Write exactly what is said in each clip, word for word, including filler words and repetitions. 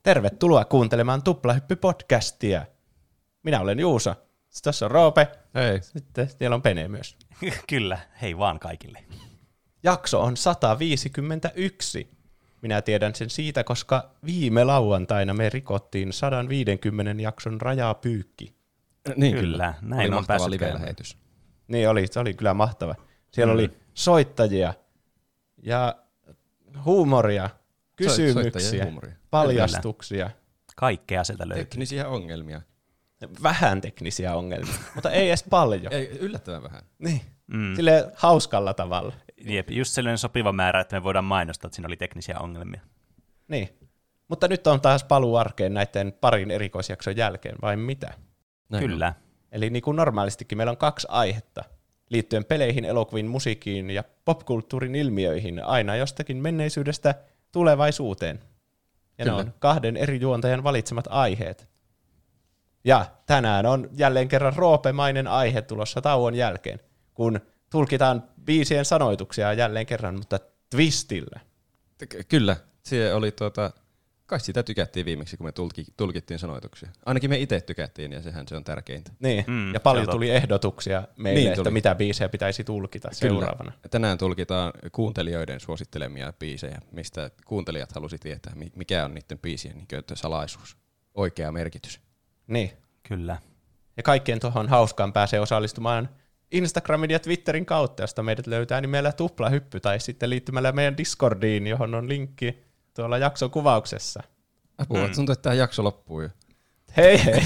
Tervetuloa kuuntelemaan Tuplahyppy-podcastia. Minä olen Juuso. Tässä on Roope. Hei. Sitten siellä on Pene myös. Kyllä, hei vaan kaikille. Jakso on sata viisikymmentäyksi. Minä tiedän sen siitä, koska viime lauantaina me rikottiin sata viisikymmentä jakson rajapyykki. Niin kyllä, kyllä. näin oli on päässyt live-lähetys. Niin oli, se oli kyllä mahtava. Siellä mm. oli soittajia ja huumoria, kysymyksiä, huumoria. paljastuksia. Kaikkea sieltä löytyy. Teknisiä ongelmia. Vähän teknisiä ongelmia, mutta ei edes paljon. Ei, yllättävän vähän. Niin. Mm. Silleen hauskalla tavalla. Jep, just sellainen sopiva määrä, että me voidaan mainostaa, että siinä oli teknisiä ongelmia. Niin. Mutta nyt on taas paluu arkeen näiden parin erikoisjakson jälkeen, vai mitä? Näin Kyllä. on. Eli niin kuin normaalistikin meillä on kaksi aihetta liittyen peleihin, elokuviin, musiikkiin ja popkulttuurin ilmiöihin aina jostakin menneisyydestä tulevaisuuteen. Ja Kyllä. ne on kahden eri juontajan valitsemat aiheet. Ja tänään on jälleen kerran roopemainen aihe tulossa tauon jälkeen, kun tulkitaan biisien sanoituksia jälleen kerran, mutta twistillä. Ky- Kyllä. Se oli tuota, kai sitä tykättiin viimeksi, kun me tulki, tulkittiin sanoituksia. Ainakin me itse tykättiin, ja sehän se on tärkeintä. Niin, Mm, ja paljon se on tuli ehdotuksia meille, Niin että tuli. mitä biisejä pitäisi tulkita Kyllä. seuraavana. Tänään tulkitaan kuuntelijoiden suosittelemia biisejä, mistä kuuntelijat halusi tietää, mi- mikä on niiden biisien niin kuin, salaisuus, oikea merkitys. Niin. Kyllä. Ja kaikkien tuohon hauskaan pääsee osallistumaan Instagramin ja Twitterin kautta, josta meidät löytää nimellä Tuplahyppy, tai sitten liittymällä meidän Discordiin, johon on linkki tuolla jakson kuvauksessa. Apua, Mm. tuntuu, että tämä jakso loppuu jo. Hei hei!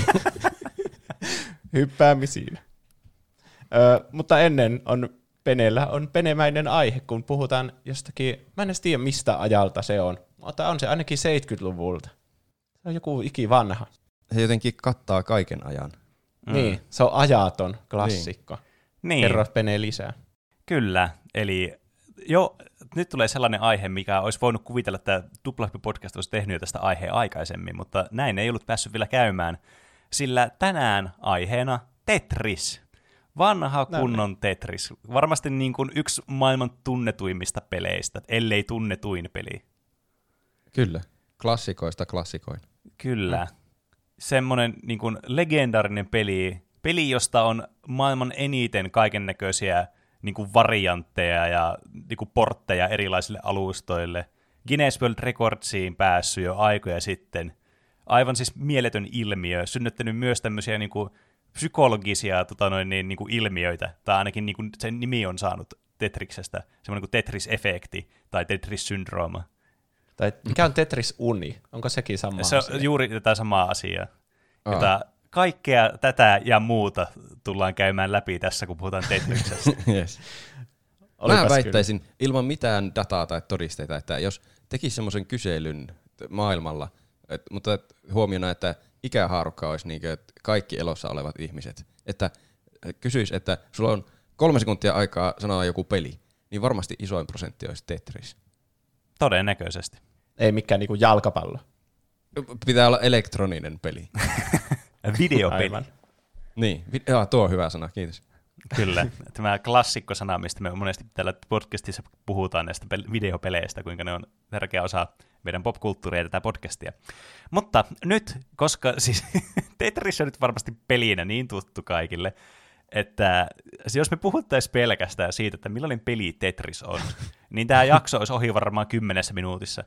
Hyppäämisiin. Ö, mutta ennen on Penellä on penemäinen aihe, kun puhutaan jostakin, mä en edes tiedä mistä ajalta se on, mutta on se ainakin seitsemänkymmentäluvulta. Se on joku ikivanha. Se jotenkin kattaa kaiken ajan. Mm. Niin, se on ajaton klassikko. Niin, Kerro Pene lisää. kyllä. Eli jo, nyt tulee sellainen aihe, mikä olisi voinut kuvitella, että Tuplahyppy-podcast olisi tehnyt jo tästä aiheen aikaisemmin, mutta näin ei ollut päässyt vielä käymään, sillä tänään aiheena Tetris. Vanha kunnon Tetris. Varmasti niin kuin yksi maailman tunnetuimmista peleistä, ellei tunnetuin peli. Kyllä. Klassikoista klassikoin. Kyllä. Mm. Semmoinen niin kuin legendaarinen peli, peli, josta on maailman eniten kaikennäköisiä niin kuin variantteja ja niin kuin portteja erilaisille alustoille. Guinness World Recordsiin päässyt jo aikoja sitten. Aivan siis mieletön ilmiö, synnyttänyt myös tämmöisiä niin kuin psykologisia tota noin, niin, niin kuin ilmiöitä, tai ainakin niin kuin sen nimi on saanut Tetriksestä, semmoinen kuin Tetris-efekti tai Tetris-syndrooma. Tai mikä on Tetris-uni? Onko sekin sama Se asia? on juuri tätä samaa asiaa. Aa. Jota kaikkea tätä ja muuta tullaan käymään läpi tässä, kun puhutaan Tetriksestä. Yes. Olipas Mä kyllä. väittäisin ilman mitään dataa tai todisteita, että jos tekisi semmoisen kyselyn maailmalla, et, mutta et, huomiona, että ikähaarukka olisi niin kuin, kaikki elossa olevat ihmiset, että kysyisi, että sulla on kolme sekuntia aikaa sanoa joku peli, niin varmasti isoin prosentti olisi Tetris. Todennäköisesti. Ei mikään niinku jalkapallo. Pitää olla elektroninen peli. Videopeli. Aivan. Niin, Vi- jaa, tuo on hyvä sana, kiitos. Kyllä. Tämä klassikkosana, mistä me monesti täällä podcastissa puhutaan näistä pel- videopeleistä, kuinka ne on tärkeä osa meidän popkulttuuria ja tätä podcastia. Mutta nyt, koska siis Tetris on nyt varmasti pelinä niin tuttu kaikille, että jos me puhuttaisiin pelkästään siitä, että millainen peli Tetris on, niin tämä jakso olisi ohi varmaan kymmenessä minuutissa.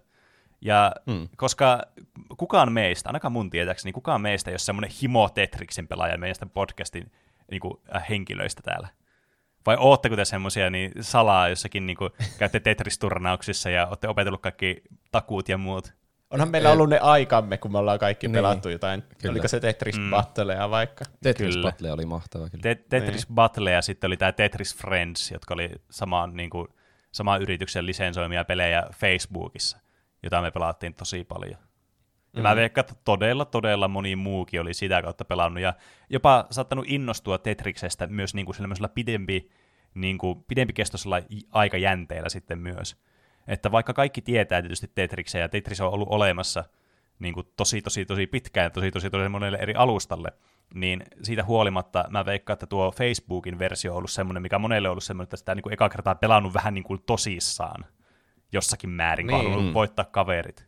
Ja Mm. koska kukaan meistä, ainakaan mun tietääkseni, kukaan meistä ei ole semmoinen himo Tetriksen pelaaja meidän podcastin niin kuin, äh, henkilöistä täällä. Vai ootteko te semmoisia niin salaa jossakin niin kuin, käytte Tetris-turnauksissa ja ootte opetellut kaikki takuut ja muut? Onhan meillä Ei. ollut ne aikamme, kun me ollaan kaikki Niin. pelattu jotain. Kyllä. Oliko se Tetris Mm. Battlea vaikka? Tetris Kyllä. Battle oli mahtava kyllä. Te- Tetris Battle ja sitten oli tämä Tetris Friends, jotka oli samaan, niin kuin, samaan yrityksen lisensoimia pelejä Facebookissa, jota me pelattiin tosi paljon. Ja mä veikkaan, että todella, todella moni muukin oli sitä kautta pelannut, ja jopa saattanut innostua Tetriksestä myös niin kuin sellaisella pidempi, niin kuin pidempikestoisella aikajänteellä sitten myös. Että vaikka kaikki tietää tietysti Tetriksen, ja Tetris on ollut olemassa niin kuin tosi, tosi, tosi pitkään, ja tosi, tosi, tosi monelle eri alustalle, niin siitä huolimatta mä veikkaan, että tuo Facebookin versio on ollut semmoinen, mikä monelle on ollut semmoinen, että sitä niin kuin eka kertaa pelannut vähän niin kuin tosissaan jossakin määrin, kun Niin. on halunnut voittaa kaverit.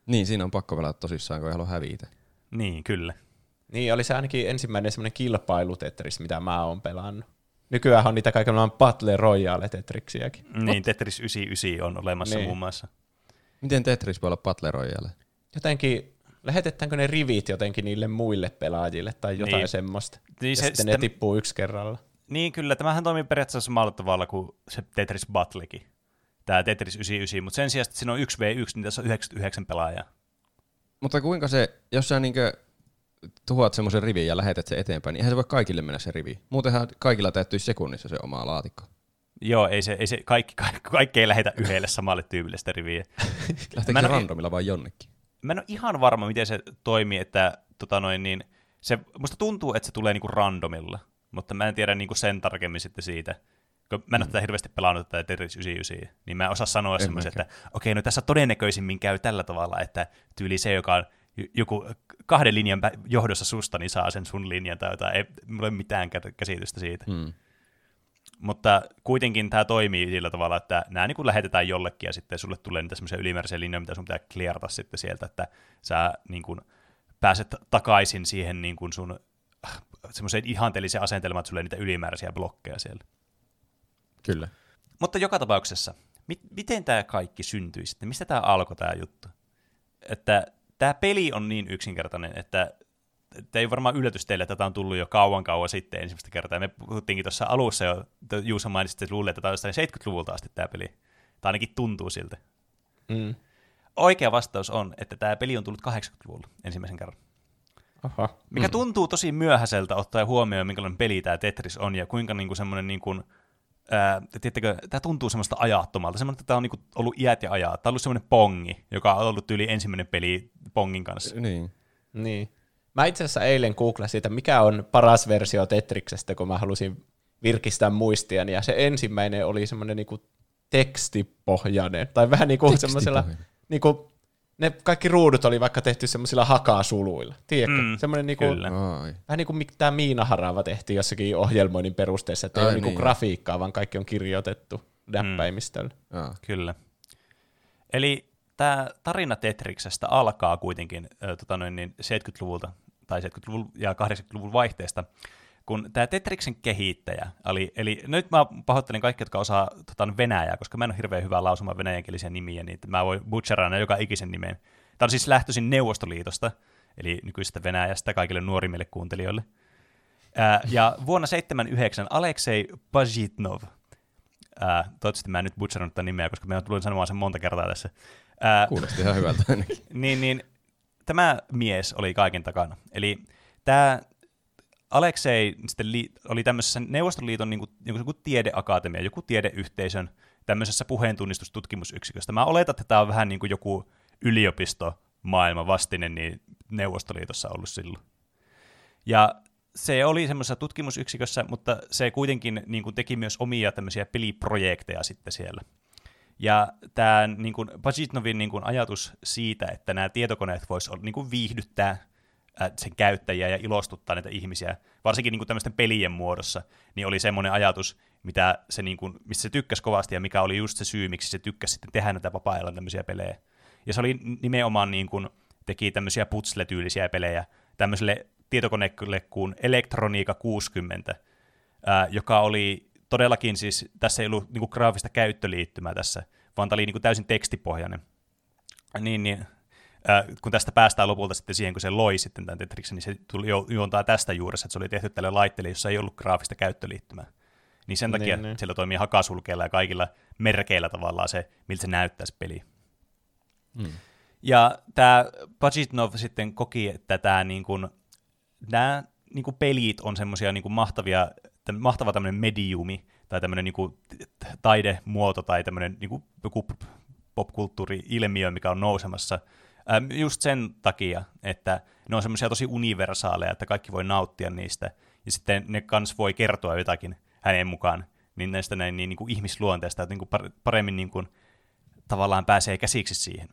Niin, siinä on pakko pelata tosissaan, kun ei halua hävitä. Niin, kyllä. Niin, oli se ainakin ensimmäinen semmoinen kilpailu Tetris, mitä mä oon pelannut. Nykyään on niitä kaikenlainen Battle Royale Tetriksiäkin. Niin, Tetris yhdeksänkymmentäyhdeksän on olemassa niin. muun muassa. Miten Tetris voi olla Battle Royale? Jotenkin, lähetetäänkö ne rivit jotenkin niille muille pelaajille tai jotain niin. semmoista. Niin, ja se, sitten sitä, ne tippuu yksi kerralla. Niin, kyllä. Tämähän toimii periaatteessa samalla tavalla kuin se Tetris Battlekin. Tämä Tetris yhdeksänkymmentäyhdeksän, mutta sen sijaan, että siinä on yksi vastaan yksi, niin tässä on yhdeksänkymmentäyhdeksän pelaajaa. Mutta kuinka se, jos sä niinkö tuhoat semmoisen rivin ja lähetät sen eteenpäin, niin eihän se voi kaikille mennä se rivi. Muutenhan kaikilla täyttyisi sekunnissa se oma laatikko. Joo, ei se, ei se kaikki, kaikki, kaikki ei lähetä yhdelle samalle tyypille sitä riviä. Lähteekö se randomilla vai jonnekin? Mä en ole ihan varma, miten se toimii, että tota noin, niin, se, musta tuntuu, että se tulee niinku randomilla, mutta mä en tiedä niinku sen tarkemmin sitten siitä. Kun mä en ole tätä hirveästi pelannut tätä Tetris yhdeksänkymmentäyhdeksän, niin mä en osaa sanoa semmoisen, että okei, okay, no tässä todennäköisimmin käy tällä tavalla, että tyyli se, joka on joku kahden linjan johdossa susta, niin saa sen sun linjan tai jotain. Ei mulla ole mitään käsitystä siitä. Hmm. Mutta kuitenkin tämä toimii sillä tavalla, että nämä niin kuin lähetetään jollekin ja sitten sulle tulee niitä semmoisia ylimääräisiä linjoja, mitä sun pitää clearata sitten sieltä, että sä niin kuin pääset takaisin siihen niin kuin sun semmoiseen ihanteelliseen asentelmaan, että sulle ei niitä ylimääräisiä blokkeja siellä. Kyllä. Mutta joka tapauksessa, mit, miten tämä kaikki syntyi sitten? Mistä tämä alkoi tämä juttu? Että tämä peli on niin yksinkertainen, että ei varmaan yllätys teille, että tämä on tullut jo kauan kauan sitten ensimmäistä kertaa. Me puhuttiinkin tuossa alussa jo, Juuso mainitsi, että luulee, että tämä on jostain seitsemänkymmentäluvulta asti tämä peli. Tai ainakin tuntuu siltä. Mm. Oikea vastaus on, että tämä peli on tullut kahdeksankymmentäluvulla ensimmäisen kerran. Aha. Mikä mm. tuntuu tosi myöhäiseltä ottaen huomioon, minkälainen peli tämä Tetris on ja kuinka niinku semmoinen, niinku, ää, tiedättekö, tämä tuntuu semmoista ajattomalta. Semmoinen, että tämä on niinku ollut iät ja ajat. Tämä on ollut semmoinen pongi, joka on ollut yli ensimmäinen peli pongin kanssa. Niin. Niin. Mä itse asiassa eilen googlasin, että mikä on paras versio Tetriksestä, kun mä halusin virkistää muistiani, ja se ensimmäinen oli semmoinen niinku tekstipohjainen, tai vähän niinku semmoisella, niinku, ne kaikki ruudut oli vaikka tehty semmoisilla hakasuluilla, tiedätkö? Mm, semmoinen niinku, vähän niin kuin tämä Miinaharava tehtiin jossakin ohjelmoinnin perusteessa, että ei ole niin. niinku grafiikkaa, vaan kaikki on kirjoitettu näppäimistöllä. Mm. Kyllä. Eli tämä tarina Tetriksestä alkaa kuitenkin äh, tota noin, niin seitsemänkymmentäluvulta tai seitsemänkymmentäluvun ja kahdeksankymmentäluvun vaihteesta, kun tämä Tetriksen kehittäjä, eli, eli nyt mä pahoittelen kaikki, jotka osaa tota, venäjää, koska mä en ole hirveän hyvä lausumaan venäjänkielisiä nimiä, niin mä voin butcherana joka ikisen nimeen. Tämä on siis lähtöisin Neuvostoliitosta, eli nykyisestä Venäjästä kaikille nuorimmille kuuntelijoille. Ää, ja vuonna seitsemänkymmentäyhdeksän Aleksei Pajitnov, ää, toivottavasti mä en nyt butcherannut tämän nimeä, koska mä tulin sanomaan sen monta kertaa tässä. Ää, Kuulosti ihan hyvältä ainakin. niin, niin, tämä mies oli kaiken takana. Eli tämä Aleksei sitten li- oli tämmöisessä Neuvostoliiton niin kuin, joku tiedeakatemia, joku tiedeyhteisön tämmöisessä puheentunnistustutkimusyksiköstä. Mä oletan, että tämä on vähän niin kuin joku yliopistomaailman vastine niin Neuvostoliitossa ollut silloin. Ja se oli semmoisessa tutkimusyksikössä, mutta se kuitenkin niin kuin, teki myös omia tämmöisiä peliprojekteja sitten siellä. Ja tämä niin kuin Pajitnovin niin kuin ajatus siitä, että nämä tietokoneet voisivat niin kuin viihdyttää sen käyttäjiä ja ilostuttaa näitä ihmisiä, varsinkin niin kuin tämmöisten pelien muodossa, niin oli semmoinen ajatus, mitä se, niin kuin, mistä se tykkäsi kovasti ja mikä oli just se syy, miksi se tykkäsi sitten tehdä näitä vapaa-ajalla tämmöisiä pelejä. Ja se oli nimenomaan niin kuin, teki tämmöisiä putsle-tyylisiä pelejä tämmöiselle tietokoneelle kuin Elektroniikka kuusikymmentä, ää, joka oli todellakin siis, tässä ei ollut niin kuin graafista käyttöliittymää tässä, vaan tämä oli niin kuin täysin tekstipohjainen. Niin, niin äh, kun tästä päästään lopulta sitten siihen, kun se loi sitten tämän Tetriksen, niin se tuli juontaa tästä juuressa, että se oli tehty tälle laitteelle, jossa ei ollut graafista käyttöliittymää. Niin sen takia niin, niin. Siellä toimii hakasulkeilla ja kaikilla merkeillä tavallaan se, miltä se näyttää se peli. Hmm. Ja tämä Pajitnov sitten koki, että tämä niin kuin, nämä niin kuin pelit on semmoisia niin kuin mahtavia, mahtava tämmöinen mediumi tai tämmöinen niin kuin taidemuoto tai tämmöinen niin kuin joku popkulttuuri-ilmiö, mikä on nousemassa. Just sen takia, että ne on semmoisia tosi universaaleja, että kaikki voi nauttia niistä, ja sitten ne kans voi kertoa jotakin hänen mukaan, niin näistä näin niin, niin kuin ihmisluonteesta, että niin kuin paremmin niin kuin, tavallaan pääsee käsiksi siihen.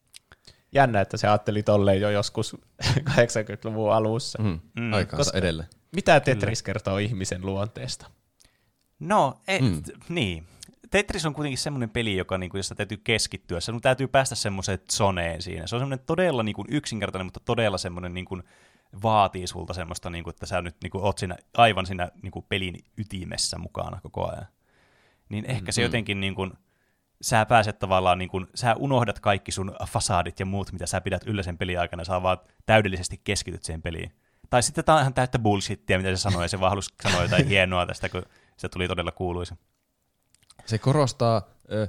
Jännä, että se ajatteli tolleen jo joskus kahdeksankymmentäluvun alussa. Mm, mm. Aikaansa edelleen. Mitä Tetris kertoo ihmisen luonteesta? No, et, mm. niin. Tetris on kuitenkin semmoinen peli, joka, niin kuin, jossa täytyy keskittyä. Sinun täytyy päästä semmoiseen zoneen siinä. Se on semmoinen todella niin kuin, yksinkertainen, mutta todella semmoinen niin kuin, vaatii sulta semmoista, niin kuin, että sä nyt niin kuin, oot siinä, aivan siinä niin kuin, pelin ytimessä mukana koko ajan. Niin ehkä mm-hmm. se jotenkin, niin kuin, sä pääset tavallaan, niin kuin, sä unohdat kaikki sun fasadit ja muut, mitä sä pidät yllä sen pelin aikana, sä vaan täydellisesti keskityt siihen peliin. Tai sitten tää on ihan täyttä bullshittia, mitä se sanoi, ja se vaan halusi sanoa jotain hienoa tästä, kun se tuli todella kuuluisa. Se korostaa ö,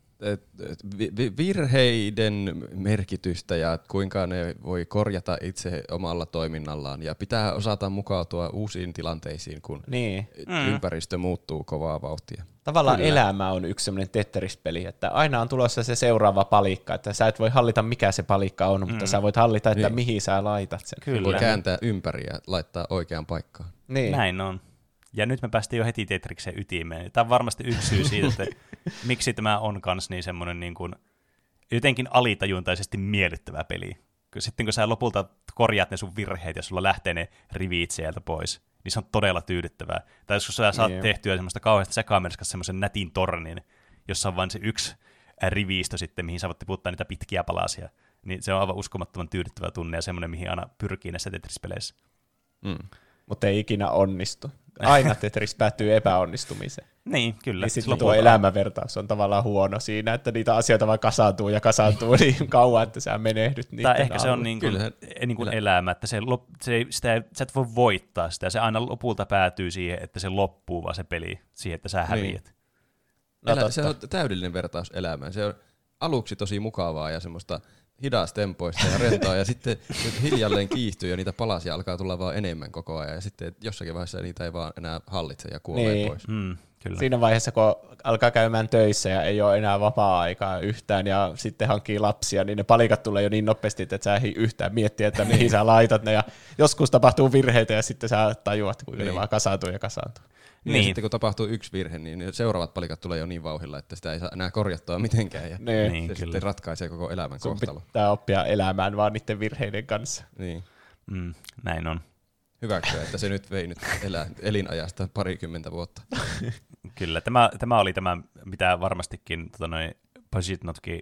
virheiden merkitystä ja kuinka ne voi korjata itse omalla toiminnallaan ja pitää osata mukautua uusiin tilanteisiin, kun niin. ympäristö muuttuu kovaa vauhtia. Tavallaan Kyllä. elämä on yksi semmoinen Tetris-peli, että aina on tulossa se seuraava palikka, että sä et voi hallita mikä se palikka on, mm. mutta sä voit hallita, että niin. mihin sä laitat sen. Kyllä. Voi kääntää ympäri ja laittaa oikeaan paikkaan. Niin. Näin on. Ja nyt me päästiin jo heti Tetriksen ytimeen. Tämä on varmasti yksi syy siitä, että miksi tämä on kans niin semmoinen niin kuin jotenkin alitajuntaisesti miellyttävä peli. Sitten kun sä lopulta korjaat ne sun virheet ja sulla lähtee ne rivit sieltä pois, niin se on todella tyydyttävää. Tai jos sä saat niin. tehtyä semmoista kauheasta sekamerskasta semmoisen nätin tornin, jossa on vain se yksi rivistö sitten, mihin sä voit tiputtaa niitä pitkiä palasia, niin se on aivan uskomattoman tyydyttävä tunne ja semmoinen, mihin aina pyrkii näissä Tetris-peleissä. Mm. Mutta ei ikinä onnistu. Aina Tetris päättyy epäonnistumiseen. Niin, kyllä. Niin sitten tuo elämänvertaus on tavallaan huono siinä, että niitä asioita vaan kasaantuu ja kasaantuu niin kauan, että sä menehdyt niitä. Tai ehkä alla. Se on niin kuin, niin kuin elämä, että se, se, sitä, sä et voi voittaa sitä. Se aina lopulta päätyy siihen, että se loppuu vaan se peli, siihen, että sä häviät. Niin. No, Elä, se on täydellinen vertaus elämään. Se on aluksi tosi mukavaa ja semmoista hidastempoista ja rentoa, ja sitten hiljalleen kiihtyy ja niitä palasia alkaa tulla vaan enemmän koko ajan, ja sitten jossakin vaiheessa niitä ei vaan enää hallitse ja kuolee niin. pois. Mm, kyllä. Siinä vaiheessa, kun alkaa käymään töissä ja ei ole enää vapaa-aikaa yhtään, ja sitten hankkii lapsia, niin ne palikat tulee jo niin nopeasti, että sä ei yhtään miettiä, että mihin sä laitat ne, ja joskus tapahtuu virheitä, ja sitten sä tajuat, kuinka niin. ne vaan kasaantuu ja kasaantuu. Niin, niin. Ja sitten kun tapahtuu yksi virhe, niin seuraavat palikat tulee jo niin vauhdilla, että sitä ei saa enää korjattua mitenkään. Ja niin. se niin, sitten ratkaisee koko elämän sun kohtalo. Pitää oppia elämään vaan niiden virheiden kanssa. Niin. Mm, näin on. Hyväksyä, että se nyt vei nyt elää, elinajasta parikymmentä vuotta. Kyllä, tämä, tämä oli tämä, mitä varmastikin tota noin, Pajitnotkin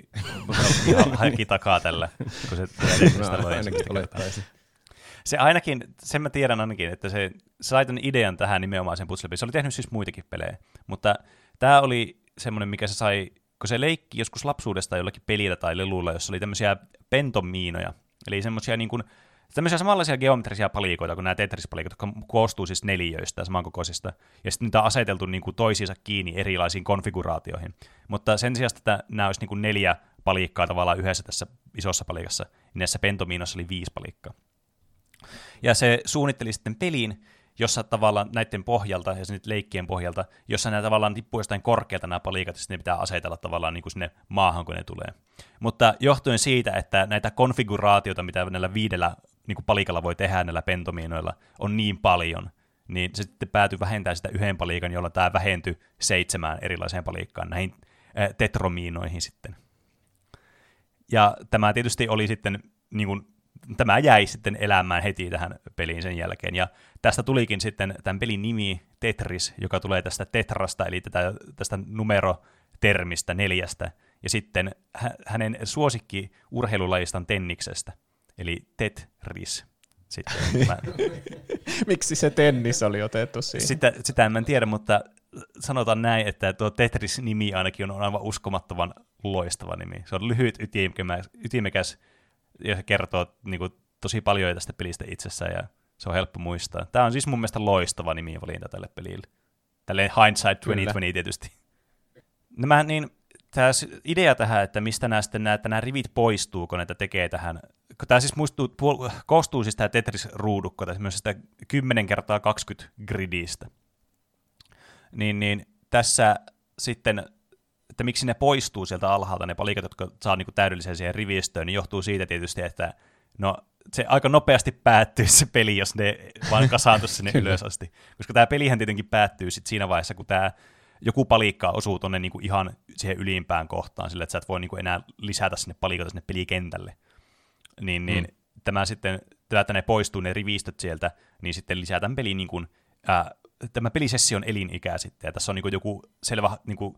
ihan haki takaa tällä, kun se no, ainakin olettaisi. Se ainakin, sen mä tiedän ainakin, että se sai tämän idean tähän nimenomaan puzzle-peliin. Se oli tehnyt siis muitakin pelejä, mutta tämä oli semmoinen, mikä se sai, kun se leikki joskus lapsuudesta jollakin pelillä tai leluilla, jossa oli tämmöisiä pentomiinoja, eli semmoisia niin kuin, tämmöisiä samanlaisia geometrisia palikoita kuin nämä Tetris-palikot, jotka koostuu siis neliöistä ja samankokoisista, ja sitten niitä on aseteltu niin kuin toisiinsa kiinni erilaisiin konfiguraatioihin. Mutta sen sijaan, että nämä olisi niin kuin neljä palikkaa tavallaan yhdessä tässä isossa palikassa, niin näissä pentomiinoissa oli viisi palikkaa. Ja se suunnitteli sitten pelin, jossa tavallaan näiden pohjalta, ja nyt leikkien pohjalta, jossa nämä tavallaan tippuu jostain korkealta nämä palikat, ja sitten ne pitää asetella tavallaan niin kuin sinne maahan, kun ne tulee. Mutta johtuen siitä, että näitä konfiguraatioita, mitä näillä viidellä niin kuin palikalla voi tehdä näillä pentomiinoilla, on niin paljon, niin se sitten päätyy vähentämään sitä yhden palikan, jolla tämä vähentyi seitsemään erilaiseen palikkaan, näihin äh, tetromiinoihin sitten. Ja tämä tietysti oli sitten niin kuin tämä jäi sitten elämään heti tähän peliin sen jälkeen, ja tästä tulikin sitten tämän pelin nimi Tetris, joka tulee tästä tetrasta, eli tätä, tästä numerotermistä neljästä, ja sitten hänen suosikki urheilulajistaan tenniksestä, eli Tetris. Sitten Miksi se tennis oli otettu siihen? Sitä, sitä en mä tiedä, mutta sanotaan näin, että tuo Tetris-nimi ainakin on aivan uskomattoman loistava nimi. Se on lyhyt, ytimekäs, ytimekäs ja se kertoo niin kuin, tosi paljon tästä pelistä itsessään, ja se on helppo muistaa. Tämä on siis mun mielestä loistava nimivalinta tälle pelille. Tälleen hindsight kaksituhattakaksikymmentä tietysti. Nämä, niin, tämä idea tähän, että mistä nämä, sitten, nämä, että nämä rivit poistuu, kun näitä tekee tähän. Tämä siis muistuu, puol- koostuu siis tämä Tetris-ruudukko, tämmöisestä kymmenen kertaa kaksikymmentä gridistä. Niin, niin tässä sitten, että miksi ne poistuu sieltä alhaalta, ne palikat, jotka saa niinku täydellisen siihen rivistöön, niin johtuu siitä tietysti, että no, se aika nopeasti päättyy se peli, jos ne vaan kasaantuisi sinne ylös asti. Koska tämä pelihän tietenkin päättyy sit siinä vaiheessa, kun tämä joku palikka osuu tuonne niinku ihan siihen ylimpään kohtaan, sillä että sä et voi niinku enää lisätä sinne palikoita sinne pelikentälle. Niin, niin mm. tämä sitten, että ne poistuu ne rivistöt sieltä, niin sitten lisätään peliin, niin kuin, ää, tämä pelisessio on elinikä sitten, ja tässä on niin kuin joku selvä niin kuin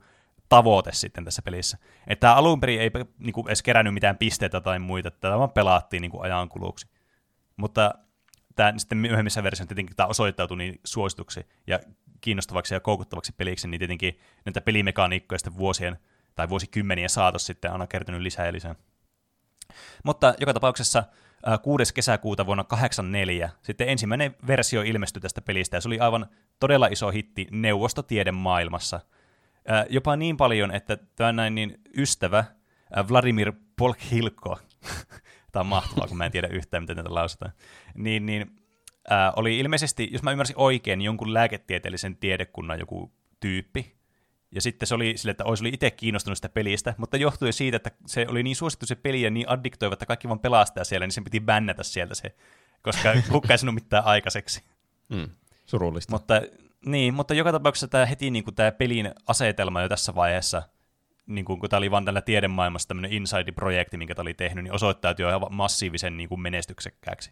tavoite sitten tässä pelissä. Että alun perin ei niin kuin, edes kerännyt mitään pisteitä tai muita, tätä vaan pelattiin niin kuin ajankuluksi. Mutta tämä, sitten myöhemmissä versioissa tietenkin tämä osoittautui niin suosituksi ja kiinnostavaksi ja koukuttavaksi peliksi, niin tietenkin näitä pelimekaniikkoja sitten vuosien tai vuosikymmenien saatossa sitten on aina kertynyt lisää ja lisää. Mutta joka tapauksessa kuudes kesäkuuta vuonna kahdeksankymmentäneljä sitten ensimmäinen versio ilmestyi tästä pelistä, ja se oli aivan todella iso hitti neuvostotiedemaailmassa. Jopa niin paljon, että tämä näin niin ystävä Vladimir Polkhilko, tämä on mahtavaa, kun mä en tiedä yhtään, miten tätä lausutaan, niin, niin ää, oli ilmeisesti, jos mä ymmärsin oikein, jonkun lääketieteellisen tiedekunnan joku tyyppi, ja sitten se oli sille, että olisi oli itse kiinnostunut sitä pelistä, mutta johtui siitä, että se oli niin suosittu se peli ja niin addiktoiva, että kaikki vaan pelastaa siellä, niin sen piti bännätä sieltä se, koska kukka ei sanonut mitään aikaiseksi. Mm, surullista. Mutta, niin, mutta joka tapauksessa tämä heti niin kuin tämä pelin asetelma jo tässä vaiheessa, niin kuin, kun tämä oli vaan tällä tiedemaailmassa tämmöinen inside-projekti, minkä tämä oli tehnyt, niin osoittautui jo ihan massiivisen niin kuin menestyksekkääksi.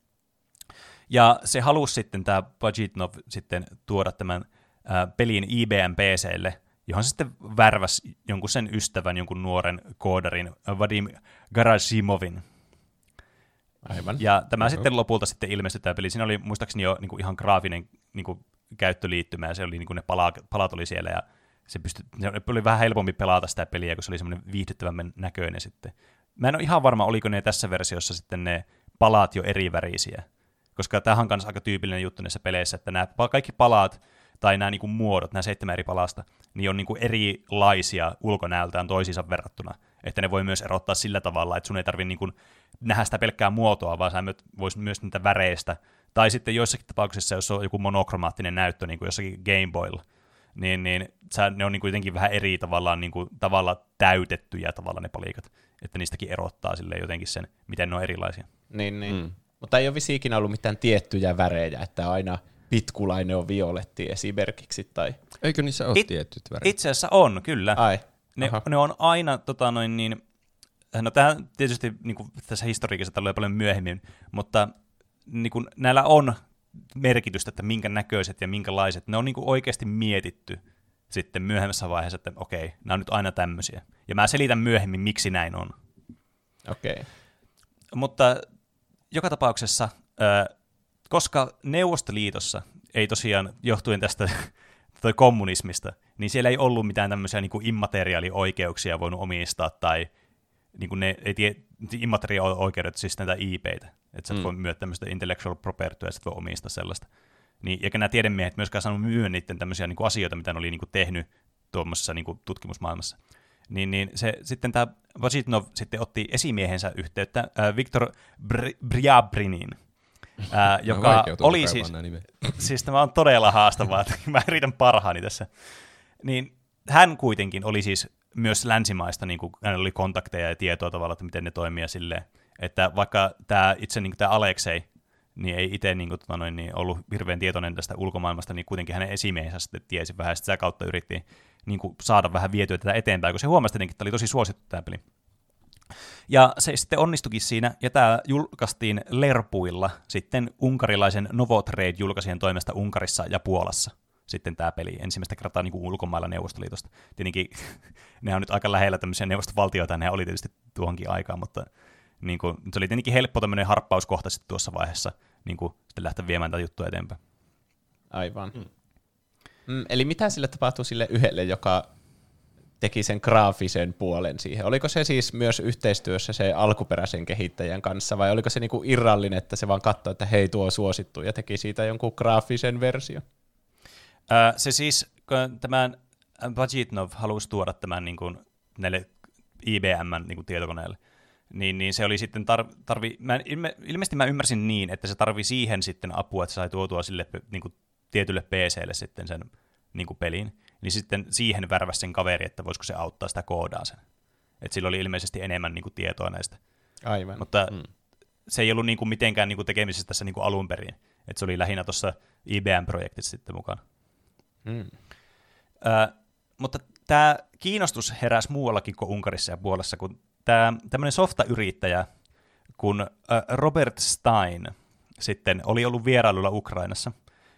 Ja se halusi sitten tämä Pajitnov sitten tuoda tämän pelin I B M P C:lle, johon se sitten värväsi jonkun sen ystävän, jonkun nuoren koodarin, Vadim Gerassimovin. Aivan. Ja tämä no. sitten lopulta sitten ilmestyi tämä peli. Siinä oli muistaakseni jo niin kuin ihan graafinen niin kuin käyttöliittymä, ja se oli, niin kuin ne palat, palat oli siellä, ja se, pystyi, se oli vähän helpompi pelata sitä peliä, kun se oli semmoinen viihdyttävän näköinen sitten. Mä en ole ihan varma, oliko ne tässä versiossa sitten ne palat jo eri värisiä, koska tämähän on myös aika tyypillinen juttu näissä peleissä, että nämä kaikki palat tai nämä niinku muodot, nämä seitsemän eri palasta, niin on niinku erilaisia ulkonäöltään toisiinsa verrattuna. Että ne voi myös erottaa sillä tavalla, että sun ei tarvitse niinku nähdä sitä pelkkää muotoa, vaan sä vois myös niitä väreistä. Tai sitten joissakin tapauksissa, jos on joku monokromaattinen näyttö, niin kuin jossakin Game Boylla, niin, niin sä, ne on niinku jotenkin vähän eri tavallaan niinku, tavalla täytettyjä tavalla ne palikat. Että niistäkin erottaa silleen jotenkin sen, miten ne on erilaisia. Niin, niin. Mm. Mutta ei ole visiikin ollut mitään tiettyjä värejä, että aina pitkulainen on violetti esimerkiksi. Tai... Eikö niissä ole It, tietyt värit? Itse asiassa on, kyllä. Ai, ne, ne on aina, tota noin niin, no tämä tietysti niin kuin tässä historiikissa tulee paljon myöhemmin, mutta niin kuin, näillä on merkitystä, että minkä näköiset ja minkälaiset. Ne on niin kuin oikeasti mietitty sitten myöhemmässä vaiheessa, että okei, nämä on nyt aina tämmöisiä. Ja mä selitän myöhemmin, miksi näin on. Okei. Mutta joka tapauksessa, koska Neuvostoliitossa ei tosiaan, johtuen tästä toi kommunismista, niin siellä ei ollut mitään tämmöisiä niin kuin immateriaalioikeuksia voinut omistaa, tai niin kuin ne ei tie, immateriaalioikeudet, siis näitä I P:itä, että sä et mm. voi myydä tämmöistä intellectual propertyä, ja sä et voi omistaa sellaista. Niin, eikä nämä tiedemiehet myöskään saanut myyä niiden tämmöisiä niin kuin asioita, mitä ne oli niin kuin tehnyt tuommoisessa niin kuin tutkimusmaailmassa. Niin, niin se, sitten tämä Vazitnov sitten otti esimiehensä yhteyttä äh, Viktor Br- Briabrinin, äh, joka oli siis, siis tämä on todella haastavaa, että mä yritän parhaani tässä. Niin hän kuitenkin oli siis myös länsimaista, niin kuin hänellä oli kontakteja ja tietoa tavalla, että miten ne toimii silleen, että vaikka tämä itse niin kuin tämä Aleksei, niin ei itse niin kuin, tota noin, niin ollut hirveän tietoinen tästä ulkomaailmasta, niin kuitenkin hänen esimiehensä sitten tiesi vähän, ja sitä kautta yritti niin kuin saada vähän vietyä tätä eteenpäin, kun se huomasi tietenkin, että tämä oli tosi suosittu tämä peli. Ja se sitten onnistukin siinä, ja tämä julkaistiin lerpuilla sitten unkarilaisen Novotrade-julkaisijan toimesta Unkarissa ja Puolassa. Sitten tämä peli ensimmäistä kertaa niin kuin ulkomailla Neuvostoliitosta. Tietenkin ne on nyt aika lähellä tämmöisiä neuvostovaltioita, ja ne oli tietysti tuohonkin aikaan, mutta niin kuin, se oli tietenkin helppo tämmöinen harppauskohta sitten tuossa vaiheessa niin kuin sitten lähteä viemään tätä juttua eteenpäin. Aivan. Mm. Mm, eli mitä sille tapahtui sille yhdelle, joka teki sen graafisen puolen siihen? Oliko se siis myös yhteistyössä se alkuperäisen kehittäjän kanssa, vai oliko se niinku irrallinen, että se vaan katsoi, että hei, tuo on suosittu, ja teki siitä jonkun graafisen version? Äh, se siis, tämän Vazitnov halusi tuoda tämän niin kuin, näille I B M:n niin kuin tietokoneelle, niin, niin se oli sitten tar- tarvi, mä, ilme, ilmeisesti mä ymmärsin niin, että se tarvi siihen sitten apua, että se sai tuotua sille niin kuin, tietylle P C:lle sitten sen niin kuin pelin, niin sitten siihen värväsi sen kaveri, että voisiko se auttaa sitä koodaa sen. Että sillä oli ilmeisesti enemmän niin kuin, tietoa näistä. Aivan. Mutta mm. se ei ollut niin kuin, mitenkään niin kuin, tekemisissä tässä niin kuin, alun perin. Että se oli lähinnä tuossa I B M-projektissa sitten mukana. Mm. Ö, mutta tämä kiinnostus heräsi muuallakin kuin Unkarissa ja Puolassa, kun tämä tämmöinen softayrittäjä, kun Robert Stein sitten oli ollut vierailulla Ukrainassa,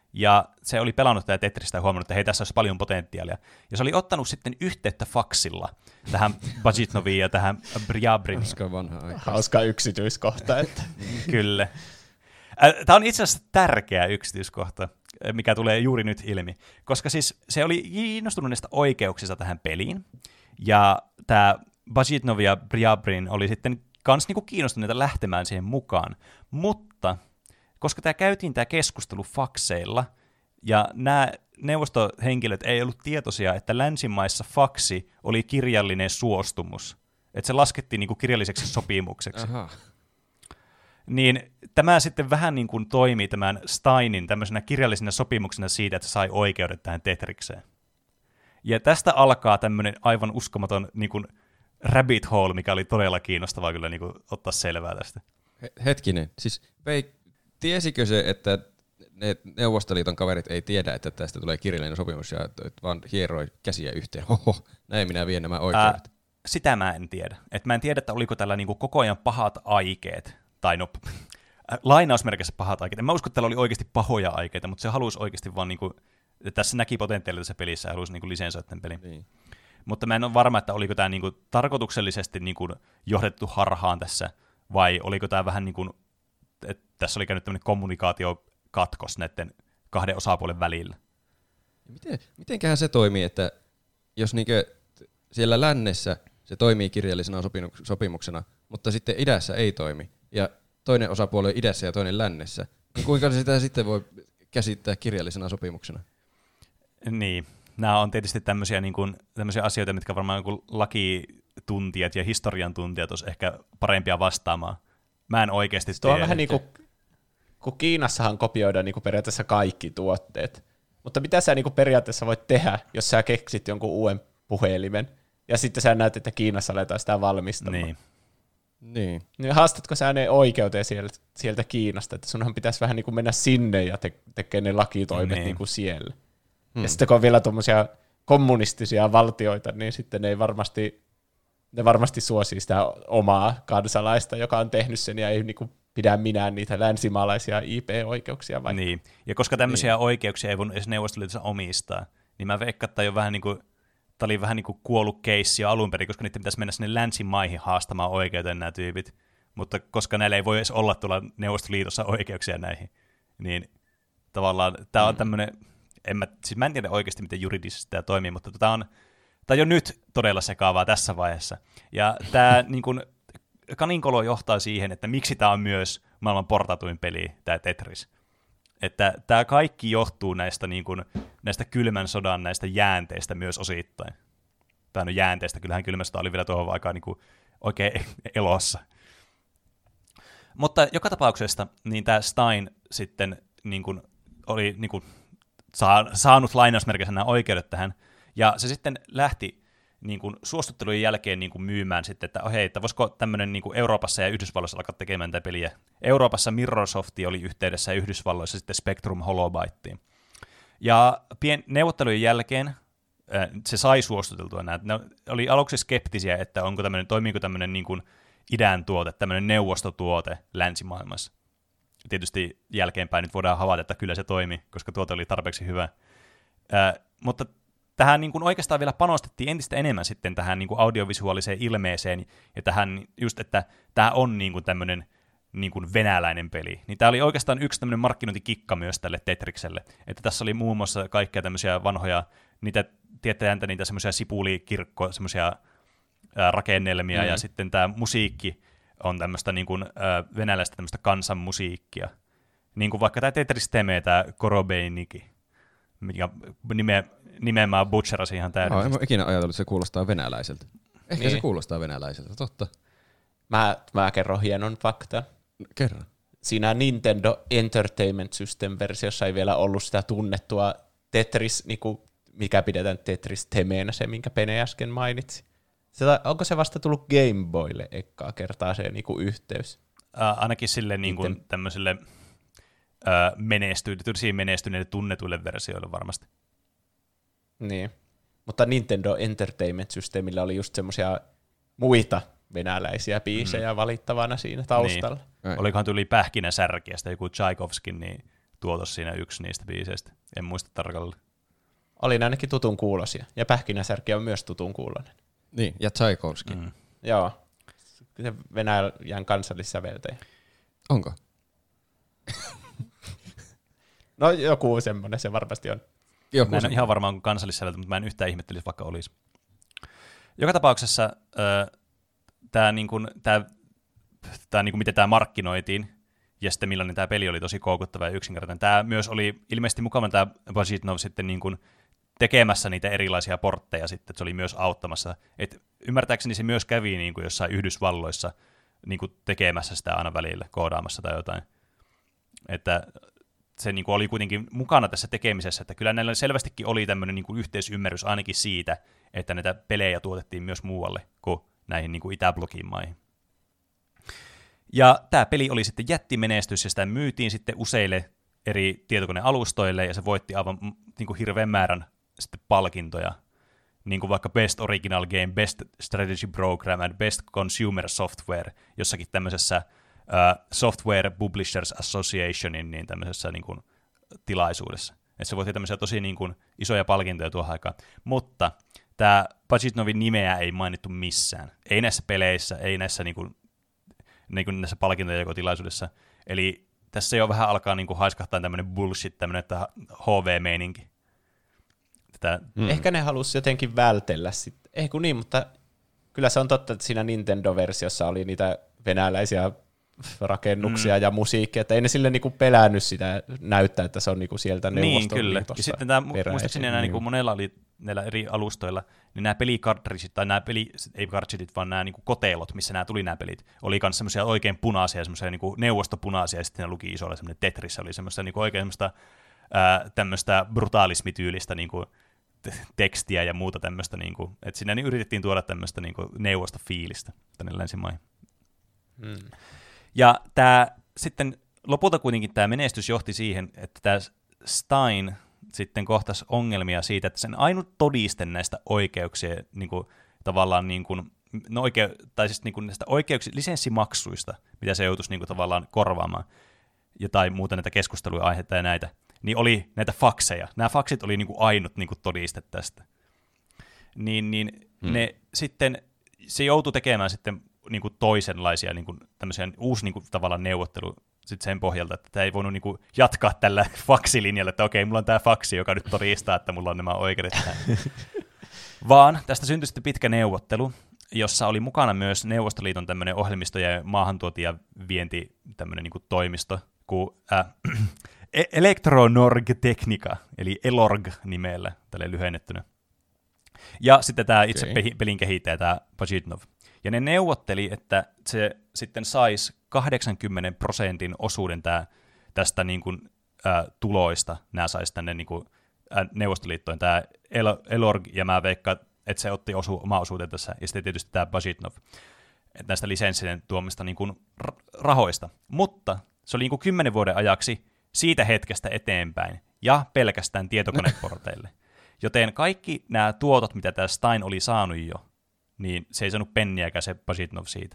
ja se oli pelannut tätä Tetristä ja huomannut, että hei, tässä olisi paljon potentiaalia. Ja se oli ottanut sitten yhteyttä faksilla tähän Bajitnoviin ja tähän Briabriniin. Hauska vanha aika. Hauska yksityiskohta. Että. Kyllä. Tämä on itse asiassa tärkeä yksityiskohta, mikä tulee juuri nyt ilmi, koska siis se oli kiinnostunut näistä oikeuksista tähän peliin, ja tämä Bajitnov ja Briabrin oli sitten kans niinku kiinnostuneita lähtemään siihen mukaan, mutta koska tämä käytiin tämä keskustelu fakseilla, ja nämä neuvostohenkilöt ei ollut tietoisia, että länsimaissa faksi oli kirjallinen suostumus, että se laskettiin niinku kirjalliseksi sopimukseksi. Aha. Niin tämä sitten vähän niin kuin toimii tämän Steinin tämmöisenä kirjallisena sopimuksena siitä, että se sai oikeudet tähän Tetrikseen. Ja tästä alkaa tämmöinen aivan uskomaton niin kuin rabbit hole, mikä oli todella kiinnostavaa kyllä niin kuin ottaa selvää tästä. Hetkinen, siis vei, tiesikö se, että ne Neuvostoliiton kaverit ei tiedä, että tästä tulee kirjallinen sopimus, ja vaan hieroi käsiä yhteen. Hoho, näin minä vien nämä oikeudet. Ää, sitä mä en tiedä. Et mä en tiedä, että oliko tällä niin kuin koko ajan pahat aikeet, tai no, lainausmerkissä pahat aikeet. En mä usko, että tällä oli oikeasti pahoja aikeita, mutta se halusi oikeasti vaan, niin kuin, tässä näki potentiaalia tässä pelissä ja halusi niin lisensoida tämän pelin. Niin. Mutta mä en ole varma, että oliko tämä niin kuin tarkoituksellisesti niin kuin johdettu harhaan tässä, vai oliko tämä vähän niin kuin, että tässä oli käynyt tämmöinen kommunikaatiokatkos näiden kahden osapuolen välillä. Miten, mitenköhän se toimii, että jos niinkö siellä lännessä se toimii kirjallisena sopimuksena, mutta sitten idässä ei toimi, ja toinen osapuoli on idässä ja toinen lännessä, niin kuinka sitä sitten voi käsittää kirjallisena sopimuksena? Niin, nämä on tietysti tämmöisiä, niin kuin, tämmöisiä asioita, mitkä varmaan niin lakituntijat ja historian tuntijat olisi ehkä parempia vastaamaan. Mä en oikeasti tiedä. Tuo on vähän niin kuin, kun Kiinassahan kopioidaan niin kuin periaatteessa kaikki tuotteet, mutta mitä sä niin kuin periaatteessa voit tehdä, jos sä keksit jonkun uuden puhelimen, ja sitten sä näet, että Kiinassa aletaan sitä valmistamaan. Niin. Niin. Niin haastatko sä ne oikeuteen sieltä, sieltä Kiinasta, että sunhan pitäisi vähän niin kuin mennä sinne ja te- tekee ne lakitoimet niin. Niin kuin siellä. Hmm. Ja sitten kun on vielä tuommoisia kommunistisia valtioita, niin sitten ne ei varmasti, ne varmasti suosii sitä omaa kansalaista, joka on tehnyt sen ja ei niin kuin pidä minään niitä länsimaalaisia I P-oikeuksia. Vaikka. Niin, ja koska tämmöisiä niin. oikeuksia ei voinut edes Neuvostoliitossa omistaa, niin mä veikkaan, että jo vähän niin kuin tämä oli vähän niin kuin kuollut keissi alun perin, koska niiden pitäisi mennä sinne länsimaihin haastamaan oikeuteen nämä tyypit. Mutta koska näillä ei voi edes olla tuolla Neuvostoliitossa oikeuksia näihin, niin tavallaan tämä on tämmöinen, en mä, siis mä en tiedä oikeasti, miten juridisesti tämä toimii, mutta tämä on, tämä on jo nyt todella sekaavaa tässä vaiheessa. Ja tämä niin kuin, kaninkolo johtaa siihen, että miksi tämä on myös maailman portatuin peli, tämä Tetris. Että tämä kaikki johtuu näistä, niin kuin, näistä kylmän sodan näistä jäänteistä myös osittain. Tai no jäänteistä, kyllähän kylmä sota oli vielä tuohon aikaan niin kuin oikein elossa. Mutta joka tapauksesta niin tämä Stein sitten niin kuin, oli niin kuin, saa, saanut lainausmerkissä nämä oikeudet tähän, ja se sitten lähti niin kuin, suostuttelujen jälkeen niin kuin, myymään sitten, että oh, hei, että voisiko tämmöinen niin kuin Euroopassa ja Yhdysvalloissa alkaa tekemään tätä peliä. Euroopassa Microsoft oli yhteydessä ja Yhdysvalloissa sitten Spectrum Holobyteen. Ja pien neuvottelujen jälkeen äh, se sai suostuteltua näitä. Ne oli aluksi skeptisiä, että onko tämmöinen, toimiiko tämmöinen niin kuin idän tuote, tämmöinen neuvostotuote länsimaailmassa. Tietysti jälkeenpäin nyt voidaan havaita, että kyllä se toimi, koska tuote oli tarpeeksi hyvä. Äh, mutta tähän niin kuin oikeastaan vielä panostettiin entistä enemmän sitten tähän niin kuin audiovisuaaliseen ilmeeseen ja tähän just, että tämä on niin kuin tämmöinen niin kuin venäläinen peli. Niin tämä oli oikeastaan yksi tämmöinen markkinointikikka myös tälle Tetrikselle. Että tässä oli muun muassa kaikkia tämmöisiä vanhoja, niitä tietäjäntä, niitä semmoisia sipulikirkko, semmoisia ää, rakennelmia, mm-hmm. ja sitten tämä musiikki on tämmöistä niin kuin, ää, venäläistä tämmöistä kansanmusiikkia. Niin kuin vaikka tämä Tetris Teme, tämä Korobeiniki, mikä nime, nimenomaan butcherasi ihan täydellisesti. No, en ole ikinä ajatellut, että se kuulostaa venäläiseltä. Ehkä niin. Se kuulostaa venäläiseltä, totta. Mä, mä kerron hienon faktan. Kerran. Siinä Nintendo Entertainment System-versiossa ei vielä ollut sitä tunnettua Tetris, niin kuin, mikä pidetään Tetris Temeenä, se minkä Pene äsken mainitsi. Se, onko se vasta tullut Game Boylle ekkaa kertaa se niin kuin yhteys? Äh, ainakin sille niin kuin, tämmöiselle äh, menestyneille, menestyneille tunnetuille versioille varmasti. Niin, mutta Nintendo Entertainment Systemillä oli just semmoisia muita venäläisiä biisejä mm. valittavana siinä taustalla. Niin. Olikohan tuli Pähkinä särkiästä joku Tchaikovskin, niin tuotos siinä yksi niistä biiseistä. En muista tarkalleen. Oli ainakin tutun kuulosia. Ja Pähkinäsärki on myös tutun kuulonen. Niin, ja Tchaikovsky. Mm. Joo. Se Venäjän kansallissäveltäjä. Onko? No joku semmoinen se varmasti on. Joku Mä en ole semmoinen. ihan varmaan kuin kansallissäveltä, mutta mä en yhtään ihmettelisi, vaikka olisi. Joka tapauksessa tämä, niin kuin, tää, tää, niin kuin miten tämä markkinoitiin, ja sitten millainen tämä peli oli tosi koukuttava ja yksinkertainen. Tämä myös oli ilmeisesti mukana tämä Bajitnov sitten niin kuin tekemässä niitä erilaisia portteja sitten, että se oli myös auttamassa. Et ymmärtääkseni se myös kävi niin kuin jossain Yhdysvalloissa niin kuin tekemässä sitä aina välillä, koodaamassa tai jotain. Että se niin kuin oli kuitenkin mukana tässä tekemisessä, että kyllä näillä selvästikin oli tämmöinen niin kuin yhteisymmärrys ainakin siitä, että näitä pelejä tuotettiin myös muualle kuin näihin niin kuin Itäblogin maihin. Ja tämä peli oli sitten jättimenestys, ja sitä myytiin sitten useille eri tietokonealustoille, ja se voitti aivan niin kuin hirveän määrän sitten palkintoja, niin kuin vaikka Best Original Game, Best Strategy Program and Best Consumer Software, jossakin tämmöisessä uh, Software Publishers Associationin niin tämmöisessä niin kuin tilaisuudessa. Et se voitti tämmöisiä tosi niin kuin isoja palkintoja tuohon aikaan. Mutta tämä Bajitnovin nimeä ei mainittu missään. Ei näissä peleissä, ei näissä, niin kuin, niin kuin näissä palkintojakotilaisuudessa. Eli tässä jo vähän alkaa niin kuin haiskahtaa tämmöinen bullshit, tämmöinen H V-meininki. Tätä, Mm. Ehkä ne halusi jotenkin vältellä sitten. Ei kun niin, mutta kyllä se on totta, että siinä Nintendo-versiossa oli niitä venäläisiä rakennuksia mm. ja musiikkia, että ei ne sille niinku pelännyt sitä näyttää, että se on niinku sieltä Neuvostoliitosta. Niin, kyllä. Ja sitten tämä, muistaakseni nämä niin. niinku monella oli näillä eri alustoilla, niin nämä pelikartridit, tai nämä peli, ei kartridit, vaan nämä niinku koteelot, missä nämä tuli nämä pelit, oli myös semmoisia oikein punaisia, semmoisia niinku neuvostopunaisia, ja sitten ne luki isolla semmoinen Tetris, oli semmoista niinku oikein semmoista ää, tämmöistä brutaalismityylistä niinku tekstiä ja muuta tämmöistä, niinku, että siinä niin yritettiin tuoda tämmöistä niinku neuvostofiilistä tänne länsimaihin. Hmm. Ja tämä sitten lopulta kuitenkin tämä menestys johti siihen, että tämä Stein sitten kohtasi ongelmia siitä, että sen ainut todiste näistä oikeuksien niin kuin, tavallaan niin kuin, no oikeu, tai siis niin kuin näistä oikeuksista, lisenssimaksuista, mitä se joutuisi niin kuin, tavallaan korvaamaan, ja tai muuta näitä keskusteluja aiheita ja näitä, niin oli näitä fakseja. Nämä faksit oli niin kuin ainut niin kuin todiste tästä. Niin, niin hmm. ne sitten, se joutui tekemään sitten niin kuin toisenlaisia niin kuin tämmöisiä uusi niin kuin, tavallaan neuvottelu sitten sen pohjalta, että tämä ei voinut niin kuin, jatkaa tällä faksilinjalla, että okei, mulla on tämä faksi, joka nyt todistaa, että mulla on nämä oikeudet tähän. Vaan tästä syntyi sitten pitkä neuvottelu, jossa oli mukana myös Neuvostoliiton tämmöinen ohjelmisto- ja maahantuoti- ja vienti tämmöinen niin kuin toimisto, kuin äh, Elektronorg Technica, eli Elorg nimellä, tälle lyhennettynä. Ja sitten tämä itse okay. pelin kehittäjä, tämä Bajitnov. Ja ne neuvotteli, että se sitten saisi kahdeksankymmentä prosentin osuuden tää, tästä niin kuin, ä, tuloista, nämä saisi tänne niin kuin, ä, Neuvostoliittoon, tämä El- Elorg, ja mä veikkaan, että se otti osu, oma osuuden tässä, ja sitten tietysti tämä Bajitnov, että näistä lisenssien tuomista niin kuin rahoista. Mutta se oli niin kuin kymmenen vuoden ajaksi siitä hetkestä eteenpäin, ja pelkästään tietokoneporteille. Joten kaikki nämä tuotot, mitä tämä Stein oli saanut jo, niin se ei saanut penniäkään se Bajitnov siitä.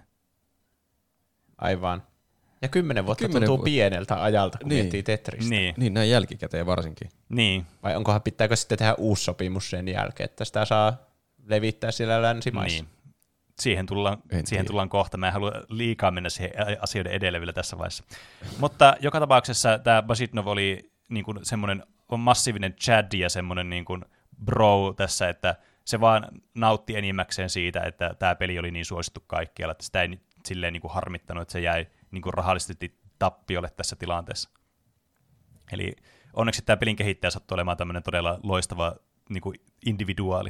Aivan. Ja kymmenen vuotta Kymmenen tuntuu vuotta. pieneltä ajalta, kun Niin. miettii Tetristä. Niin, Niin, näin jälkikäteen varsinkin. niin, Vai onkohan pitääkö sitten tehdä uusi sopimus sen jälkeen, että sitä saa levittää siellä länsimaissa? niin. Siihen tullaan, En siihen tiedä. tullaan kohta. Mä en halua liikaa mennä siihen asioiden edelle vielä tässä vaiheessa. Mutta joka tapauksessa tämä Bajitnov oli niin kuin semmoinen massiivinen chad ja semmoinen niin kuin bro tässä, että se vaan nautti enimmäkseen siitä, että tämä peli oli niin suosittu kaikkialla, että sitä ei silleen niin kuin harmittanut, että se jäi niin kuin rahallisesti tappiolle tässä tilanteessa. Eli onneksi tämä pelin kehittäjä sattui olemaan tämmöinen todella loistava niin kuin individuaali.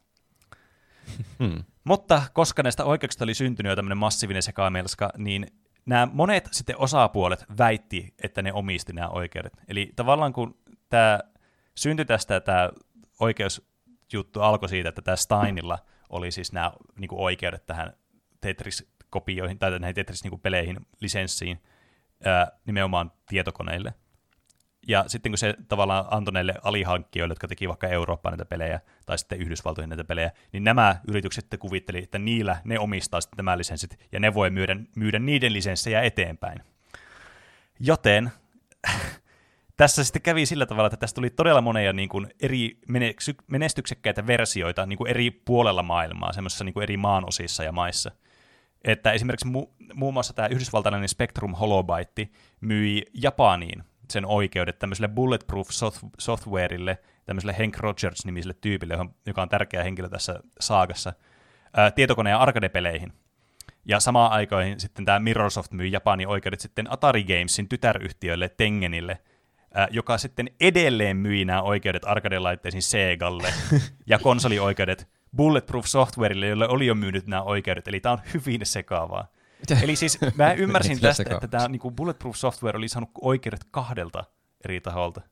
Hmm. Mutta koska näistä oikeuksista oli syntynyt jo tämmöinen massiivinen sekamelska, niin nämä monet sitten osapuolet väitti, että ne omisti nämä oikeudet. Eli tavallaan kun tämä syntyi tästä, tämä oikeusjuttu alkoi siitä, että tämä Steinilla oli siis nämä niin kuin oikeudet tähän Tetris-kopioihin tai näihin Tetris-peleihin, lisenssiin, ää, nimenomaan tietokoneille. Ja sitten kun se tavallaan antoi näille alihankkijoille, jotka teki vaikka Eurooppaan näitä pelejä, tai sitten Yhdysvaltoihin näitä pelejä, niin nämä yritykset sitten kuvitteli, että niillä ne omistaa sitten nämä lisenssit, ja ne voi myydä, myydä niiden lisenssejä eteenpäin. Joten tässä sitten kävi sillä tavalla, että tästä tuli todella monia niin kuin eri menestyksekkäitä versioita niin kuin eri puolella maailmaa, semmoisissa niin kuin eri maanosissa ja maissa. Että esimerkiksi mu- muun muassa tämä yhdysvaltalainen Spectrum Holobyte myi Japaniin sen oikeudet tämmöiselle Bulletproof soft- Softwarelle, tämmöiselle Hank Rogers-nimiselle tyypille, joka on tärkeä henkilö tässä saagassa, ää, tietokone- ja arcade-peleihin. Ja samaan aikaan sitten tämä Mirrorsoft myi Japanin oikeudet sitten Atari Gamesin tytäryhtiölle Tengenille, ää, joka sitten edelleen myi nämä oikeudet arcade-laitteisiin Segalle ja konsolioikeudet Bulletproof Softwarelle, jolle oli jo myynyt nämä oikeudet, eli tämä on hyvin sekaavaa. Eli siis mä ymmärsin tästä, että tämä niinku Bulletproof Software oli saanut oikeudet kahdelta eri taholta.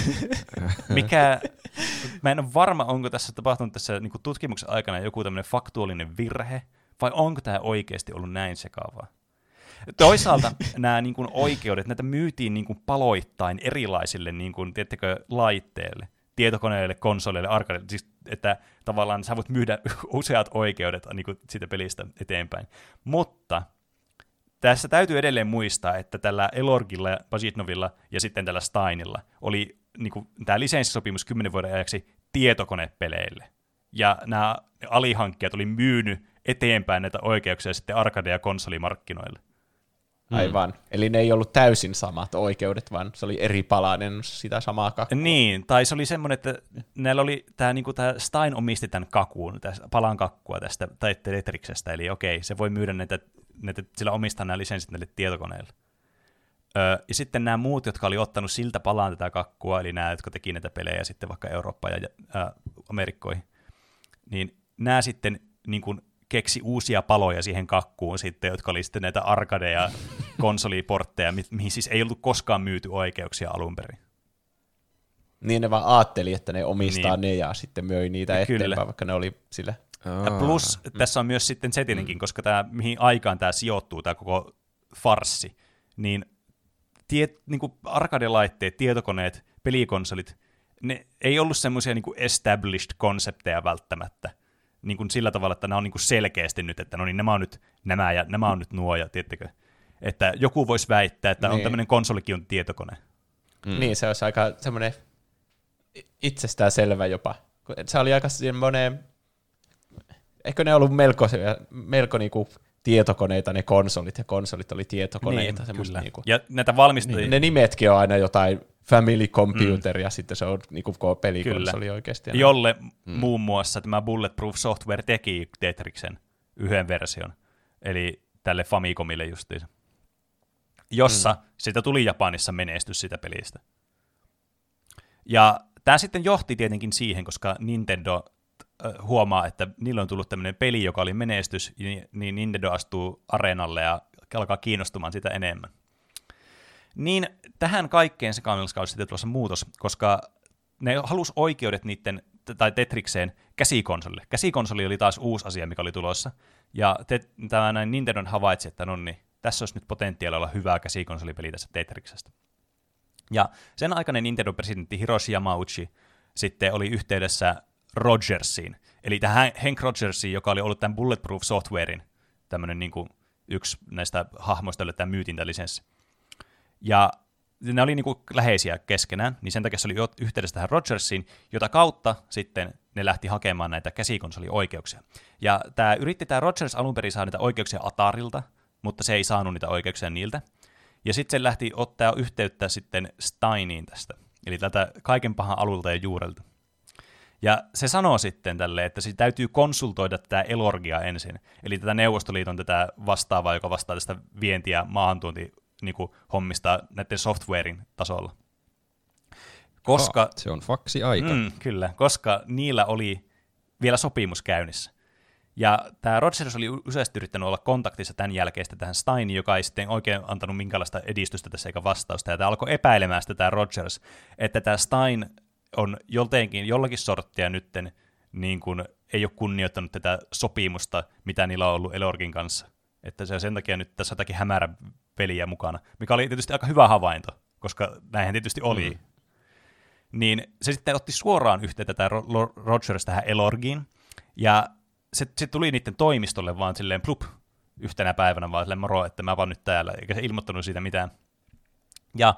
Mikä, mä en ole varma, onko tässä tapahtunut tässä niinku tutkimuksen aikana joku tämmöinen faktuaalinen virhe, vai onko tämä oikeasti ollut näin sekaavaa. Toisaalta nämä niinku oikeudet, näitä myytiin niinku paloittain erilaisille niinku, tiedättekö, laitteille, tietokoneille, konsoleille, arcadeille, siis että tavallaan sä voit myydä useat oikeudet niin kuin siitä pelistä eteenpäin. Mutta tässä täytyy edelleen muistaa, että tällä Elorgilla ja Pajitnovilla ja sitten tällä Steinilla oli niin kuin, tämä lisenssisopimus kymmenen vuoden ajaksi tietokonepeleille. Ja nämä alihankkijat oli myynyt eteenpäin näitä oikeuksia sitten arcade- ja konsolimarkkinoille. Aivan. Mm. Eli ne ei ollut täysin samat oikeudet, vaan se oli eri palanen sitä samaa kakkua. Niin, tai se oli semmoinen, että näillä oli tämä, niin kuin tämä Stein omisti tämän kakuun, tästä, palan kakkua tästä tai Tetriksestä, eli okei, se voi myydä näitä, näitä sillä omistaa nämä lisenssit näille tietokoneille. Öö, ja sitten nämä muut, jotka oli ottanut siltä palaan tätä kakkua, eli nämä, jotka teki näitä pelejä sitten vaikka Eurooppaan ja ää, Amerikkoihin, niin nämä sitten niin kuin keksi uusia paloja siihen kakkuun sitten, jotka oli sitten näitä arcade- ja konsoliportteja, mi- mihin siis ei ollut koskaan myyty oikeuksia alun perin. Niin ne vaan ajatteli, että ne omistaa niin. ne ja sitten möi niitä ja eteenpäin, kyllä. Vaikka ne oli sillä. Ja plus mm. tässä on myös sitten setinenkin, mm. koska tämä, mihin aikaan tämä sijoittuu, tämä koko farssi, niin, tie, niin kuin arcade-laitteet, tietokoneet, pelikonsolit, ne ei ollut semmoisia niin kuin established konsepteja välttämättä. Niin kuin sillä tavalla, että nämä on niin kuin selkeästi nyt, että no niin, nämä on nyt nämä ja nämä on nyt nuo, ja tiedättekö, että joku voisi väittää, että niin. on tämmöinen konsolikin on tietokone. Mm. Niin, se olisi aika semmoinen itsestään selvä jopa. Se oli aika semmoinen, eikö ne ollut melko, melko niinku tietokoneita ne konsolit, ja konsolit oli tietokoneita. Niin, niinku. Ja näitä valmistajia. Niin, ne nimetkin on aina jotain Family Computer, mm. ja sitten se on niinku pelikonsoli kyllä. oikeasti. Jolle mm. muun muassa tämä Bulletproof Software teki Tetriksen yhden version, eli tälle Famicomille justiinsa, jossa mm. sitä tuli Japanissa menestys sitä pelistä. Ja tämä sitten johti tietenkin siihen, koska Nintendo huomaa, että niillä on tullut tämmöinen peli, joka oli menestys, niin Nintendo astuu areenalle ja alkaa kiinnostumaan sitä enemmän. Niin tähän kaikkeen sekaamilliskaan olisi sitten tulossa muutos, koska ne halusi oikeudet niiden, tai Tetrikseen käsikonsolille. Käsikonsoli oli taas uusi asia, mikä oli tulossa, ja te, tämä näin Nintendo havaitsi, että no niin, tässä olisi nyt potentiaalia olla hyvää käsikonsolipeli tässä Tetriksestä. Ja sen aikainen Nintendo-presidentti Hiroshi Yamauchi sitten oli yhteydessä Rogersiin, eli tähän Hank Rogersiin, joka oli ollut tämän Bulletproof Softwarein tämmöinen niin kuin yksi näistä hahmoista, jolle tämä myytin tämä lisenssi. Ja ne oli niin kuin läheisiä keskenään, niin sen takia se oli yhteydessä tähän Rogersiin, jota kautta sitten ne lähti hakemaan näitä käsikonsolioikeuksia. Ja tämä yritti tämä Rogers alun perin saada niitä oikeuksia Atarilta, mutta se ei saanut niitä oikeuksia niiltä. Ja sitten se lähti ottaa yhteyttä sitten Steiniin tästä, eli tältä kaiken pahan alulta ja juurelta. Ja se sanoo sitten tälle, että se täytyy konsultoida tätä Elorgia ensin, eli tätä Neuvostoliiton tätä vastaavaa, joka vastaa tästä vienti- ja maahantuonti niin hommista näiden softwarein tasolla. Koska, ha, se on faksi aika. Mm, kyllä, koska niillä oli vielä sopimus käynnissä. Ja tämä Rogers oli useasti yrittänyt olla kontaktissa tämän jälkeistä tähän Steiniin, joka ei sitten oikein antanut minkälaista edistystä tässä eikä vastausta. Ja tämä alkoi epäilemään sitä tämä Rogers, että tämä Stein on joltainkin, jollakin sorttia nytten niin kuin ei ole kunnioittanut tätä sopimusta, mitä niillä on ollut Elorgin kanssa. Että se on sen takia nyt tässä jotakin hämärä peliä mukana, mikä oli tietysti aika hyvä havainto, koska näinhän tietysti oli. Mm. Niin se sitten otti suoraan yhteyttä tämä Rogers tähän Elorgiin, ja se, se tuli niiden toimistolle vaan silleen plup yhtenä päivänä vaan silleen moro, että mä vaan nyt täällä, eikä se ilmoittanut siitä mitään. Ja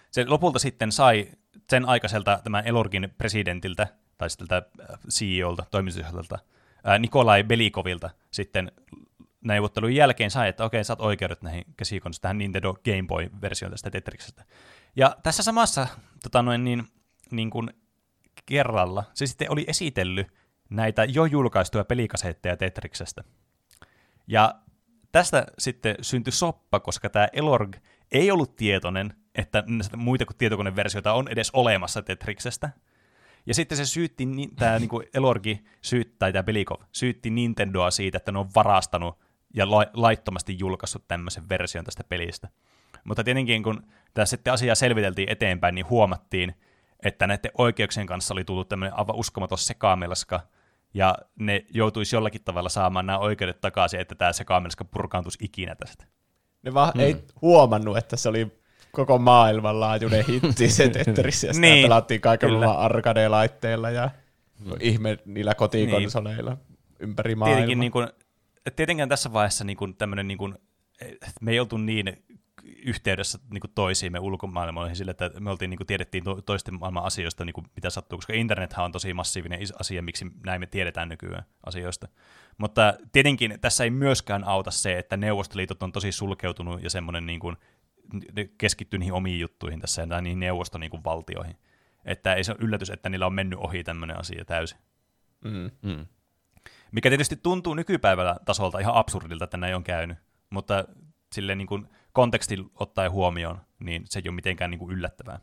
se lopulta sitten sai sen aikaiselta tämän Elorgin presidentiltä, tai sitten tältä C E O:lta, toimitusjohtajalta, Nikolai Belikovilta sitten neuvottelun jälkeen sai, että okei, saat oikeudet näihin käsikonsoleihin, tähän Nintendo Game Boy-versioon tästä Tetriksestä. Ja tässä samassa tota noin, niin, niin kuin kerralla se sitten oli esitellyt näitä jo julkaistuja pelikasetteja Tetriksestä. Ja tästä sitten syntyi soppa, koska tämä Elorg ei ollut tietoinen, että muita kuin tietokoneversioita on edes olemassa Tetriksestä. Ja sitten se syytti, tämä niin Elorgi syytti, tai tämä Belikov syytti Nintendoa siitä, että ne on varastanut ja la- laittomasti julkaissut tämmöisen version tästä pelistä. Mutta tietenkin, kun tässä sitten asiaa selviteltiin eteenpäin, niin huomattiin, että näiden oikeuksien kanssa oli tullut tämmöinen aivan uskomaton sekamelska, ja ne joutuisi jollakin tavalla saamaan nämä oikeudet takaisin, että tämä sekamelska purkaantuisi ikinä tästä. Ne vaan hmm. ei huomannut, että se oli koko maailmanlaajuinen hitti se Tetris, ja sitä niin, pelattiin kaikilla arcade-laitteilla ja hmm. ihme niillä kotikonsoleilla niin. ympäri maailmaa. Tietenkin, niin kuin, tietenkin tässä vaiheessa niin kuin, tämmöinen, niin kuin, me ei oltu niin yhteydessä niin kuin toisiimme ulkomaailmoihin sille, että me oltiin, niin kuin, tiedettiin to- toisten maailman asioista, niin kuin, mitä sattuu, koska internethän on tosi massiivinen asia, miksi näin me tiedetään nykyään asioista. Mutta tietenkin tässä ei myöskään auta se, että Neuvostoliitot on tosi sulkeutunut ja semmoinen niin kuin, keskittyy niihin omiin juttuihin tässä ja niihin neuvostovaltioihin. Että ei se ole yllätys, että niillä on mennyt ohi tämmöinen asia täysin. Mm. Mm. Mikä tietysti tuntuu nykypäivällä tasolta ihan absurdilta, että näin on käynyt, mutta silleen niin kuin kontekstin ottaen huomioon, niin se ei ole mitenkään niin kuin yllättävää.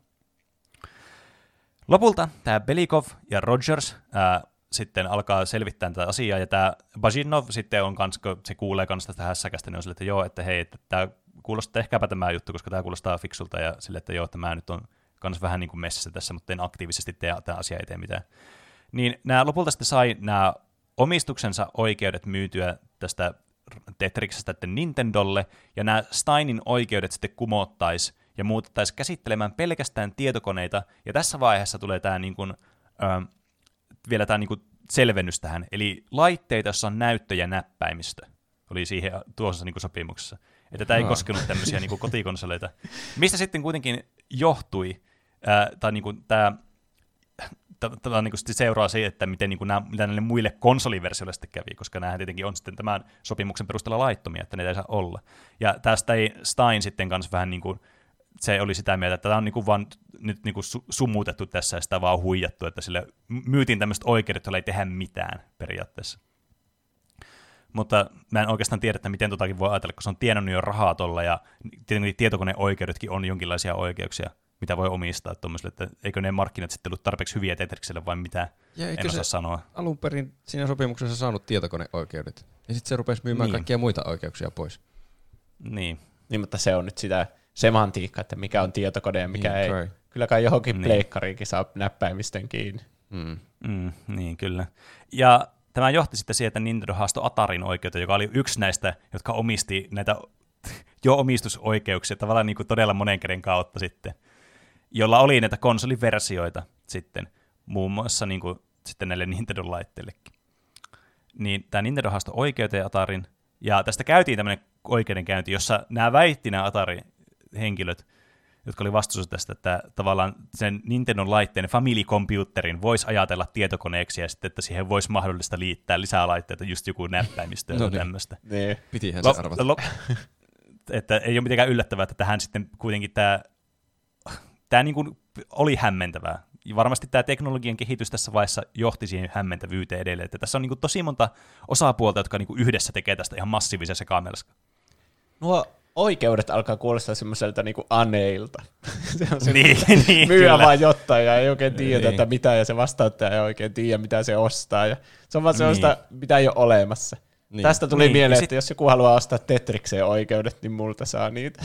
Lopulta tämä Belikov ja Rogers ää, sitten alkaa selvittää tätä asiaa, ja tämä Bajinov sitten on kans, kun se kuulee kanssa tästä hässäkästä, niin on sille, että joo, että hei, että tämä kuulostaa, ehkäpä tämä juttu, koska tämä kuulostaa fiksulta, ja sille, että joo, että mä nyt on kans vähän niin kuin messissä tässä, mutta en aktiivisesti tee tämä asia eteen mitään. Niin nämä lopulta sitten sai nämä omistuksensa oikeudet myytyä tästä Tetriksestä Nintendolle, ja nämä Steinin oikeudet sitten kumottaisiin ja muutettaisiin käsittelemään pelkästään tietokoneita, ja tässä vaiheessa tulee tämä niin kuin, äh, vielä tämä niin kuin selvennys tähän, eli laitteita, joissa on näyttö ja näppäimistö, oli siihen tuossa niin kuin sopimuksessa, että tämä ei no. koskenut tämmöisiä niin kuin kotikonsoleita, mistä sitten kuitenkin johtui, äh, tai niin kuin tämä Tämä niin seuraa siitä, että miten niin nämä, mitä näille muille konsoliversioille sitten kävi, koska nämähän tietenkin on sitten tämän sopimuksen perusteella laittomia, että ne ei saa olla. Ja tästä ei Stein sitten kanssa vähän niin kuin, se oli sitä mieltä, että tämä on niin kuin vaan nyt niin kuin sumutettu tässä ja sitä vaan huijattu, että sille myytiin tämmöiset oikeudet, joilla ei tehdä mitään periaatteessa. Mutta mä en oikeastaan tiedä, että miten totakin voi ajatella, kun se on tienannut jo rahaa tuolla ja tietenkin tietokoneoikeudetkin on jonkinlaisia oikeuksia, mitä voi omistaa tuommoiselle, että eikö ne markkinat sitten ollut tarpeeksi hyviä Tetrikselle vai mitä, ja en osaa sanoa. Alun perin siinä sopimuksessa saanut tietokoneoikeudet, ja sitten se rupesi myymään niin. kaikkia muita oikeuksia pois. Niin. Niin, mutta se on nyt sitä semantiikkaa, että mikä on tietokone ja mikä niin, ei. Kai. Kyllä kai johonkin niin. pleikkariinkin saa näppäimisten kiinni. Mm. Mm, niin, kyllä. Ja tämä johti sitten siihen, että Nintendo haastoi Atarin oikeutta, joka oli yksi näistä, jotka omisti näitä jo omistusoikeuksia tavallaan niin kuin todella monen käden kautta sitten, jolla oli näitä konsoliversioita sitten, muun muassa niin kuin, sitten näille Nintendo-laitteillekin. Niin tämä Nintendo haastoi oikeuteen Atarin, ja tästä käytiin tämmöinen oikeudenkäynti, jossa nämä väitti nämä Atari-henkilöt, jotka oli vastuussa tästä, että tavallaan sen Nintendo-laitteen Family Computerin voisi ajatella tietokoneeksi, ja sitten, että siihen voisi mahdollista liittää lisää laitteita, just joku näppäimistö ja no niin. tämmöistä. Niin. Pitihän se arvata. Lo- että ei ole mitenkään yllättävää, että tähän sitten kuitenkin tämä Tämä niin kuin oli hämmentävää. Ja varmasti tämä teknologian kehitys tässä vaiheessa johti siihen hämmentävyyteen edelleen. Että tässä on niin kuin tosi monta osapuolta, jotka niin kuin yhdessä tekee tästä ihan massiivisen sekamelska. Nuo oikeudet alkaa kuulostaa semmoiselta niin kuin aneilta. Se on niin, niin, myyä vaan jotain ja ei oikein tiedä, niin. että mitä, ja se vastaanottaja ei oikein tiedä, mitä se ostaa. Ja se on vaan sellaista, niin. mitä ei ole olemassa. Niin. Tästä tuli niin. mieleen, että sit... jos joku haluaa ostaa Tetrikseen oikeudet, niin multa saa niitä.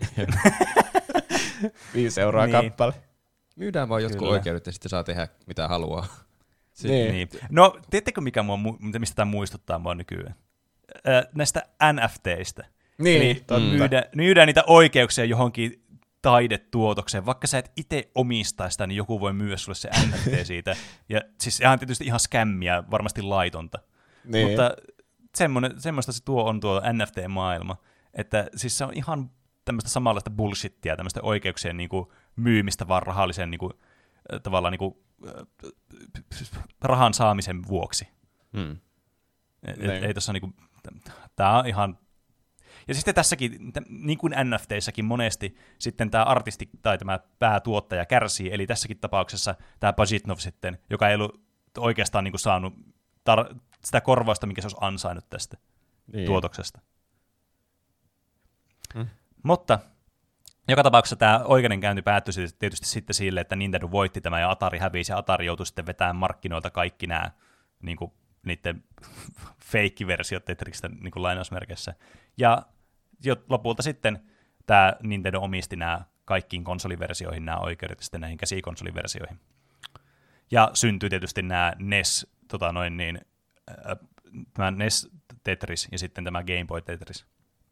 Viisi euroa niin. kappale. Myydään vaan jotkut Kyllä. oikeudet ja sitten saa tehdä mitä haluaa. Niin. Niin. No, tiedättekö mikä mua, mistä tämä muistuttaa mua nykyään? Äh, näistä N F T:istä. Niin, Eli myydään, myydään niitä oikeuksia johonkin taidetuotokseen. Vaikka sä et itse omistaa sitä, niin joku voi myydä sulle se N F T siitä. Ja siis ihan tietysti ihan skämmiä, varmasti laitonta. Niin. Mutta semmoista se tuo on tuo N F T-maailma. Että siis se on ihan tämmöistä samanlaista bullshittia, tämmöistä oikeuksien niin kuin myymistä vaan rahallisen niin kuin, tavallaan niin kuin, rahan saamisen vuoksi. Hmm. Et, et, ei tossa, niin kuin, tämä on ihan... Ja sitten tässäkin, niin kuin N F T:ssäkin monesti, sitten tämä artisti tai tämä päätuottaja kärsii, eli tässäkin tapauksessa tämä Pajitnov sitten, joka ei ollut oikeastaan niin kuin saanut tar- sitä korvausta, mikä se olisi ansainnut tästä niin. tuotoksesta. Hmm. Mutta joka tapauksessa tämä oikeudenkäynti päättyi tietysti sitten sille, että Nintendo voitti tämä ja Atari hävisi, ja Atari joutui sitten vetämään markkinoilta kaikki nämä niin kuin, niiden feikkiversiot Tetriksestä niin kuin lainausmerkeissä. Ja lopulta sitten tämä Nintendo omisti nämä kaikkiin konsoliversioihin nämä oikeudet ja sitten näihin käsikonsoliversioihin. Ja syntyi tietysti nämä N E S, tota noin niin, äh, tämä N E S Tetris ja sitten tämä Game Boy Tetris.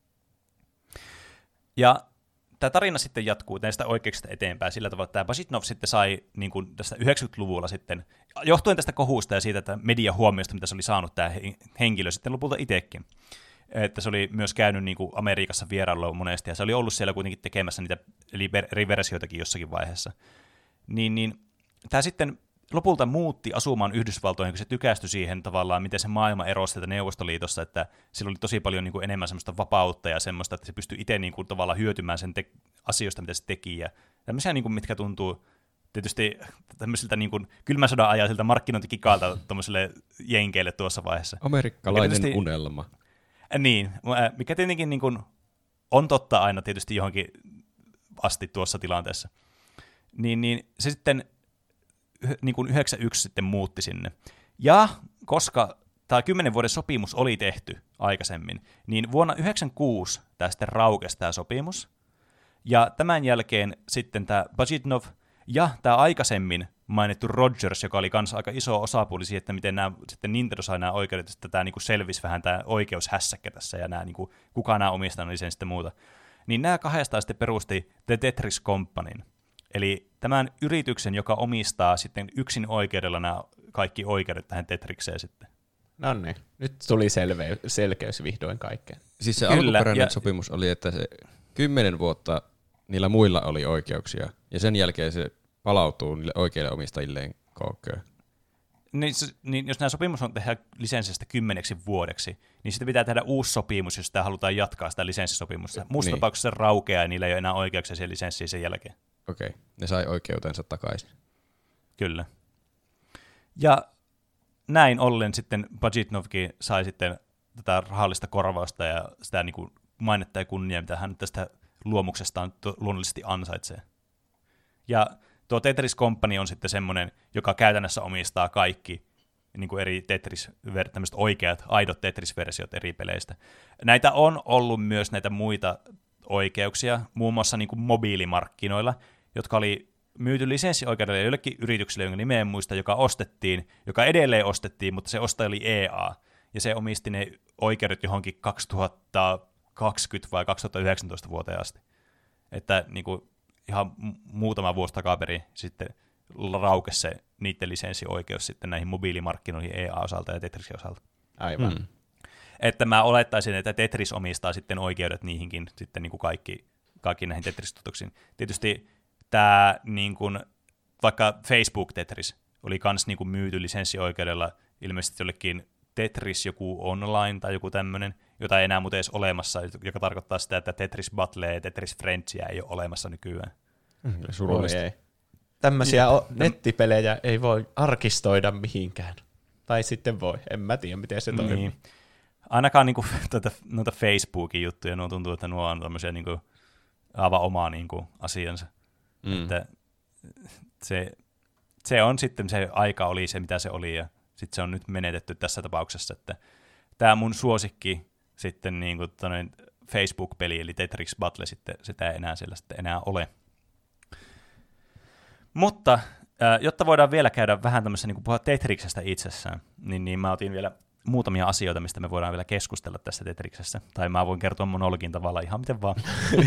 Ja tämä tarina sitten jatkuu näistä oikeuksista eteenpäin sillä tavalla, että tämä Pajitnov sitten sai niin kuin tästä yhdeksänkymmentäluvulla sitten, johtuen tästä kohusta ja siitä, että median huomiosta, mitä se oli saanut tämä henkilö sitten lopulta itsekin. Että se oli myös käynyt niin kuin Amerikassa vierailulla monesti, ja se oli ollut siellä kuitenkin tekemässä niitä eri versioitakin jossakin vaiheessa. Niin, niin tämä sitten lopulta muutti asumaan Yhdysvaltoihin, kun se tykästyi siihen tavallaan, miten se maailma erosi sieltä Neuvostoliitossa, että sillä oli tosi paljon niin kuin enemmän semmoista vapautta ja semmoista, että se pystyi itse niin kuin tavallaan hyötymään sen te- asioista, mitä se teki. Ja tämmöisiä, niin kuin, mitkä tuntuu tietysti tämmöisiltä niin kuin kylmän sodan ajaisilta markkinointikikalta tuommoiselle jenkeille tuossa vaiheessa. Amerikkalainen tietysti, unelma. Niin, mikä tietenkin niin kuin on totta aina tietysti johonkin asti tuossa tilanteessa. Niin, niin se sitten niin kuin yhdeksänkymmentäyksi sitten muutti sinne. Ja koska tämä kymmenen vuoden sopimus oli tehty aikaisemmin, niin vuonna yhdeksänkymmentäkuusi tämä sitten raukesi tämä sopimus. Ja tämän jälkeen sitten tämä Pajitnov ja tämä aikaisemmin mainittu Rogers, joka oli kanssa aika iso osapuoli siihen, että miten nämä, sitten Nintendo sai nämä oikeudet, että tämä niin kuin selvisi vähän tämä oikeushässäkkä tässä ja nämä, niin kuin, kuka nämä omistanut sen sitten muuta. Niin nämä kahdestaan sitten perusti The Tetris Companyn. Eli tämän yrityksen, joka omistaa sitten yksin oikeudella nämä kaikki oikeudet tähän Tetrikseen sitten. No niin, nyt tuli selve- selkeys vihdoin kaikkeen. Siis se Kyllä, alkuperäinen ja sopimus oli, että se kymmenen vuotta niillä muilla oli oikeuksia, ja sen jälkeen se palautuu niille oikeille omistajilleen kookköön. Niin, niin, jos nämä sopimus on tehdä lisenssistä kymmeneksi vuodeksi, niin sitten pitää tehdä uusi sopimus, jos sitä halutaan jatkaa sitä lisenssisopimusta. Muussa niin. tapauksessa se raukeaa ja niillä ei ole enää oikeuksia siihen lisenssiin sen jälkeen. Okei, ne sai oikeutensa takaisin. Kyllä. Ja näin ollen sitten Pajitnovkin sai sitten tätä rahallista korvausta ja sitä niin kuin mainetta ja kunniaa, mitä hän tästä luomuksestaan luonnollisesti ansaitsee. Ja tuo Tetris Company on sitten semmoinen, joka käytännössä omistaa kaikki niin kuin eri Tetris, tämmöiset oikeat, aidot Tetris-versiot eri peleistä. Näitä on ollut myös näitä muita oikeuksia, muun muassa niin kuin mobiilimarkkinoilla, jotka oli myyty lisenssioikeudelle jollekin yritykselle, jonka nimeä en muista, joka ostettiin, joka edelleen ostettiin, mutta se ostaja oli E A, ja se omisti ne oikeudet johonkin kaksituhattakaksikymmentä vai kaksituhattayhdeksäntoista vuoteen asti. Että niin kuin ihan muutama vuosi takaperin sitten raukesi se niiden lisenssioikeus sitten näihin mobiilimarkkinoihin E A-osalta ja Tetrisin osalta. Aivan. Hmm. Että mä olettaisin, että Tetris omistaa sitten oikeudet niihinkin sitten niin kuin kaikki, kaikki näihin Tetris-tuotoksiin. Tietysti tämä niin kuin, vaikka Facebook Tetris oli kans niin kuin myyty lisenssioikeudella ilmeisesti jollekin Tetris joku online tai joku tämmöinen, jota ei enää muuten edes olemassa, joka tarkoittaa sitä, että Tetris Battle ja Tetris Friendsia ei ole olemassa nykyään. Mm, surullista. Ei. Tämmöisiä o- nettipelejä ei voi arkistoida mihinkään. Tai sitten voi, en mä tiedä miten se toimii. Niin. Ainakaan niinku, tuota, noita Facebookin juttuja, nuo tuntuu, että nuo on tämmöisiä niinku, aivan omaa niinku, asiansa. Mm. Että se, se on sitten, se aika oli se mitä se oli, ja sitten se on nyt menetetty tässä tapauksessa, että tämä mun suosikki sitten niinku, toinen Facebook-peli, eli Tetris Battle, sitten, sitä ei enää siellä sitten enää ole. Mutta jotta voidaan vielä käydä vähän tämmöisessä niin puhua Tetriksestä itsessään, niin, niin mä otin vielä muutamia asioita, mistä me voidaan vielä keskustella tässä Tetriksessä. Tai mä voin kertoa monologin tavalla ihan miten vaan.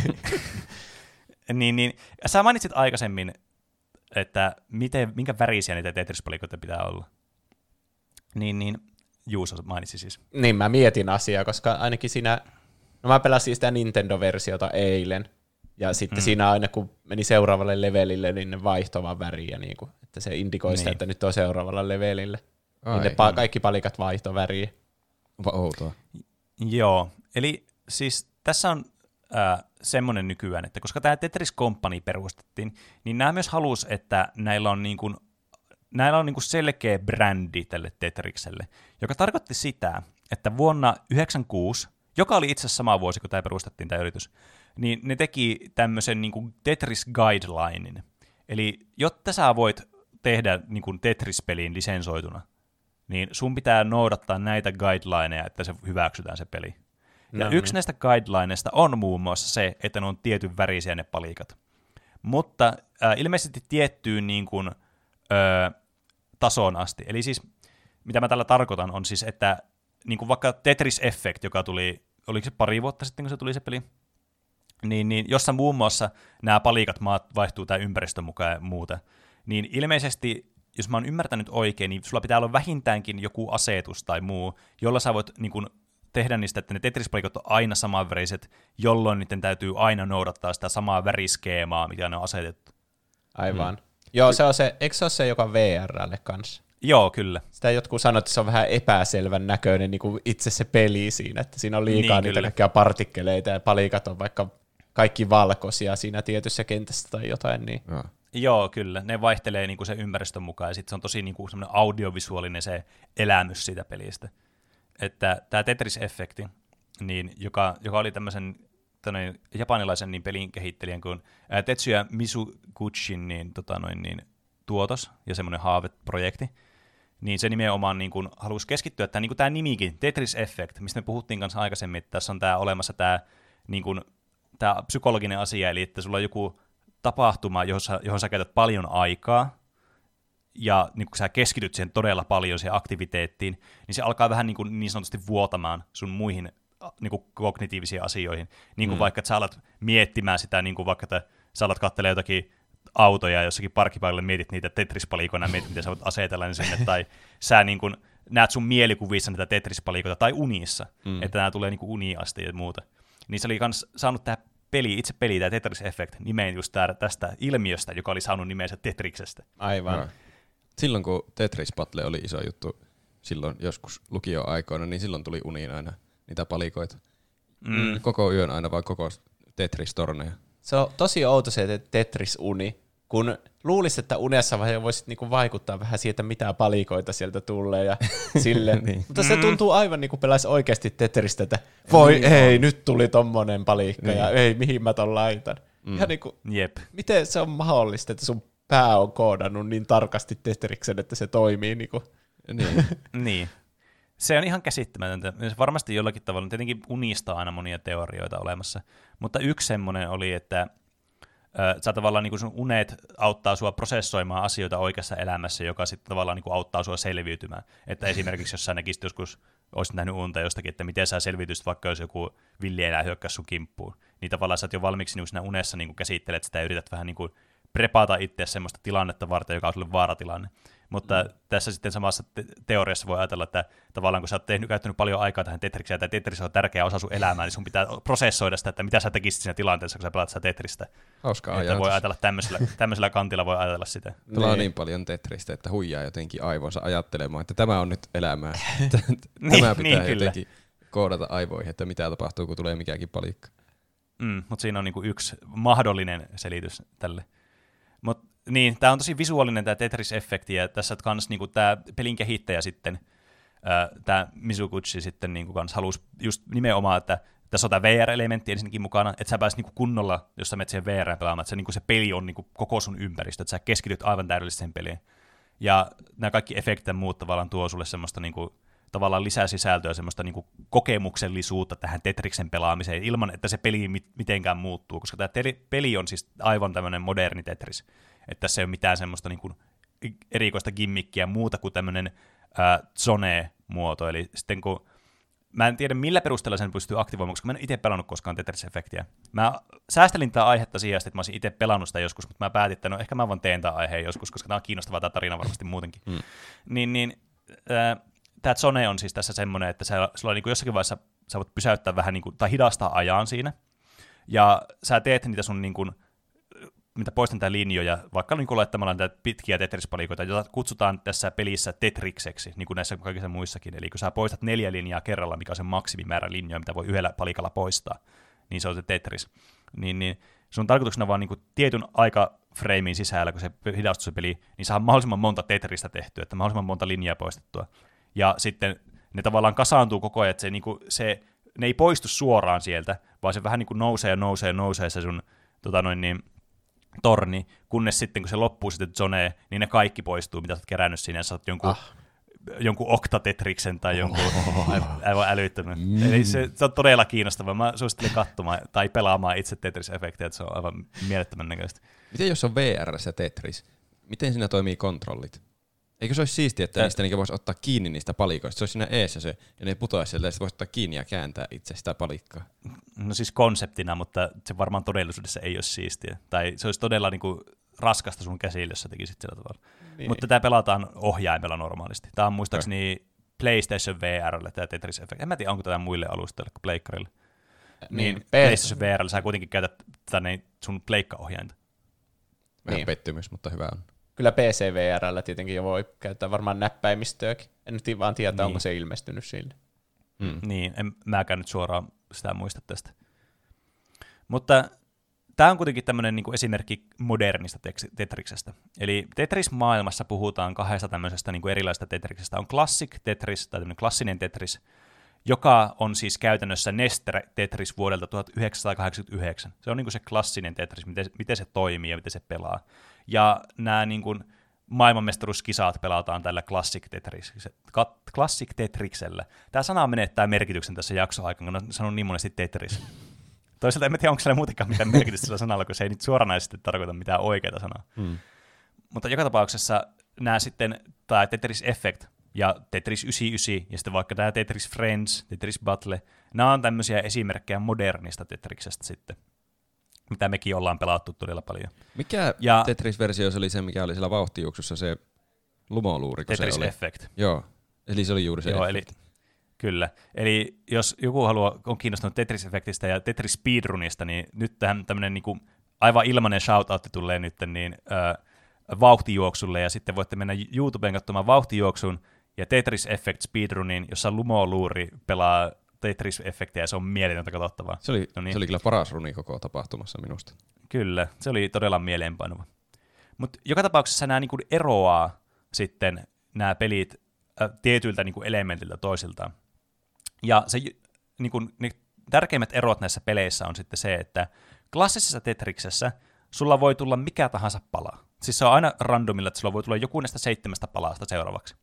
niin, niin, sä mainitsit aikaisemmin, että miten, minkä värisiä niitä Tetris-palikoita pitää olla. Niin, niin Juuso mainitsi siis. Niin, mä mietin asiaa, koska ainakin siinä, no mä pelasin sitä Nintendo-versiota eilen, Ja sitten Mm. siinä aina, kun meni seuraavalle levelille, niin ne vaihtoi vaan väriä, niin kuin, että se indikoi sitä, Niin. että nyt on seuraavalla levelillä. Ai, Niin ne pa- kaikki palikat vaihtoi väriä. onpa outoa. Joo, eli siis tässä on äh, semmoinen nykyään, että koska tämä Tetris Company perustettiin, niin nämä myös halus, että näillä on, niin kuin, näillä on niin kuin selkeä brändi tälle Tetrikselle, joka tarkoitti sitä, että vuonna yhdeksänkymmentäkuusi, joka oli itse asiassa sama vuosi, kun tämä perustettiin tämä yritys, niin ne teki tämmöisen niin kuin Tetris Guidelinein. Eli jotta sä voit tehdä niin kuin Tetris-peliin lisensoituna, niin sun pitää noudattaa näitä guidelineja, että se hyväksytään se peli. Ja No, yksi niin. näistä guidelineista on muun muassa se, että ne on tietyn värisiä ne palikat. Mutta äh, ilmeisesti tiettyyn niin kuin, äh, tasoon asti. Eli siis, mitä mä tällä tarkoitan, on siis, että niin kuin vaikka Tetris Effect, joka tuli, oliko se pari vuotta sitten, kun se tuli se peli, niin, niin jossa muun muassa nämä palikat maat vaihtuu tämän ympäristön mukaan ja muuta, niin ilmeisesti, jos mä oon ymmärtänyt oikein, niin sulla pitää olla vähintäänkin joku asetus tai muu, jolla sä voit niin kun, tehdä niistä, että ne Tetris-palikot on aina samanväriset, jolloin niiden täytyy aina noudattaa sitä samaa väriskeemaa, mikä ne on asetettu. Aivan. Hmm. Joo, se on se, eikö se ole se, joka V R:lle kanssa? Joo, kyllä. Sitä jotkut sanoo, että se on vähän epäselvän näköinen niin kuin itse se peli siinä, että siinä on liikaa Niin, niitä kyllä. kaikkia partikkeleita ja palikat on vaikka kaikki valkoisia siinä tietyssä kentässä tai jotain. Niin. Joo. Joo, kyllä. Ne vaihtelee niin kuin se ympäristön mukaan, ja sitten se on tosi niin kuin semmoinen audiovisuaalinen se elämys siitä pelistä. Että tämä Tetris-efekti, niin, joka, joka oli tämmöisen tämmöinen japanilaisen niin pelin kehittelijän kuin ää, Tetsuya Mizuguchin niin, tota noin, niin, tuotos ja semmoinen haaveprojekti, niin se nimenomaan niin kuin, halusi keskittyä, että niin kuin tämä nimikin, Tetris Effect, mistä me puhuttiin kanssa aikaisemmin, että tässä on tämä olemassa tämä, niin kuin, tämä psykologinen asia, eli että sulla on joku tapahtuma, johon sä, johon sä käytät paljon aikaa, ja niin kun sä keskityt siihen todella paljon siihen aktiviteettiin, niin se alkaa vähän niin, kuin niin sanotusti vuotamaan sun muihin niin kuin kognitiivisiin asioihin. Niin kuin mm. vaikka, että sä alat miettimään sitä, niin kuin vaikka, että sä alat katselemaan jotakin autoja jossakin parkkipaikalle, mietit niitä Tetris-palikoina, mietit, miten sä voit asetella ne sinne, tai sä niin kuin näet sun mielikuvissa niitä Tetris-palikoita, tai unissa, mm. että nämä tulee niin kuin uniin asti ja muuta. Niin se oli kans saanut tämä peli, itse peli, tämä Tetris Effect, nimeen just tää, tästä ilmiöstä, joka oli saanut nimensä Tetriksestä. Aivan. Joo. Silloin kun Tetris Battle oli iso juttu, silloin joskus lukioaikoina, niin silloin tuli uniin aina niitä palikoita. Mm. Koko yön aina vaan koko Tetris-torneja. Se on tosi outo se Tetris-uni, kun luulisi, että unessa voisit niinku vaikuttaa vähän siitä, mitä palikoita sieltä tulee ja sille. Niin. Mutta se tuntuu aivan niin kuin pelaisi oikeasti Tetristä, että voi Niin ei, on. nyt tuli tommonen palikka Niin. ja ei, mihin mä ton laitan. Mm. Ihan niinku, Jep. miten se on mahdollista, että sun pää on koodannut niin tarkasti Tetriksen, että se toimii niinku. Niin. Niin. Se on ihan käsittämätöntä. Varmasti jollakin tavalla, tietenkin unista on aina monia teorioita olemassa, mutta yksi semmoinen oli, että ö, sä tavallaan niin sun unet auttaa sua prosessoimaan asioita oikeassa elämässä, joka sitten tavallaan niin auttaa sua selviytymään. Että esimerkiksi jos sä näkisit joskus, olisit nähnyt unta jostakin, että miten sä selviytyisit, vaikka jos joku villieläin hyökkäisi sun kimppuun, niin tavallaan sä oot jo valmiiksi niin siinä unessa niin käsittelet sitä ja yrität vähän niin kuin prepata itse semmoista tilannetta varten, joka on sulle vaaratilanne. Mutta mm. tässä sitten samassa te- teoriassa voi ajatella, että tavallaan kun sä oot tehnyt, käyttänyt paljon aikaa tähän Tetrikseen, ja Tetris on tärkeä osa sun elämää, niin sun pitää prosessoida sitä, että mitä sä tekisit siinä tilanteessa, kun sä pelaat sitä Tetristä. Hauska Että ajatus. voi ajatella tämmöisellä, tämmöisellä kantilla voi ajatella sitä. Pelaa Niin. niin paljon Tetristä, että huijaa jotenkin aivonsa ajattelemaan, että tämä on nyt elämää. Niin, Tämä pitää niin, kyllä. jotenkin koodata aivoihin, että mitä tapahtuu, kun tulee mikäkin palikka. Mm, mutta siinä on niinku yksi mahdollinen selitys tälle. Mut, niin, tämä on tosi visuaalinen tämä Tetris-efekti, ja tässä kans niinku tämä pelin kehittäjä sitten, tämä Mizuguchi sitten niinku kans halusi just nimenomaan, että tässä on tämä V R-elementti ensinnäkin mukana, että sä pääsit niinku kunnolla, jos sä menet siihen V R:ään pelaamaan, että se, niinku se peli on niinku koko sun ympäristö, että sä keskityt aivan täydellisesti sen peliin. Ja nämä kaikki efektit ja muut tavallaan tuo sulle semmoista niinku, tavallaan lisää sisältöä, semmoista niinku kokemuksellisuutta tähän Tetriksen pelaamiseen, ilman että se peli mit- mitenkään muuttuu, koska tämä te- peli on siis aivan tämmöinen moderni Tetris, että tässä ei ole mitään semmoista niinku erikoista gimmikkiä muuta kuin tämmöinen äh, zone-muoto, eli sitten kun mä en tiedä, millä perusteella sen pystyy aktivoimaan, koska mä en itse pelannut koskaan Tetris-efektiä. Mä säästelin tätä aihetta siihen, että mä olisin itse pelannut sitä joskus, mutta mä päätin, että no ehkä mä vaan teen tämän aiheen joskus, koska tämä on kiinnostavaa tämä tarina varmasti muutenkin. Mm. Niin, niin äh, tämä zone on siis tässä semmoinen, että sä, sulla niin kuin jossakin vaiheessa sä voit pysäyttää vähän niin kuin, tai hidastaa ajan siinä, ja sä teet niitä sun niin kuin, mitä poistan näitä linjoja, vaikka niin laittamalla näitä pitkiä Tetris-palikoita, joita kutsutaan tässä pelissä Tetrikseksi, niin kuin näissä kaikissa muissakin. Eli kun sä poistat neljä linjaa kerralla, mikä on se maksimimäärä linjoja, mitä voi yhdellä palikalla poistaa, niin se on se Tetris. Niin, niin sun tarkoituksena vaan niin kuin tietyn aikafreimin sisällä, kun se hidastuu se peli, niin saadaan mahdollisimman monta Tetristä tehtyä, että mahdollisimman monta linjaa poistettua. Ja sitten ne tavallaan kasaantuu koko ajan, että se, niin kuin, se, ne ei poistu suoraan sieltä, vaan se vähän niin kuin nousee ja nousee ja nousee se sun tota noin niin, torni, kunnes sitten kun se loppuu sitten zoneen, niin ne kaikki poistuu, mitä sä oot kerännyt siinä, ja sä oot jonkun, ah. jonkun oktatetriksen tai jonkun aivan älyttömän. Mm. Eli se, se on todella kiinnostavaa. Mä suosittelen katsomaan tai pelaamaan itse Tetris-efektiä, että se on aivan mielettömän näköistä. Miten jos on V R:ssä Tetris? Miten siinä toimii kontrollit? Eikö se olisi siistiä, että niistä niitä voisi ottaa kiinni niistä palikoista? Se olisi siinä eessä se, ja ne putoaisi sieltä, ja sitten voisi ottaa kiinni ja kääntää itse sitä palikkaa. No siis konseptina, mutta se varmaan todellisuudessa ei ole siistiä. Tai se olisi todella niinku raskasta sun käsille, jos sä tekisit sillä tavalla. Niin. Mutta tämä pelataan ohjaimella normaalisti. Tämä on muistaakseni no. PlayStation V R:lle tämä Tetris Effect. En mä tiedä, onko tätä muille alustoille kuin pleikkarille. Niin, niin PlayStation V R:lle sä kuitenkin käytät tänne sun pleikkaohjainta. Vähän niin. pettymys, mutta hyvä on. Kyllä P C V R:llä tietenkin jo voi käyttää varmaan näppäimistöäkin. En nyt vaan tiedä, niin. onko se ilmestynyt sille. Mm. Niin, en mäkään nyt suoraan sitä muista tästä. Mutta tämä on kuitenkin tämmöinen niin kuin esimerkki modernista Tetriksestä. Eli Tetris-maailmassa puhutaan kahdesta tämmöisestä niin kuin erilaisesta Tetriksestä. On Classic Tetris, tai tämmöinen klassinen Tetris, joka on siis käytännössä Nestre Tetris vuodelta tuhatyhdeksänsataakahdeksankymmentäyhdeksän. Se on niin kuin se klassinen Tetris, miten, miten se toimii ja miten se pelaa. Ja nämä niin kuin maailmanmestaruuskisat pelataan tällä Classic, Tetris, Classic Tetriksellä. Tämä sana menettää merkityksen tässä jaksoaikana, kun sanon niin monesti Tetris. Toisaalta en tiedä, onko siellä muutenkaan mitään merkitystä sillä sanalla, kun se ei nyt suoranaisesti tarkoita mitään oikeaa sanaa. Hmm. Mutta joka tapauksessa nämä sitten, tämä Tetris Effect ja Tetris yhdeksänkymmentäyhdeksän ja sitten vaikka tämä Tetris Friends, Tetris Battle, nämä on tämmöisiä esimerkkejä modernista Tetriksestä sitten, mitä mekin ollaan pelattu todella paljon. Mikä ja Tetris-versio oli se, mikä oli siellä vauhtijuoksussa, se lumoluuri? Tetris se oli? Effect. Joo, eli se oli juuri se Joo, Effect. Eli, kyllä. Eli jos joku haluaa, on kiinnostunut Tetris-efektistä ja Tetris Speedrunista, niin nyt tähän tämmöinen niin kuin aivan ilmainen shoutoutti tulee nyt niin, äh, vauhtijuoksulle, ja sitten voitte mennä YouTubeen katsomaan vauhtijuoksun ja Tetris Effect Speedrunin, jossa lumoluuri pelaa Tetris-efektiä, ja se on mieletöntä katsottavaa. Se oli, no niin. se oli kyllä paras runi koko tapahtumassa minusta. Kyllä, se oli todella mieleenpainuva. Mutta joka tapauksessa nämä niinku eroaa sitten nämä pelit äh, tietyiltä niinku elementiltä toisiltaan. Ja se, niinku, ne tärkeimmät erot näissä peleissä on sitten se, että klassisessa Tetriksessä sulla voi tulla mikä tahansa pala. Siis se on aina randomilla, että sulla voi tulla joku näistä seitsemästä palasta seuraavaksi.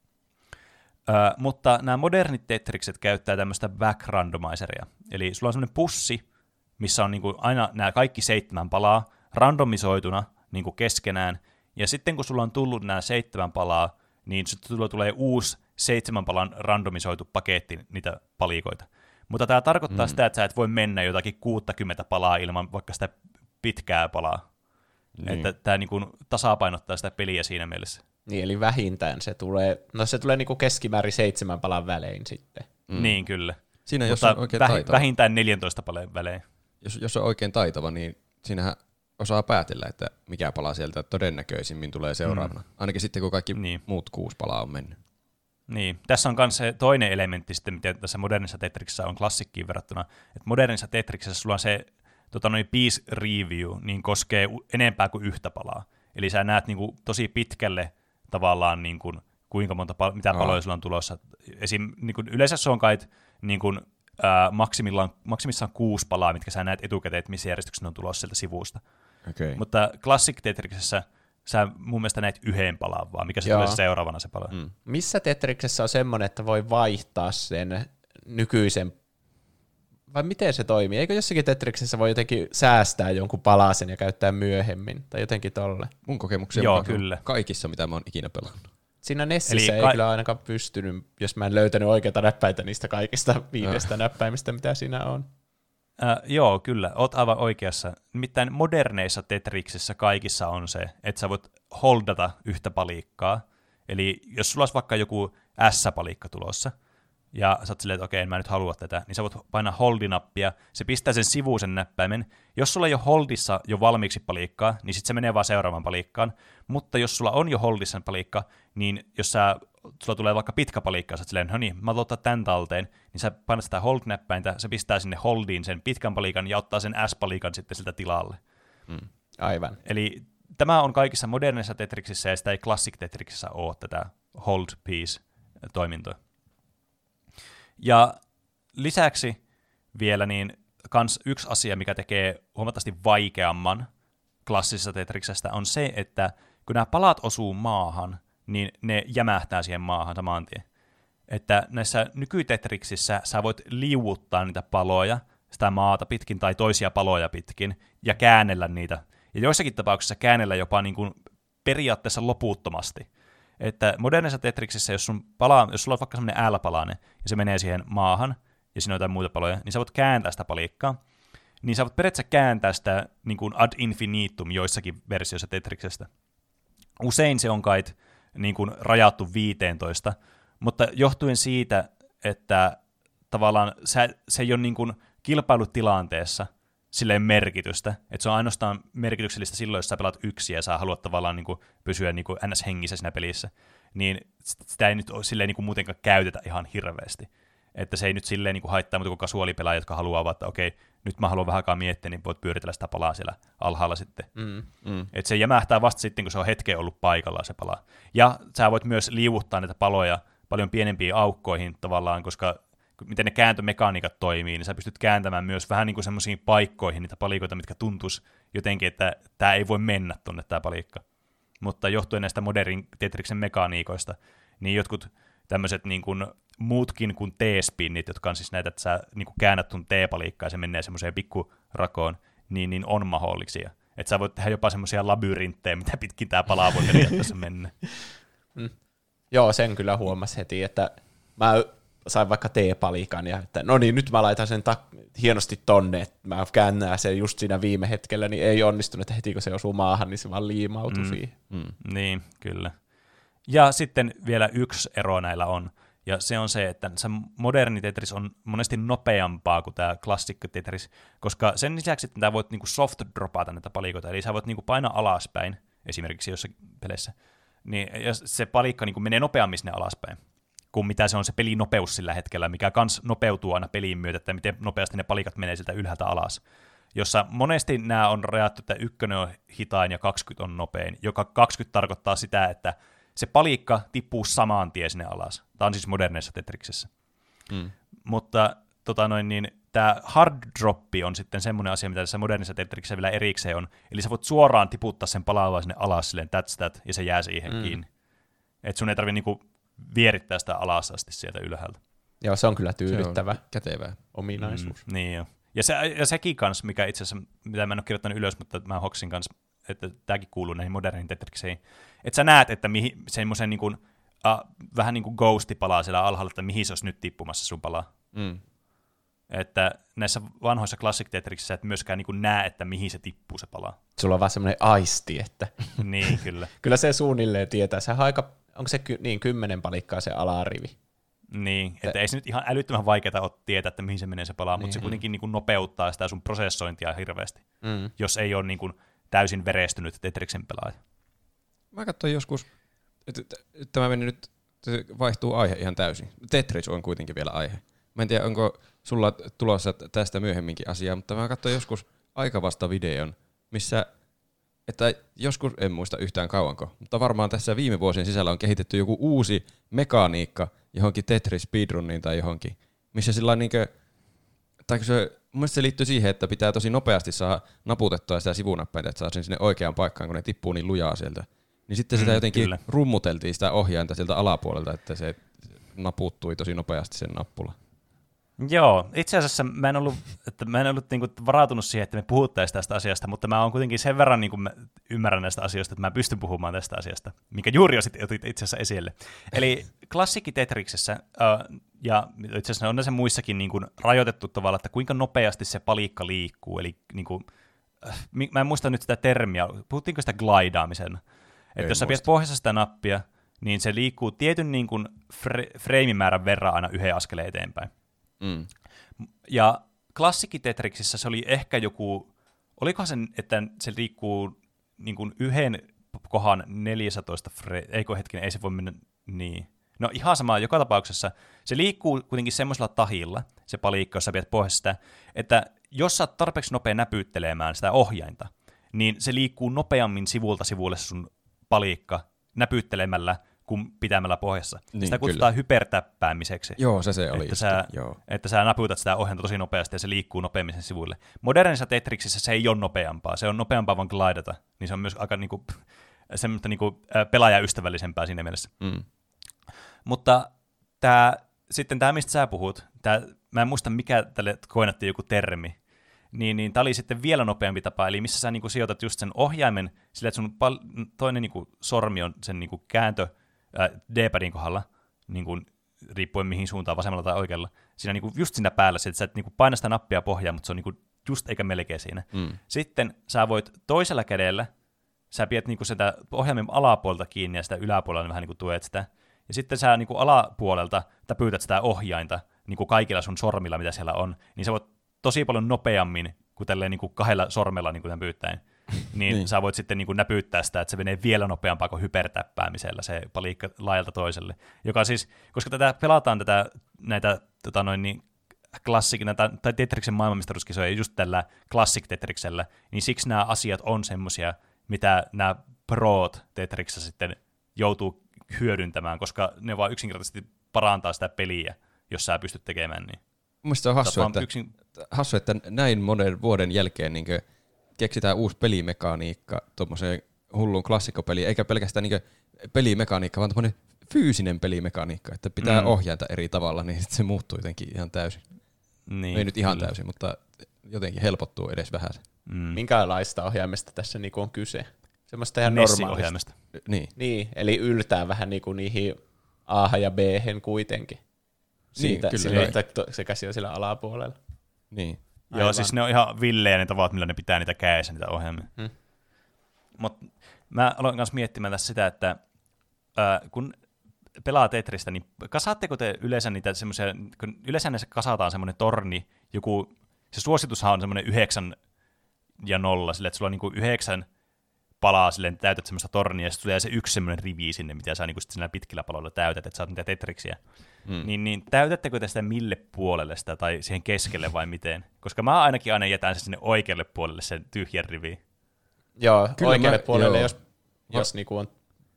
Ö, mutta nämä modernit Tetrikset käyttää tämmöistä back randomizeria. Eli sulla on semmoinen pussi, missä on niinku aina nämä kaikki seitsemän palaa randomisoituna niinku keskenään. Ja sitten kun sulla on tullut nämä seitsemän palaa, niin sitten tulee uusi seitsemän palan randomisoitu paketti niitä palikoita. Mutta tämä tarkoittaa mm. sitä, että sä et voi mennä jotakin kuusikymmentä palaa ilman vaikka sitä pitkää palaa. Niin. Että tämä niinku tasapainottaa sitä peliä siinä mielessä. Niin, eli vähintään se tulee, no se tulee niinku keskimäärin seitsemän palan välein sitten. Mm. Niin, kyllä. Siinä jos Mutta on oikein väh- taitava. vähintään neljäntoista palan välein. Jos, jos on oikein taitava, niin siinähän osaa päätellä, että mikä pala sieltä todennäköisimmin tulee seuraavana. Mm. Ainakin sitten, kun kaikki niin. muut kuusi palaa on mennyt. Niin, tässä on myös se toinen elementti sitten, mitä tässä modernissa Tetriksessä on klassikkiin verrattuna. Että modernissa Tetriksessä sulla on se tota noin piece review, niin koskee enempää kuin yhtä palaa. Eli sä näet niin kuin tosi pitkälle tavallaan niin kuin, kuinka monta pal- mitä paloja oh. sulla on tulossa. Esim, niin kuin, yleensä se on kai niin kuin, ää, maksimillaan, maksimissaan kuusi palaa, mitkä sä näet etukäteen, että missä järjestyksessä ne on tulossa sieltä sivusta. Okay. Mutta Classic Tetriksessä sä mun mielestä näet yhden palan vaan, mikä se tulee seuraavana se pala. Mm. Missä Tetriksessä on semmoinen, että voi vaihtaa sen nykyisen, vai miten se toimii? Eikö jossakin Tetriksessä voi jotenkin säästää jonkun palasen ja käyttää myöhemmin, tai jotenkin tolle? Mun kokemuksia Joo, kyllä. Kaikissa, mitä mä oon ikinä pelannut. Siinä Nessissä ei ka- kyllä ainakaan pystynyt, jos mä en löytänyt oikeita näppäitä niistä kaikista viidestä no. näppäimistä, mitä siinä on. Äh, joo, kyllä, oot aivan oikeassa. Nimittäin moderneissa Tetriksissä kaikissa on se, että sä voit holdata yhtä palikkaa. Eli jos sulla olisi vaikka joku S-palikka tulossa, ja sä oot silleen, että okei, mä en nyt halua tätä, niin sä voit painaa holdi-nappia, se pistää sen sivuisen näppäimen. Jos sulla ei ole holdissa jo valmiiksi palikkaa, niin sitten se menee vaan seuraavaan palikkaan. Mutta jos sulla on jo holdissa palikka, niin jos sä, sulla tulee vaikka pitkä palikka, sä oot silleen, no niin, mä oon ottaa tämän talteen, niin sä painat sitä hold-näppäintä, se pistää sinne holdiin sen pitkän palikan ja ottaa sen S-palikan sitten siltä tilalle. Mm. Aivan. Eli tämä on kaikissa modernissa Tetriksissä ja sitä ei Classic Tetriksissä ole tätä hold piece-toimintoa. Ja lisäksi vielä niin kans yksi asia, mikä tekee huomattavasti vaikeamman klassisesta Tetriksestä, on se, että kun nämä palat osuu maahan, niin ne jämähtää siihen maahan saman tien. Että näissä nykytetriksissä sä voit liuuttaa niitä paloja, sitä maata pitkin tai toisia paloja pitkin, ja käännellä niitä. Ja joissakin tapauksissa käännellä jopa niin kuin periaatteessa loputtomasti. Että modernissa Tetriksissä, jos, sun pala, jos sulla on vaikka semmoinen L-palanen, ja se menee siihen maahan, ja siinä on jotain muita paloja, niin sä voit kääntää sitä palikkaa, niin sä voit periaatteessa kääntää sitä niin kuin ad infinitum joissakin versioissa Tetriksestä. Usein se on kai niin kuin rajattu viisitoista, mutta johtuen siitä, että tavallaan se, se ei ole niin kuin kilpailutilanteessa silleen merkitystä, että se on ainoastaan merkityksellistä silloin, jos sä pelaat yksin ja sä haluat tavallaan niin kuin pysyä niin kuin N S-hengissä siinä pelissä, niin sitä ei nyt silleen niin kuin muutenkaan käytetä ihan hirveästi. Että se ei nyt silleen niin kuin haittaa muuta kuin kasuaalipelaajia, jotka haluaa, että okei, nyt mä haluan vähän aikaa miettiä, niin voit pyöritellä sitä palaa siellä alhaalla sitten. Mm, mm. Että se jämähtää vasta sitten, kun se on hetken ollut paikallaan se pala. Ja sä voit myös liuuttaa näitä paloja paljon pienempiin aukkoihin tavallaan, koska miten ne kääntömekaniikat toimii, niin sä pystyt kääntämään myös vähän niin kuin semmoisiin paikkoihin niitä palikoita, mitkä tuntuisi jotenkin, että tämä ei voi mennä tuonne tämä palikka. Mutta johtuen näistä modernin Tetriksen mekaniikoista, niin jotkut tämmöiset niin kuin muutkin kuin T-spinnit, jotka on siis näitä, että sä niin kuin käännät tuon T-palikkaa ja se menee semmoiseen pikkurakoon, niin, niin on mahdollisia. Että sä voit tehdä jopa semmoisia labyrinttejä, mitä pitkin tämä palaa voi periaatteessa mennä. Mm. Joo, sen kyllä huomasi heti, että mä sain vaikka T-palikan ja että no niin, nyt mä laitan sen ta- hienosti tonne, että mä käännän sen just siinä viime hetkellä, niin ei onnistunut, että heti kun se osuu maahan, niin se vaan liimautui mm. siihen. Mm. Niin, kyllä. Ja sitten vielä yksi ero näillä on, ja se on se, että se moderni Tetris on monesti nopeampaa kuin tämä klassikko Tetris, koska sen lisäksi, että tämä voit niinku soft-dropata näitä palikoita, eli sä voit niinku painaa alaspäin, esimerkiksi jossakin peleissä, niin se palikka niinku menee nopeammin sinne alaspäin, kuin mitä se on se pelinopeus sillä hetkellä, mikä kans nopeutuu aina peliin myötä, että miten nopeasti ne palikat menee sieltä ylhäältä alas. Jossa monesti nämä on rajattu, että ykkönen on hitain ja kaksikymmentä on nopein, joka kaksikymmentä tarkoittaa sitä, että se palikka tippuu samaan tien sinne alas. Tämä on siis modernissa Tetriksessä. Mm. Mutta tota noin, niin, tämä hard droppi on sitten semmoinen asia, mitä tässä modernissa Tetriksessä vielä erikseen on. Eli sä voit suoraan tiputtaa sen palaa sinne alas silleen that's that, ja se jää siihen mm. kiinni. Että sun ei tarvitse niinku vierittää sitä alas asti sieltä ylhäältä. Joo, se on kyllä tyydyttävä. Se on kätevää ominaisuus. Mm, niin jo. Ja, se, ja sekin kanssa, mikä itse asiassa, mitä mä en ole kirjoittanut ylös, mutta mä hoksin kanssa, että tämäkin kuuluu näihin moderniin Tetrikseihin. Että sä näet, että mihin, semmoisen niin kuin, uh, vähän niin kuin ghosti palaa siellä alhaalla, että mihin se olisi nyt tippumassa sun palaa. Mm. Että näissä vanhoissa Classic Tetriksissä et myöskään niin kuin näe, että mihin se tippuu se palaa. Sulla on vaan semmoinen aisti, että niin, kyllä. Kyllä se suunnilleen tietää. Se on aika, onko se ky- niin kymmenen palikkaa se alarivi? Niin, että Te- ei se nyt ihan älyttömän vaikeaa ole tietää, että mihin se menee se palaa, niin. Mutta se kuitenkin niin kuin nopeuttaa sitä sun prosessointia hirveästi, mm. jos ei ole niin kuin täysin verestynyt Tetriksen pelaaja. Mä katsoin joskus, että tämä meni nyt, vaihtuu aihe ihan täysin. Tetris on kuitenkin vielä aihe. Mä en tiedä, onko sulla tulossa tästä myöhemminkin asiaa, mutta mä katsoin joskus aika vasta videon, missä, että joskus, en muista yhtään kauanko, mutta varmaan tässä viime vuosien sisällä on kehitetty joku uusi mekaniikka johonkin Tetris speedruniin tai johonkin, missä sillä on niinkö, tai se, mun mielestä se liittyy siihen, että pitää tosi nopeasti saada naputettua sitä sivunappäintä, että saa sen sinne oikeaan paikkaan, kun ne tippuu niin lujaa sieltä. Niin sitten sitä mm, jotenkin kyllä. rummuteltiin sitä ohjainta sieltä alapuolelta, että se naputtui tosi nopeasti sen nappula. Joo, itse asiassa mä en ollut, että mä en ollut niinku varautunut siihen, että me puhuttaisiin tästä asiasta, mutta mä oon kuitenkin sen verran niinku ymmärrän näistä asioista, että mä pystyn puhumaan tästä asiasta, minkä juuri otit itse asiassa esille. Eli klassikki Tetriksessä, äh, ja itse asiassa on se muissakin niinku rajoitettu tavalla, että kuinka nopeasti se palikka liikkuu, eli niinku, äh, mä en muista nyt sitä termiä, puhuttiinko sitä glidaamisen, että jos sä pidät pohjassa sitä nappia, niin se liikkuu tietyn niin kuin fre- freimimäärän verran aina yhden askeleen eteenpäin. Mm. Ja klassikki-Tetriksissä se oli ehkä joku, olikohan se, että se liikkuu niin kuin yhden kohan neljätoista fre... Eikö hetkinen, ei se voi mennä niin. No ihan sama, joka tapauksessa se liikkuu kuitenkin semmoisella tahilla, se palikka, jos sä pidät pohjassa sitä, että jos sä oot tarpeeksi nopea näpyttelemään sitä ohjainta, niin se liikkuu nopeammin sivulta sivulle sun palikka näpyttelemällä kuin pitämällä pohjassa. Niin, sitä kutsutaan kyllä. hypertäppäämiseksi. Joo, se se oli. Että sä, Joo. että sä naputat sitä ohjainta tosi nopeasti ja se liikkuu nopeammin sen sivuille. Modernissa Tetriksissä se ei ole nopeampaa. Se on nopeampaa vaan glidata. Niin se on myös aika niinku, semmoista niinku, pelaajaystävällisempää siinä mielessä. Mm. Mutta tää, sitten tämä, mistä sä puhut, tää, mä en muista mikä tälle koinattiin joku termi, niin, niin tämä oli sitten vielä nopeampi tapa, eli missä sä niinku sijoitat just sen ohjaimen sillä, että sun pal- toinen niinku sormi on sen niinku kääntö ää, D-padin kohdalla, niinku, riippuen mihin suuntaan, vasemmalla tai oikealla, siinä niinku just siinä päällä, että sä et niinku paina sitä nappia pohjaan, mutta se on niinku just eikä melkein siinä. Mm. Sitten sä voit toisella kädellä, sä pidät niinku sitä ohjaimen alapuolta kiinni ja sitä yläpuolella vähän niinku tuet sitä, ja sitten sä niinku alapuolelta täpyytät sitä ohjainta niinku kaikilla sun sormilla, mitä siellä on, niin sä voit tosi paljon nopeammin kuin tälleen niinku kahdella sormella niinku tämän pyyttäen. Niin, niin sä voit sitten niinku näpyyttää sitä, että se menee vielä nopeampaa kuin hypertäppäämisellä se palikka laajalta toiselle. Joka siis, koska tätä pelataan tätä, näitä tota noin, niin klassikina, tai Tetriksen maailmanmestaruuskisoja just tällä Classic Tetriksellä, niin siksi nämä asiat on semmoisia, mitä nämä proot Tetriksessä sitten joutuu hyödyntämään, koska ne vaan yksinkertaisesti parantaa sitä peliä, jos sä pystyt tekemään niin. Mielestäni se on hassu, että, yksin... hassu, että näin monen vuoden jälkeen niin keksitään uusi pelimekaniikka tuommoiseen hulluun klassikkopeliin, eikä pelkästään niin pelimekaniikka, vaan tuommoinen fyysinen pelimekaniikka, että pitää mm. ohjata eri tavalla, niin se muuttuu jotenkin ihan täysin. Niin, ei nyt ihan kyllä. täysin, mutta jotenkin helpottuu edes vähän. Mm. Minkälaista ohjaimesta tässä niinku on kyse? Semmoista ihan normaalista. Niin. Niin, eli yltää vähän niinku niihin A ja B-hen kuitenkin. Siitä, niin, kyllä, sillä, että se käsi on sillä alapuolella. Niin. Aivan. Joo, siis ne on ihan villejä ne tavat, millä ne pitää niitä kädessä, niitä ohjelmia. Hmm. Mutta mä aloin kanssa miettimään tässä sitä, että äh, kun pelaa Tetristä, niin kasaatteko te yleensä niitä semmoisia, kun yleensä ne kasataan semmoinen torni, joku, se suositushan on semmoinen yhdeksän ja nolla, sille, että sulla on niinku yhdeksän palaa silleen, täytät semmoista tornia, ja sitten tulee se yksi semmoinen rivi sinne, mitä sä niinku siinä pitkillä paloilla täytät, että sä oot niitä Tetriksiä. Mm. Niin, niin täytättekö te sitä mille puolelle sitä, tai siihen keskelle vai miten? Koska mä ainakin aina jätän se sinne oikealle puolelle, sen tyhjän riviin. Joo, Kyllä oikealle mä, puolelle, joo. jos, jos niinku on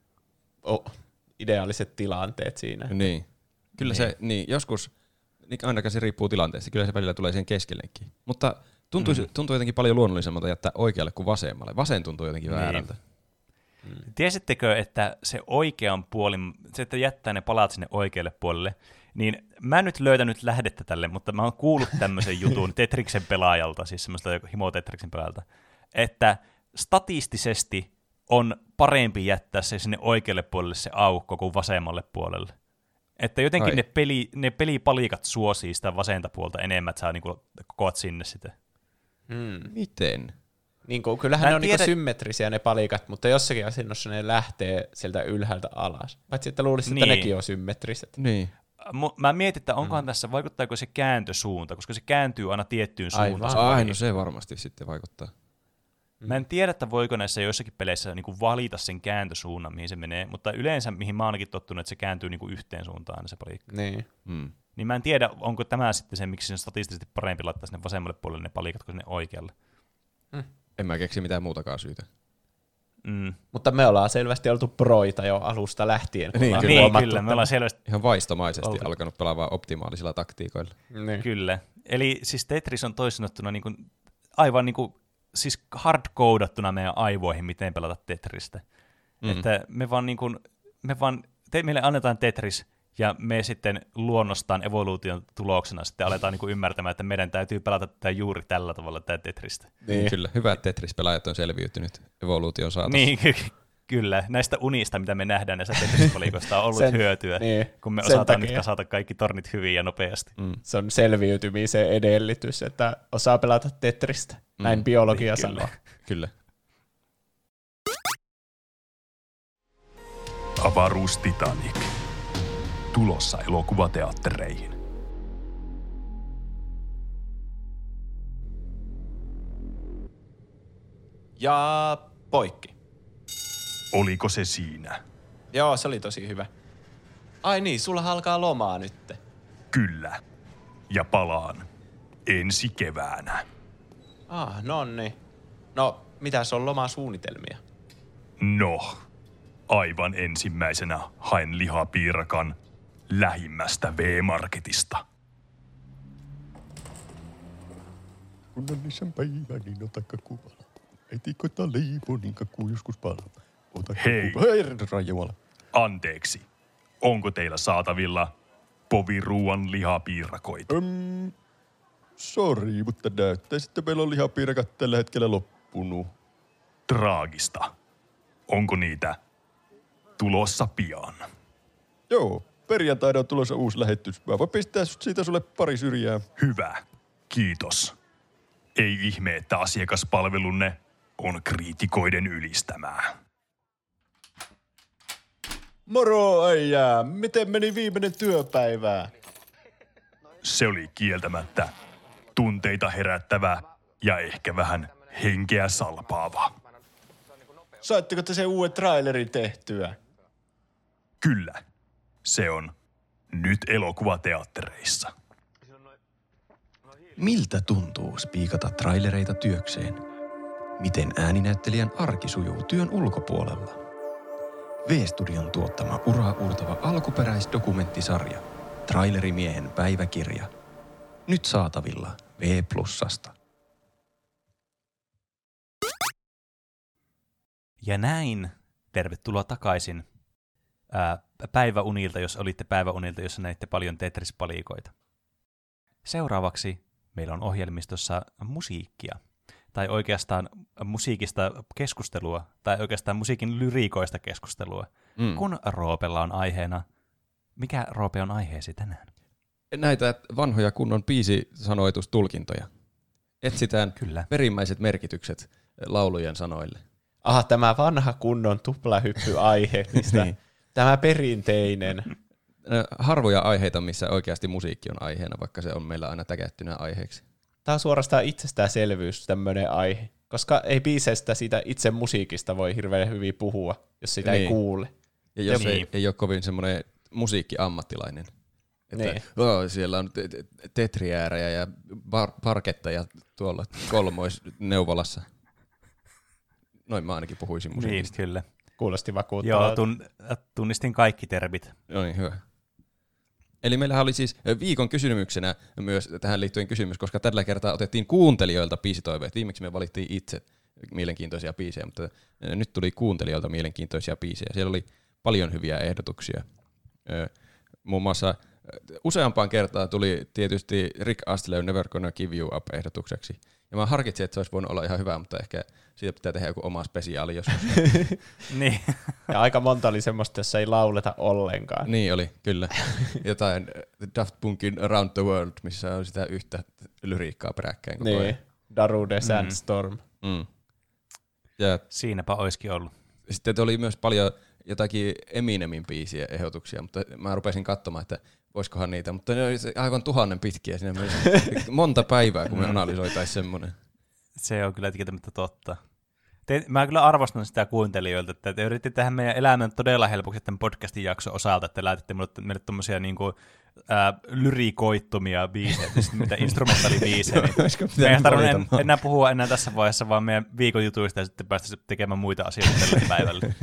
oh, ideaaliset tilanteet siinä. Niin. Kyllä niin. se, niin, joskus, niin ainakaan se riippuu tilanteesta, kyllä se välillä tulee siihen keskellekin. Mutta tuntuu, mm. tuntuu jotenkin paljon luonnollisemmalta jättää oikealle kuin vasemmalle. Vasen tuntuu jotenkin niin. väärältä. Mm. Tiesittekö, että se oikean puoli, se, että jättää ne palat sinne oikealle puolelle, niin mä en nyt löytänyt lähdettä tälle, mutta mä oon kuullut tämmöisen jutun Tetriksen pelaajalta, siis semmoista himo Tetriksen pelaajalta, että statistisesti on parempi jättää se sinne oikealle puolelle se aukko kuin vasemmalle puolelle. Että jotenkin ne, peli, ne pelipalikat suosii sitä vasenta puolta enemmän, että saa niinku kokoat sinne sitä. Hmm. Miten? Niin kuin, kyllähän ne on tiedä... niinku symmetrisiä ne palikat, mutta jossakin asennossa ne lähtee sieltä ylhäältä alas. Paitsi että luulisin, niin. että nekin on symmetriset. Niin. Mä mietin, että onkohan mm. tässä, vaikuttaako se kääntösuunta, koska se kääntyy aina tiettyyn suuntaan. Ai, no se varmasti sitten vaikuttaa. Mä en tiedä, että voiko näissä joissakin peleissä niinku valita sen kääntösuunnan, mihin se menee, mutta yleensä, mihin mä oon ainakin tottunut, että se kääntyy niinku yhteen suuntaan aina se palikka. Niin. Mm. Niin mä en tiedä, onko tämä sitten se, miksi se on statistisesti parempi laittaa sinne vasemmalle puolelle ne palikat kuin sinne oikealle. Mm. En mä keksi mitään muutakaan syytä. Mm. Mutta me ollaan selvästi oltu proita jo alusta lähtien. Niin, niin kyllä, me ollaan selvästi... Ihan vaistomaisesti oltu. alkanut pelaamaan optimaalisilla taktiikoilla. Niin. Kyllä. Eli siis Tetris on toisin sanottuna niin kuin, aivan niin kuin, siis hardcodattuna meidän aivoihin, miten pelata Tetristä. Mm. Että me vaan, niin kuin, me vaan te, meille annetaan Tetris, ja me sitten luonnostaan evoluution tuloksena sitten aletaan niin kuin ymmärtämään, että meidän täytyy pelata tätä juuri tällä tavalla tätä Tetristä. Niin. Kyllä, hyvät Tetris-pelaajat on selviytynyt evoluution saatossa. Niin, ky- kyllä. Näistä unista, mitä me nähdään näistä Tetris-palikoista, on ollut sen, hyötyä, niin, kun me osataan takia. Nyt kasata kaikki tornit hyvin ja nopeasti. Mm. Se on selviytymisen edellytys, että osaa pelata Tetristä. Näin mm. biologia niin, sanoo. Kyllä. Avaruus Titanic. Tulossa elokuvateattereihin. Ja poikki. Oliko se siinä? Joo, se oli tosi hyvä. Ai niin, sulla alkaa lomaa nyt. Kyllä. Ja palaan ensi keväänä. Ah, no niin. No, mitäs on lomasuunnitelmia? No, aivan ensimmäisenä haen lihapiirakan lähimmästä V-marketista. Kun on isän päivä, niin otakka kuvala. Äiti koittaa leipua, niin kakkuu joskus palaa. Otakka Hei. kuvala. Hei, Herran Jumala. Anteeksi, onko teillä saatavilla poviruuan lihapiirakoita? Öm, sori, mutta näyttäisi, että meillä on lihapiirakat tällä hetkellä loppunut. Traagista. Onko niitä tulossa pian? Joo, perjantaina on tulossa uusi lähetys. Mä voin pistää siitä sulle pari syrjää. Hyvä. Kiitos. Ei ihme, että asiakaspalvelunne on kriitikoiden ylistämää. Moro, äijää. Miten meni viimeinen työpäivä? Se oli kieltämättä tunteita herättävä ja ehkä vähän henkeä salpaava. Saitteko te sen uuden trailerin tehtyä? Kyllä, se on nyt elokuvateattereissa. Miltä tuntuu spiikata trailereita työkseen? Miten ääninäyttelijän arki sujuu työn ulkopuolella? V-Studion tuottama uraa uurtava alkuperäisdokumenttisarja, Trailerimiehen päiväkirja. Nyt saatavilla V Plusasta. Ja näin, tervetuloa takaisin ää, päiväunilta, jos olitte päiväunilta, jossa näitte paljon Tetris-palikoita. Seuraavaksi meillä on ohjelmistossa musiikkia, tai oikeastaan musiikista keskustelua, tai oikeastaan musiikin lyriikoista keskustelua, mm. kun Roopella on aiheena. Mikä, Roope, on aiheesi tänään? Näitä vanhoja kunnon biisisanoitustulkintoja. Etsitään Kyllä. perimmäiset merkitykset laulujen sanoille. Aha, tämä vanha kunnon tuplahyppy-aihe, mistä Niin. tämä perinteinen. Harvoja aiheita, missä oikeasti musiikki on aiheena, vaikka se on meillä aina täkättynä aiheeksi. Tämä on suorastaan itsestäänselvyys, tämmöinen aihe, koska ei biisestä siitä itse musiikista voi hirveän hyvin puhua, jos sitä Niin. ei kuule. Ja jos Ja ei, niin. ei ole kovin semmoinen musiikkiammattilainen. Että Niin. oh, siellä on te- te- tetriäärejä ja bar- parketteja tuolla kolmoisneuvolassa. Noin mä ainakin puhuisin Niin, musiikista. kyllä. Kuulosti vakuuttavalta. Joo, tun, tunnistin kaikki termit. No niin, hyvä. Eli meillähän oli siis viikon kysymyksenä myös tähän liittyen kysymys, koska tällä kertaa otettiin kuuntelijoilta biisitoiveet. Viimeksi me valittiin itse mielenkiintoisia biisejä, mutta nyt tuli kuuntelijoilta mielenkiintoisia biisejä. Siellä oli paljon hyviä ehdotuksia. Muun muassa useampaan kertaan tuli tietysti Rick Astley Never Gonna Give You Up -ehdotukseksi. Ja mä harkitsin, että se olisi voinut olla ihan hyvä, mutta ehkä siitä pitää tehdä joku oma spesiaali joskus. Niin. Ja aika monta oli semmoista, jossa ei lauleta ollenkaan. Niin oli, kyllä. Jotain Daft Punkin Around the World, missä on sitä yhtä lyriikkaa peräkkäin koko ajan. Niin, Darude Sandstorm. Mm. Ja Siinäpä olisikin ollut. sitten oli myös paljon jotakin Eminemin biisiä ehdotuksia, mutta mä rupesin katsomaan, että voisikohan niitä, mutta ne oli aivan tuhannen pitkiä. Siinä meni monta päivää, kun me analysoitaisiin semmoinen. Se on kyllä kieltämättä totta. Te, mä kyllä arvostan sitä kuuntelijoilta, että te yritti tehdä meidän elämän todella helpoksi tämän podcastin jakson osalta, että laitatte meille tommosia niinku, ää, lyrikoittomia biisejä, siis mitä instrumentaalibiisejä. Niin me ei tarvitse en, enää puhua enää tässä vaiheessa, vaan meidän viikon jutuista ja sitten päästä tekemään muita asioita tälle päivälle.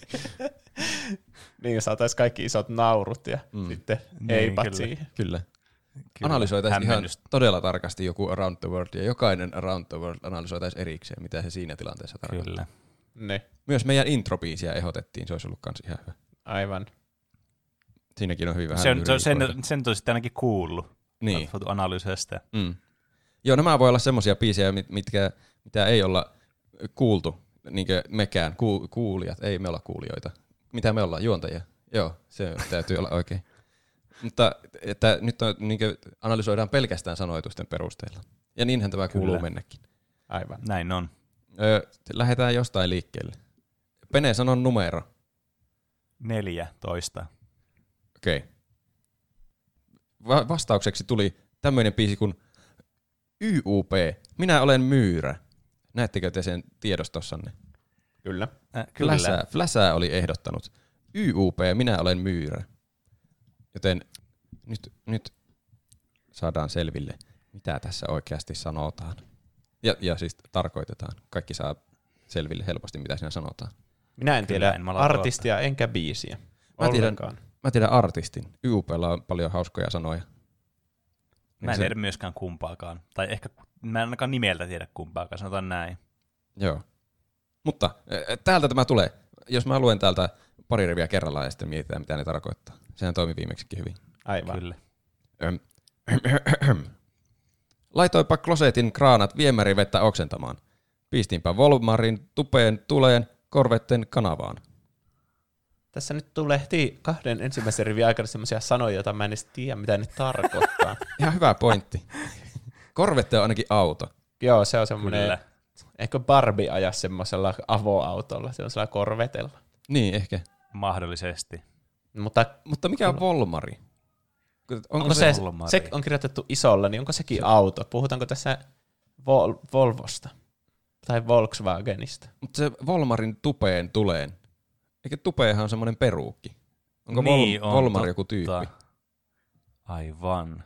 Niin, saataisiin kaikki isot naurut ja mm. sitten Niin, eipat kyllä. siihen. Kyllä. Kyllä. Analysoitaisiin ihan Hämmennys. todella tarkasti joku Around the World, ja jokainen Around the World analysoitaisiin erikseen, mitä se siinä tilanteessa tarkoittaa. Kyllä. Ne, Myös meidän introbiisiä ehdotettiin, se olisi ollut kans ihan hyvä. aivan. Siinäkin on hyvin vähän Se on, se on, sen, lyriikoita. sen on sitten ainakin kuullut. Niin. Voitu analysoida sitä. Mm. Joo, nämä voi olla semmoisia biisejä, mit- mitkä, mitä ei olla kuultu, niin kuin mekään, ku, kuulijat, ei me olla kuulijoita. Mitä me ollaan, juontajia? Joo, se täytyy olla oikein. Mutta että nyt on, niin kuin analysoidaan pelkästään sanoitusten perusteella. Ja niinhän tämä kuuluu Kyllä. mennäkin. Aivan. Näin on. Öö, lähdetään jostain liikkeelle. Pene, sanon numero. neljätoista. Okei. Okay. Va- vastaukseksi tuli tämmöinen biisi kuin Y U P, minä olen myyrä. Näettekö te sen tiedostossanne? Kyllä. Äh, kyllä. Fläsää, Fläsää oli ehdottanut. Y U P, minä olen myyrä. Joten nyt, nyt saadaan selville, mitä tässä oikeasti sanotaan. Ja, ja siis tarkoitetaan. Kaikki saa selville helposti, mitä siinä sanotaan. Minä en Kyllä, tiedä en mä ala artistia enkä biisiä. Mä tiedän, Ollenkaan. mä tiedän artistin. Y U P:lla on paljon hauskoja sanoja. Mä en se- tiedä myöskään kumpaakaan. Tai ehkä mä en ainakaan nimeltä tiedä kumpaakaan, sanotaan näin. Joo. Mutta äh, täältä tämä tulee. Jos mä luen täältä pari riviä kerrallaan ja sitten mietitään, mitä ne tarkoittaa. Sehän toimi viimeksikin hyvin. Aivan. Kyllä. Öm. Laitoipa klosetin kraanat viemärivettä oksentamaan. Pistiinpä Volmarin tupeen tuleen korvetten kanavaan. Tässä nyt tulee heti kahden ensimmäisen rivin aikana sellaisia sanoja, joita mä en edes tiedä, mitä ne tarkoittaa. Ihan hyvä pointti. Korvette on ainakin auto. Joo, se on semmoinen, Kyllä. eikö Barbie aja semmoisella avoautolla, semmoisella korvetella. Niin, ehkä. Mahdollisesti. Mutta Mutta mikä on Volmari? Onko, onko se, Volmari? se on kirjoitettu isolla, niin onko sekin auto? Puhutaanko tässä Vol- Volvosta tai Volkswagenista? Mutta se Volmarin tupeen tuleen. Eikö tupeehan on semmoinen peruukki? Onko Niin, Vol- on Volmari joku totta. tyyppi? Aivan.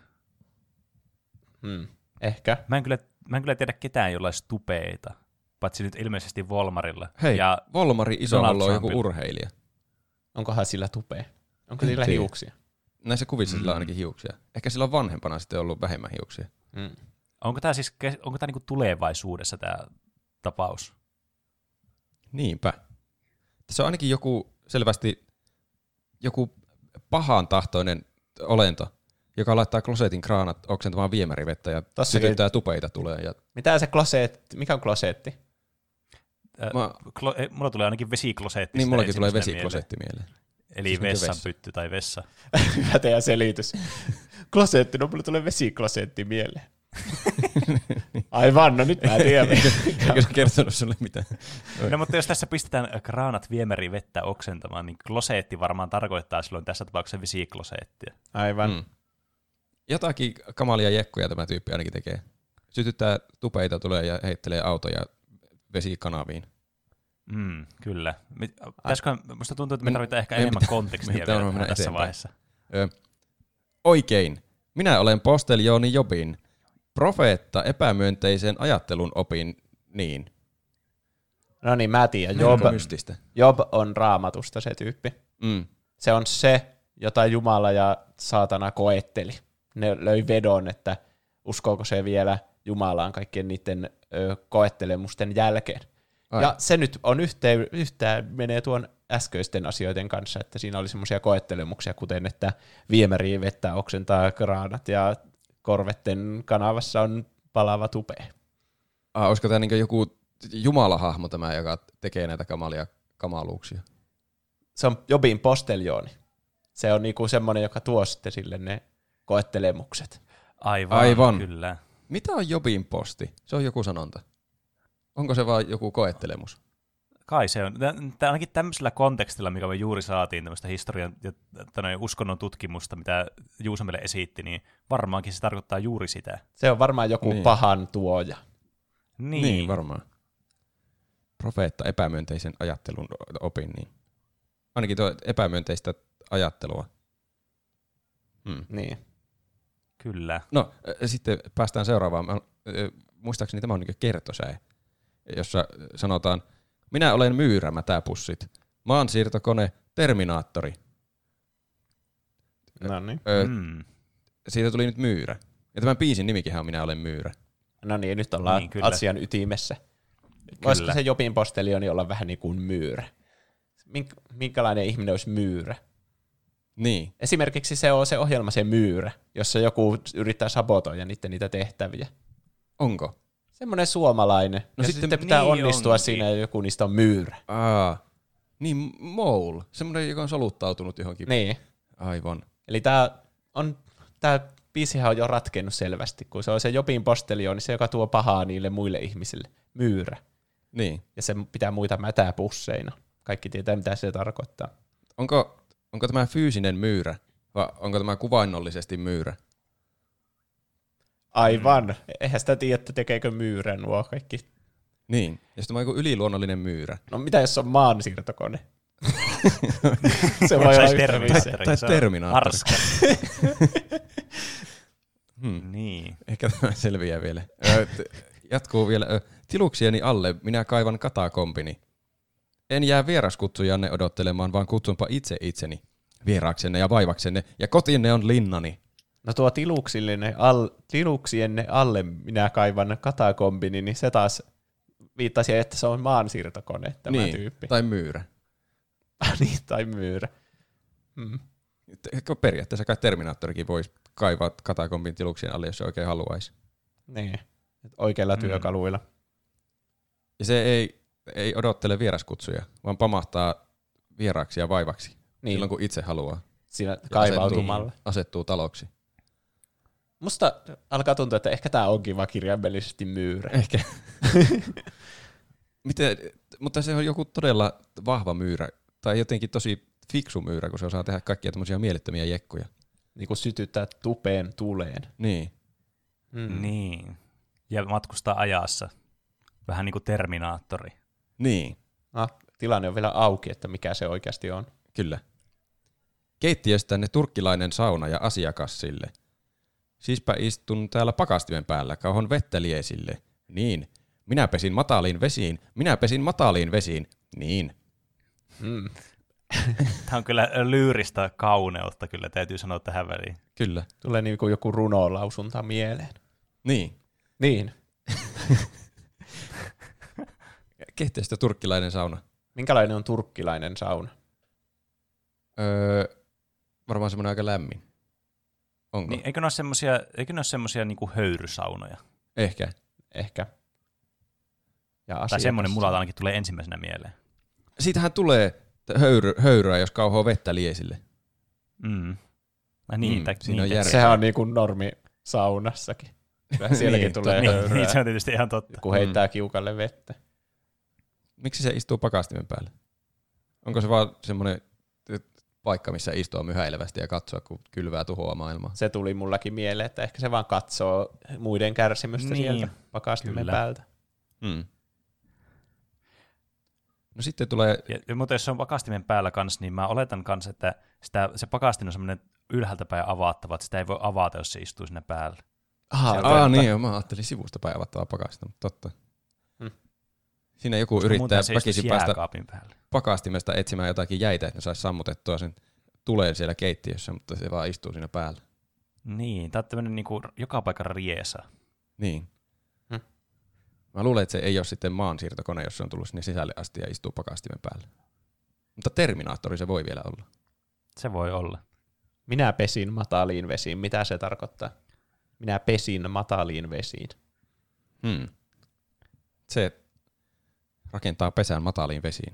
Hmm. Ehkä. Mä en, kyllä, mä en kyllä tiedä ketään, jolla olisi tupeita, paitsi nyt ilmeisesti Volmarilla. Hei, Ja Volmari Donald isovallo on joku Trumpilla. urheilija. Onkohan sillä tupea? Onko En sillä tiedä. hiuksia? Näissä kuvissa Mm. sillä on ainakin hiuksia. Ehkä sillä on vanhempana sitten ollut vähemmän hiuksia. Hmm. onko tämä siis onko tää niinku tulevaisuudessa tämä tapaus? Niinpä. Tässä on ainakin joku selvästi joku pahan tahtoinen olento, joka laittaa klosetin kraanat oksentamaan viemärivettä ja Tossakin- sytyttää tupeita tulee. Ja Mitä se kloseetti? Mikä on kloseetti? Äh, Mä- Klo, ei, mulla tulee ainakin vesiklosetti. niin sitä mullakin tulee ensimmäisenä vesiklosetti mieleen. mieleen. Eli Siis onko vessa? vessanpytty tai vessa. Hyvä teidän selitys. Klosetti, no mulle tulee vesiklosetti mieleen. Aivan, no nyt mä tiedän. Eikö se kertonut sulle mitään? No mutta jos tässä pistetään kraanat viemäri vettä oksentamaan, niin kloseetti varmaan tarkoittaa silloin tässä tapauksessa vesikloseettia. Aivan. Mm. Jotakin kamalia jekkoja tämä tyyppi ainakin tekee. Sytyttää tupeita tulee ja heittelee autoja vesikanaviin. Mm, kyllä. Mit, pitäisikö, musta tuntuu, että me Men- tarvitaan ehkä meidän enemmän pitää- kontekstia meidän pitää vielä mennä tähän tässä eteenpäin. vaiheessa. Ö, oikein. Minä olen posteljooni Jobin. Profeetta epämyönteisen ajattelun opin niin. No niin, mä tiedän. Job, Onko mystistä? Job on Raamatusta se tyyppi. Mm. Se on se, jota Jumala ja saatana koetteli. Ne löi vedon, että uskooko se vielä Jumalaan kaikkien niiden ö, koettelemusten jälkeen. Ai. Ja se nyt on yhteen, yhtään menee tuon äskeisten asioiden kanssa, että siinä oli semmoisia koettelemuksia, kuten että viemäriin vettä oksentaa kraanat ja korvetten kanavassa on palava tupea. Ah, olisiko tämä niinku joku jumalahahmo tämä, joka tekee näitä kamalia kamaluuksia? Se on Jobin posteljooni. Se on niinku semmoinen, joka tuo sitten sille ne koettelemukset. Aivan, Aivan. kyllä. Mitä on Jobin posti? Se on joku sanonta. Onko se vaan joku koettelemus? Kai se on. Tämä ainakin tämmöisellä kontekstilla, mikä me juuri saatiin tämmöistä historian ja tänne uskonnon tutkimusta, mitä Juuso meille esitti, niin varmaankin se tarkoittaa juuri sitä. Se on varmaan joku Niin. pahan tuoja. Niin, niin varmaan. Profeetta epämyönteisen ajattelun opin. Niin. Ainakin tuo epämyönteistä ajattelua. Hmm. Niin. Kyllä. No, äh, sitten päästään seuraavaan. Mä, äh, muistaakseni tämä on niin kertosäe, jossa sanotaan, minä olen myyrämätäpussit, maansiirtokone, terminaattori. No niin. Ö, Mm. Siitä tuli nyt myyrä. Ja tämän biisin nimikin on Minä olen myyrä. No niin, nyt ollaan Niin, kyllä. asian ytimessä. Voisiko se Jobin postelioni olla vähän niin kuin myyrä? Mink, minkälainen ihminen olisi myyrä? Niin. Esimerkiksi se on se ohjelma se myyrä, jossa joku yrittää sabotoida niitä, niitä tehtäviä. Onko? Semmoinen suomalainen. No ja sitten, sitten pitää niin onnistua onkin. siinä ja joku niistä on myyrä. Aa. Niin, Mole. Semmoinen, joka on soluttautunut johonkin. Niin. Aivan. Eli tää on, tää biisihän on jo ratkennut selvästi, kun se on se Jobin postelioni, se joka tuo pahaa niille muille ihmisille. Myyrä. Niin. Ja se pitää muita mätää pusseina. Kaikki tietää, mitä se tarkoittaa. onko, onko tämä fyysinen myyrä vai onko tämä kuvainnollisesti myyrä? Aivan. Mm. Eihän sitä tiedä, että tekeekö myyrä nuo kaikki. Niin, ja sitten on joku yliluonnollinen myyrä. No mitä jos on maansiirtokone? Se voi olla yhtä missä. Tai Terminaattori. Arska. hmm. Niin. Ehkä tämä selviää vielä. Jatkuu vielä. Tiluksieni alle minä kaivan katakompini. En jää vieraskutsujanne odottelemaan, vaan kutsunpa itse itseni. Vieraaksenne ja vaivaksenne, ja kotiinne on linnani. No tuo tiluksillinen al, tiluksienne alle minä kaivan katakombini, niin se taas viittasi, että se on maansiirtokone, tämä niin, tyyppi. Tai myyrä. niin, tai myyrä. Hmm. Periaatteessa kai Terminaattorikin voisi kaivaa katakombin tiluksien alle, jos se oikein haluaisi. Niin, oikeilla Mm. työkaluilla. Ja se ei, ei odottele vieraskutsuja, vaan pamahtaa vieraaksi ja vaivaksi. Niin. Silloin kun itse haluaa. Siinä kaivautumalla. Asettuu, asettuu taloksi. Musta alkaa tuntua, että ehkä tämä onkin vaan kirjaimellisesti myyrä. Ehkä. Miten, mutta se on joku todella vahva myyrä, tai jotenkin tosi fiksu myyrä, kun se osaa tehdä kaikkia tämmöisiä mielettömiä jekkuja. Niin kuin sytyttää tupeen tuleen. Niin. Mm. Niin. Ja matkustaa ajassa. Vähän niin kuin Terminaattori. Niin, Ah, tilanne on vielä auki, että mikä se oikeasti on. kyllä. Keittiöstänne turkkilainen sauna ja asiakas sille. Siispä istun täällä pakastimen päällä, kauhon vettä liesille. Niin. Minä pesin mataliin vesiin, minä pesin mataliin vesiin. Niin. Mm. Tämä on kyllä lyyristä kauneutta, kyllä täytyy sanoa tähän väliin. Kyllä. Tulee niin kuin joku runolausunta mieleen. Niin. Niin. Keittiöstä turkkilainen sauna. Minkälainen on turkkilainen sauna? Öö, varmaan semmoinen aika lämmin. Onko? Niin, eikö ne ole semmosia, eikö ne ole semmosia niinku höyrysaunoja? Ehkä. Ehkä. Ja Tai asiakas. semmoinen mulla ainakin tulee ensimmäisenä mieleen. Siitähän tulee höyry, höyryä, jos kauhoo vettä liesille. Mm. Ai niin, Mm, tai, siinä on niin, järkeä. Sehän on niin kuin normi saunassakin. Kyllä sielläkin Niin, tulee niin, höyryä, niin, se on tietysti ihan totta. kun heittää kiukalle vettä. Miksi se istuu pakastimen päällä? Onko se vaan semmoinen paikka, missä istua myhäilevästi ja katsoa, kun kylvää tuhoa maailmaa? Se tuli mullakin mieleen, että ehkä se vaan katsoo muiden kärsimystä Niin, sieltä pakastimen kyllä. päältä. Mm. No sitten tulee... Ja, ja mutta jos se on pakastimen päällä kanssa, niin mä oletan kanssa, että sitä, se pakastin on semmoinen ylhäältä päin avattava, että sitä ei voi avata, jos se istuu sinne päällä. Aha, Se on Aa, totta. niin, mä ajattelin sivusta päin avattavaa pakastinta, mutta totta. Hmm. Siinä joku Koska yrittää muuten se väkisin istuisi päästä jääkaapin päälle. pakastimesta etsimään jotakin jäitä, että ne saisi sammutettua sen tuleen siellä keittiössä, mutta se vaan istuu siinä päällä. Niin, tää on tämmöinen niinku joka paikan riesa. Niin. Hmm. Mä luulen, että se ei ole sitten maansiirtokone, jos se on tullut sinne sisälle asti ja istuu pakastimen päällä. Mutta Terminaattori se voi vielä olla. Se voi olla. minä pesin mataliin vesiin. Mitä se tarkoittaa? Minä pesin mataliin vesiin. Hmm. Se rakentaa pesän mataliin vesiin.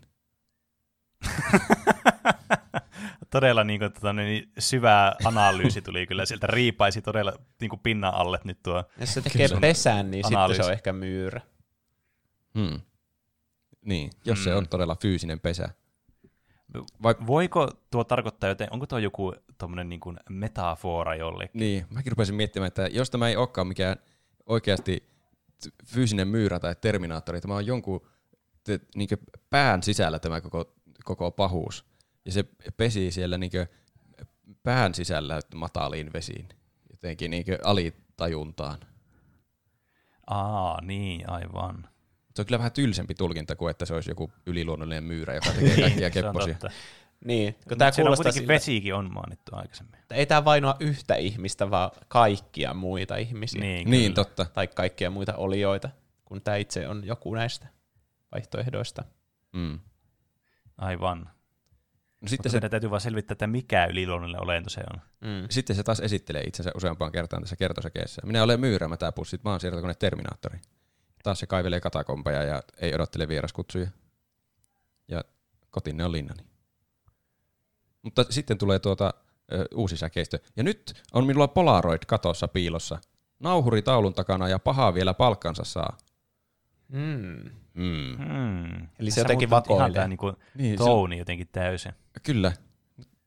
Todella niin kuin, tota, niin syvä analyysi tuli kyllä sieltä, riipaisi todella niin kuin pinnan alle nyt tuo. Jos se tekee Kyllä. pesän, niin Analyysi. sitten se on ehkä myyrä. Hmm. Niin, jos Hmm. se on todella fyysinen pesä. Vai, Voiko tuo tarkoittaa joten, onko tuo joku tommonen niin kuin metafora jollekin? niin, mäkin rupesin miettimään, että jos tämä ei olekaan mikään oikeasti fyysinen myyrä tai terminaattori, tämä on jonkun te, niin pään sisällä tämä koko, koko pahuus. Ja se pesi siellä niin pään sisällä mataliin vesiin, jotenkin niin alitajuntaan. Aa, niin, aivan. Se on kyllä vähän tylsempi tulkinta kuin, että se olisi joku yliluonnollinen myyrä, joka tekee kaikkia Se on kepposia. totta. Niin, kun tämä Siinä on kuulostaa kuitenkin siltä, vesikin on mainittu aikaisemmin. että ei tämä vainoa yhtä ihmistä, vaan kaikkia muita ihmisiä. Niin, Niin, kyllä. totta. Tai kaikkia muita olioita, kun tämä itse on joku näistä vaihtoehdoista. Mm. Aivan. No Mutta sitten, se, meidän täytyy vaan selvittää, että mikä yliluonnollinen olento se on. Mm. sitten se taas esittelee itsensä useampaan kertaan tässä kertosäkeessä. Minä olen myyrä, mä pussit, mä oon siirtokone Terminaattori. Taas se kaivelee katakompeja ja ei odottele vieraskutsuja. Ja kotinne on linnani. Mutta sitten tulee tuota ö, uusi säkeistö. Ja nyt on minulla Polaroid katossa piilossa. Nauhuri taulun takana ja pahaa vielä palkkansa saa. Mm. Mm. Hmm. Eli se Tässä jotenkin muuttuu ihan vakoilee. tää niinku Niin, se on, touni jotenkin täysin. kyllä.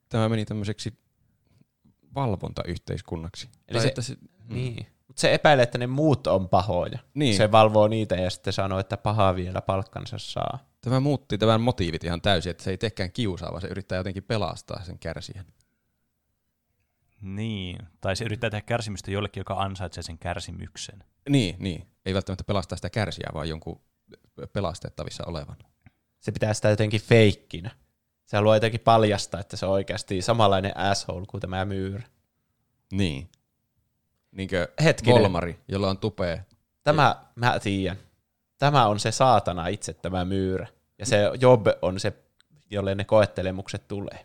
tämä meni tämmöiseksi valvontayhteiskunnaksi. Eli Tai se, että se, niin. Mutta se epäilee, että ne muut on pahoja. Niin. Se valvoo niitä ja sitten sanoo, että paha vielä palkkansa saa. Tämä muutti tämän motiivit ihan täysin, että se ei teekään kiusaa, vaan se yrittää jotenkin pelastaa sen kärsijän. Niin, tai se yrittää tehdä kärsimystä jollekin, joka ansaitsee sen kärsimyksen. Niin, niin. Ei välttämättä pelastaa sitä kärsijää, vaan jonkun pelastettavissa olevan. Se pitää sitä jotenkin feikkinä. Se haluaa jotenkin paljastaa, että se on oikeasti samanlainen asshole kuin tämä myyrä. Niin. Niinkö Hetkinen. Volmari, jolla on tupea. Tämä, mä tiedän. Tämä on se saatana itse, tämä myyrä. Ja se Job on se, jolle ne koettelemukset tulee.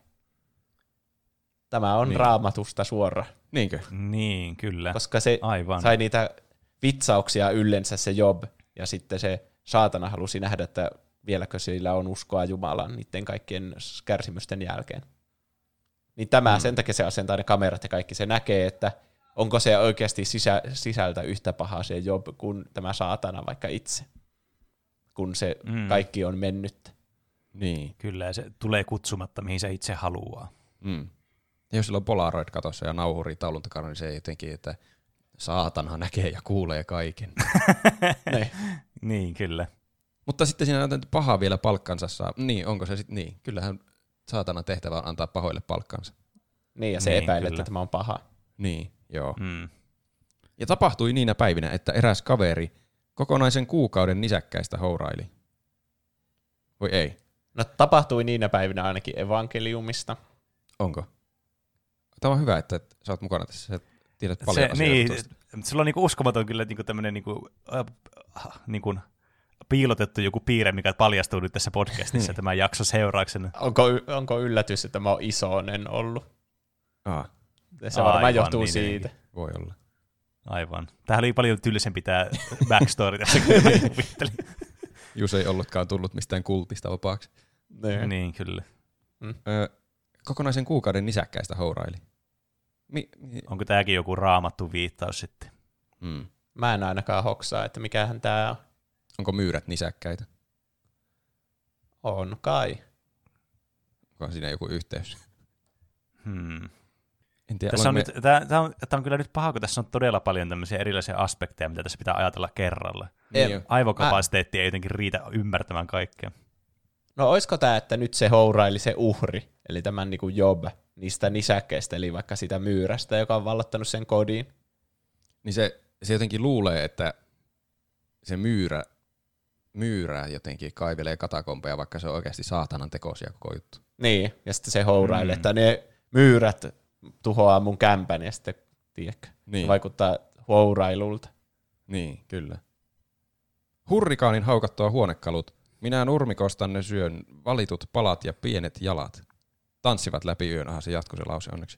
Tämä on Niin. Raamatusta suora. Niinkö? Niin, kyllä. Koska se Aivan. sai niitä vitsauksia yllensä se Job, ja sitten se saatana halusi nähdä, että vieläkö sillä on uskoa Jumalaan niiden kaikkien kärsimysten jälkeen. Niin tämä, mm. sen takia se asentaa ne kamerat ja kaikki, se näkee, että onko se oikeasti sisä, sisältä yhtä paha se Job kuin tämä saatana vaikka itse, kun se Mm. kaikki on mennyt. Niin. Kyllä, ja se tulee kutsumatta, mihin se itse haluaa. Mm. Ja jos sillä on Polaroid katossa ja nauhuri taulun takana, niin se ei jotenkin, että saatanhan näkee ja kuulee kaiken. Ne. Niin, kyllä. Mutta sitten siinä on paha vielä palkkansa saa. Niin, onko se sitten niin? Kyllähän saatana tehtävä on antaa pahoille palkkansa. Niin, ja se Niin, epäilee, kyllä. että tämä on paha. Niin, joo. Mm. Ja tapahtui niinä päivinä, että eräs kaveri kokonaisen kuukauden nisäkkäistä houraili. Voi ei. No tapahtui niinä päivinä ainakin evankeliumista. Onko? Tämä on hyvä, että et sä oot mukana tässä. Sä tiedät paljon Se, asioita niin, tuosta. sillä on niinku uskomaton kyllä niinku tämmöinen niinku, äh, niinku piilotettu joku piirre, mikä paljastuu nyt tässä podcastissa tämän jakson seurauksena. Onko, onko yllätys, että mä oon isoinen ollut? Aa, Se varmaan Aivan, johtuu niin, siitä. voi olla. Aivan. Tämähän oli paljon tyllisempi tämä backstory tässä, kun mä kuvittelin. Jus ei ollutkaan tullut mistään kultista vapaaksi. Niin. Niin, kyllä. Öö, kokonaisen kuukauden nisäkkäistä houraili. Mi- mi- Onko tämäkin joku raamattu viittaus sitten? mm. Mä en ainakaan hoksaa, että mikähän tää on. Onko myyrät nisäkkäitä? On kai. Onko siinä joku yhteys? Hmm. En tiedä, Tässä on olemme... nyt, tää, tää, on, tää on kyllä nyt paha, kun tässä on todella paljon tämmöisiä erilaisia aspekteja, mitä tässä pitää ajatella kerralla. Niin Em, jo. Aivokapasiteetti ei jotenkin riitä ymmärtämään kaikkea. No oisko tää, että nyt se houraili se uhri, eli tämän niinku Job, niistä nisäkkeistä, eli vaikka sitä myyrästä, joka on vallottanut sen kodin. Niin se, se jotenkin luulee, että se myyrä, myyrä jotenkin kaivelee katakompeja, vaikka se on oikeasti saatanan tekoisia koko juttu. Niin, ja sitten se houraili, Mm. että ne myyrät tuhoaa mun kämpän, ja sitten, tiedätkö, Niin. vaikuttaa hourailulta. Niin, kyllä. Hurrikaanin haukattua huonekalut. Minä nurmikostanne syön valitut palat ja pienet jalat. Tanssivat läpi yön. Aha, se jatkoi se lause onneksi.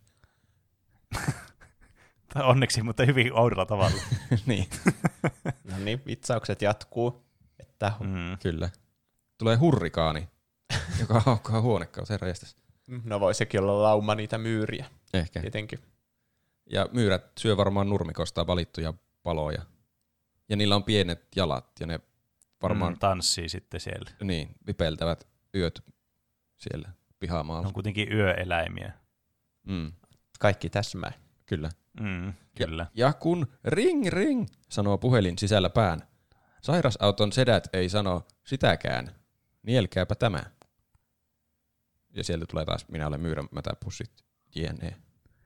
Onneksi, mutta hyvin oudolla tavalla. niin, No niin, vitsaukset jatkuu. Että Mm. kyllä. Tulee hurrikaani, joka haukkaa huonekalut. Herra jästäs. no voi sekin olla lauma niitä myyriä, Ehkä. tietenkin. Ja myyrät syö varmaan nurmikosta valittuja paloja. Ja niillä on pienet jalat ja ne varmaan Mm, tanssii sitten siellä. niin, vipeltävät yöt siellä Ne pihamaalla. on kuitenkin yöeläimiä. Mm, Kaikki täsmää. kyllä. Mm, kyllä. Ja, ja kun ring ring, sanoo puhelin sisällä pään. Sairasauton sedät ei sano sitäkään. Nielkääpä tämä. Ja sieltä tulee taas minä olen myyrän mätäpussit. Jne.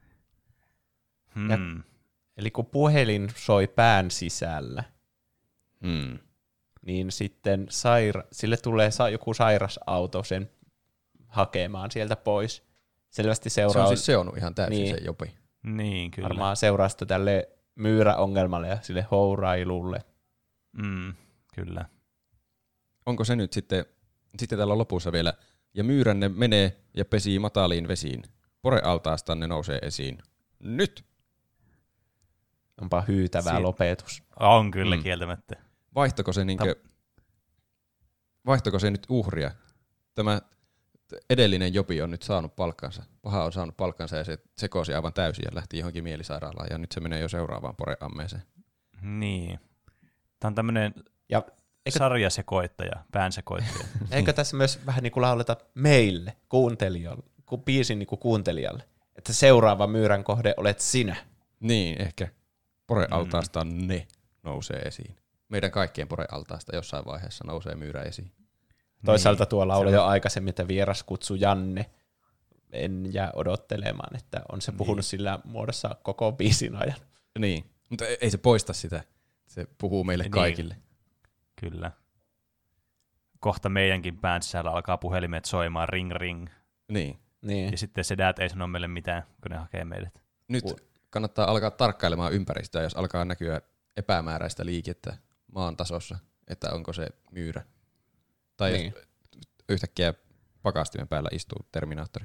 Hmm. Eli kun puhelin soi pään sisällä, Mm. niin sitten saira- sille tulee sa- joku sairasauto sen hakemaan sieltä pois. Selvästi Se on seuraa siis seonnut ihan täysin Niin. se jopi. Niin, kyllä. varmaan seurausta tälle myyräongelmalle ja sille hourailulle. Mm, kyllä. Onko se nyt sitten, sitten täällä lopussa vielä, ja myyränne menee ja pesii mataliin vesiin. Porealtaastanne nousee esiin. Nyt! Onpa hyytävää Siin- lopetus. On kyllä Mm. kieltämättä. Vaihtoko se, niinkö, vaihtoko se nyt uhria? Tämä edellinen jopi on nyt saanut palkkansa. Paha on saanut palkkansa ja se sekosi aivan täysin ja lähti johonkin mielisairaalaan. Ja nyt se menee jo seuraavaan poreammeeseen. Niin. Tämä on tämmöinen Ja eikö, sarjasekoittaja, päänsekoittaja. eikö tässä myös vähän niin kuin lauleta meille, kuuntelijoille, ku- biisin niinku kuuntelijalle, että seuraava myyrän kohde olet sinä. Niin, ehkä porealtaasta mm. ne nousee esiin. Meidän kaikkien porealtaasta jossain vaiheessa nousee myyrä esiin. Toisaalta Niin, tuolla oli se jo on- aikaisemmin, että vieras kutsu Janne. En jää odottelemaan, että on se puhunut Niin. sillä muodossa koko biisin ajan. Niin, mutta ei ei se poista sitä. Se puhuu meille Niin. kaikille. Kyllä. Kohta meidänkin band sisällä alkaa puhelimet soimaan ring ring. Niin. Niin. Ja sitten sedät ei sano meille mitään, kun ne hakee meidät. Nyt Ku- kannattaa alkaa tarkkailemaan ympäristöä, jos alkaa näkyä epämääräistä liikettä maan tasossa, että onko se myyrä. Tai Niin. jos yhtäkkiä pakastimen päällä istuu Terminaattori.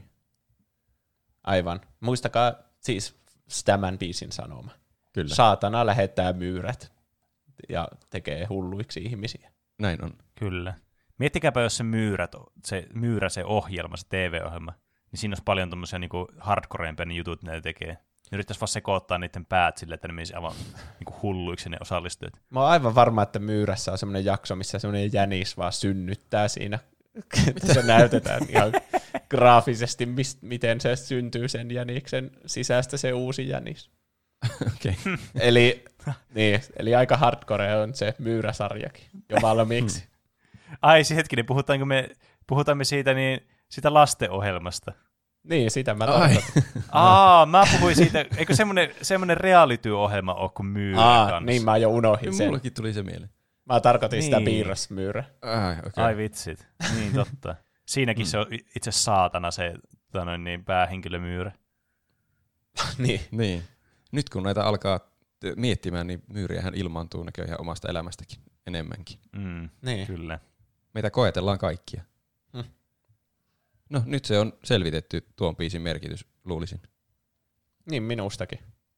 Aivan. Muistakaa siis tämän biisin sanoma. Kyllä. Saatana lähettää myyrät ja tekee hulluiksi ihmisiä. Näin on. Kyllä. Miettikääpä, jos se myyrä, se, myyrä, se ohjelma, se T V-ohjelma, niin siinä olisi paljon tommosia niinku hardcoreimpia ne jutut, ne ne tekee. Ne yrittäisi vaan sekoittaa niiden päät silleen, että ne menisi aivan niinku hulluiksi ne osallistujat. Mä oon aivan varma, että myyrässä on semmoinen jakso, missä semmoinen jänis vaan synnyttää siinä. Että se näytetään ihan graafisesti, mist, miten se syntyy sen jäniksen sisästä se uusi jänis. Okei. Eli, niin, eli aika hardcore on se myyräsarjakin jo valmiiksi. Ai, se hetkinen, puhutaanko me, puhutaan me siitä, niin, siitä lastenohjelmasta? Niin, sitä mä Ai. tarkoitan. Aa, mä puhuin siitä, eikö semmoinen, semmoinen reality-ohjelma ole kuin myyrä Aa, kanssa? niin mä jo unohdin sen. Mullakin tuli se mieleen. Mä tarkoitin sitä Niin. piirrosmyyrä. Ai, okay. Ai vitsit, niin totta. Siinäkin Mm. se on itse saatana se tota noin, niin, päähenkilömyyrä. niin. Niin. Nyt kun näitä alkaa t- miettimään, niin myyriähän ilmaantuu näköjään omasta elämästäkin enemmänkin. Mm, niin. kyllä. Meitä koetellaan kaikkia. Hmm. No nyt se on selvitetty tuon biisin merkitys, luulisin. Niin minustakin.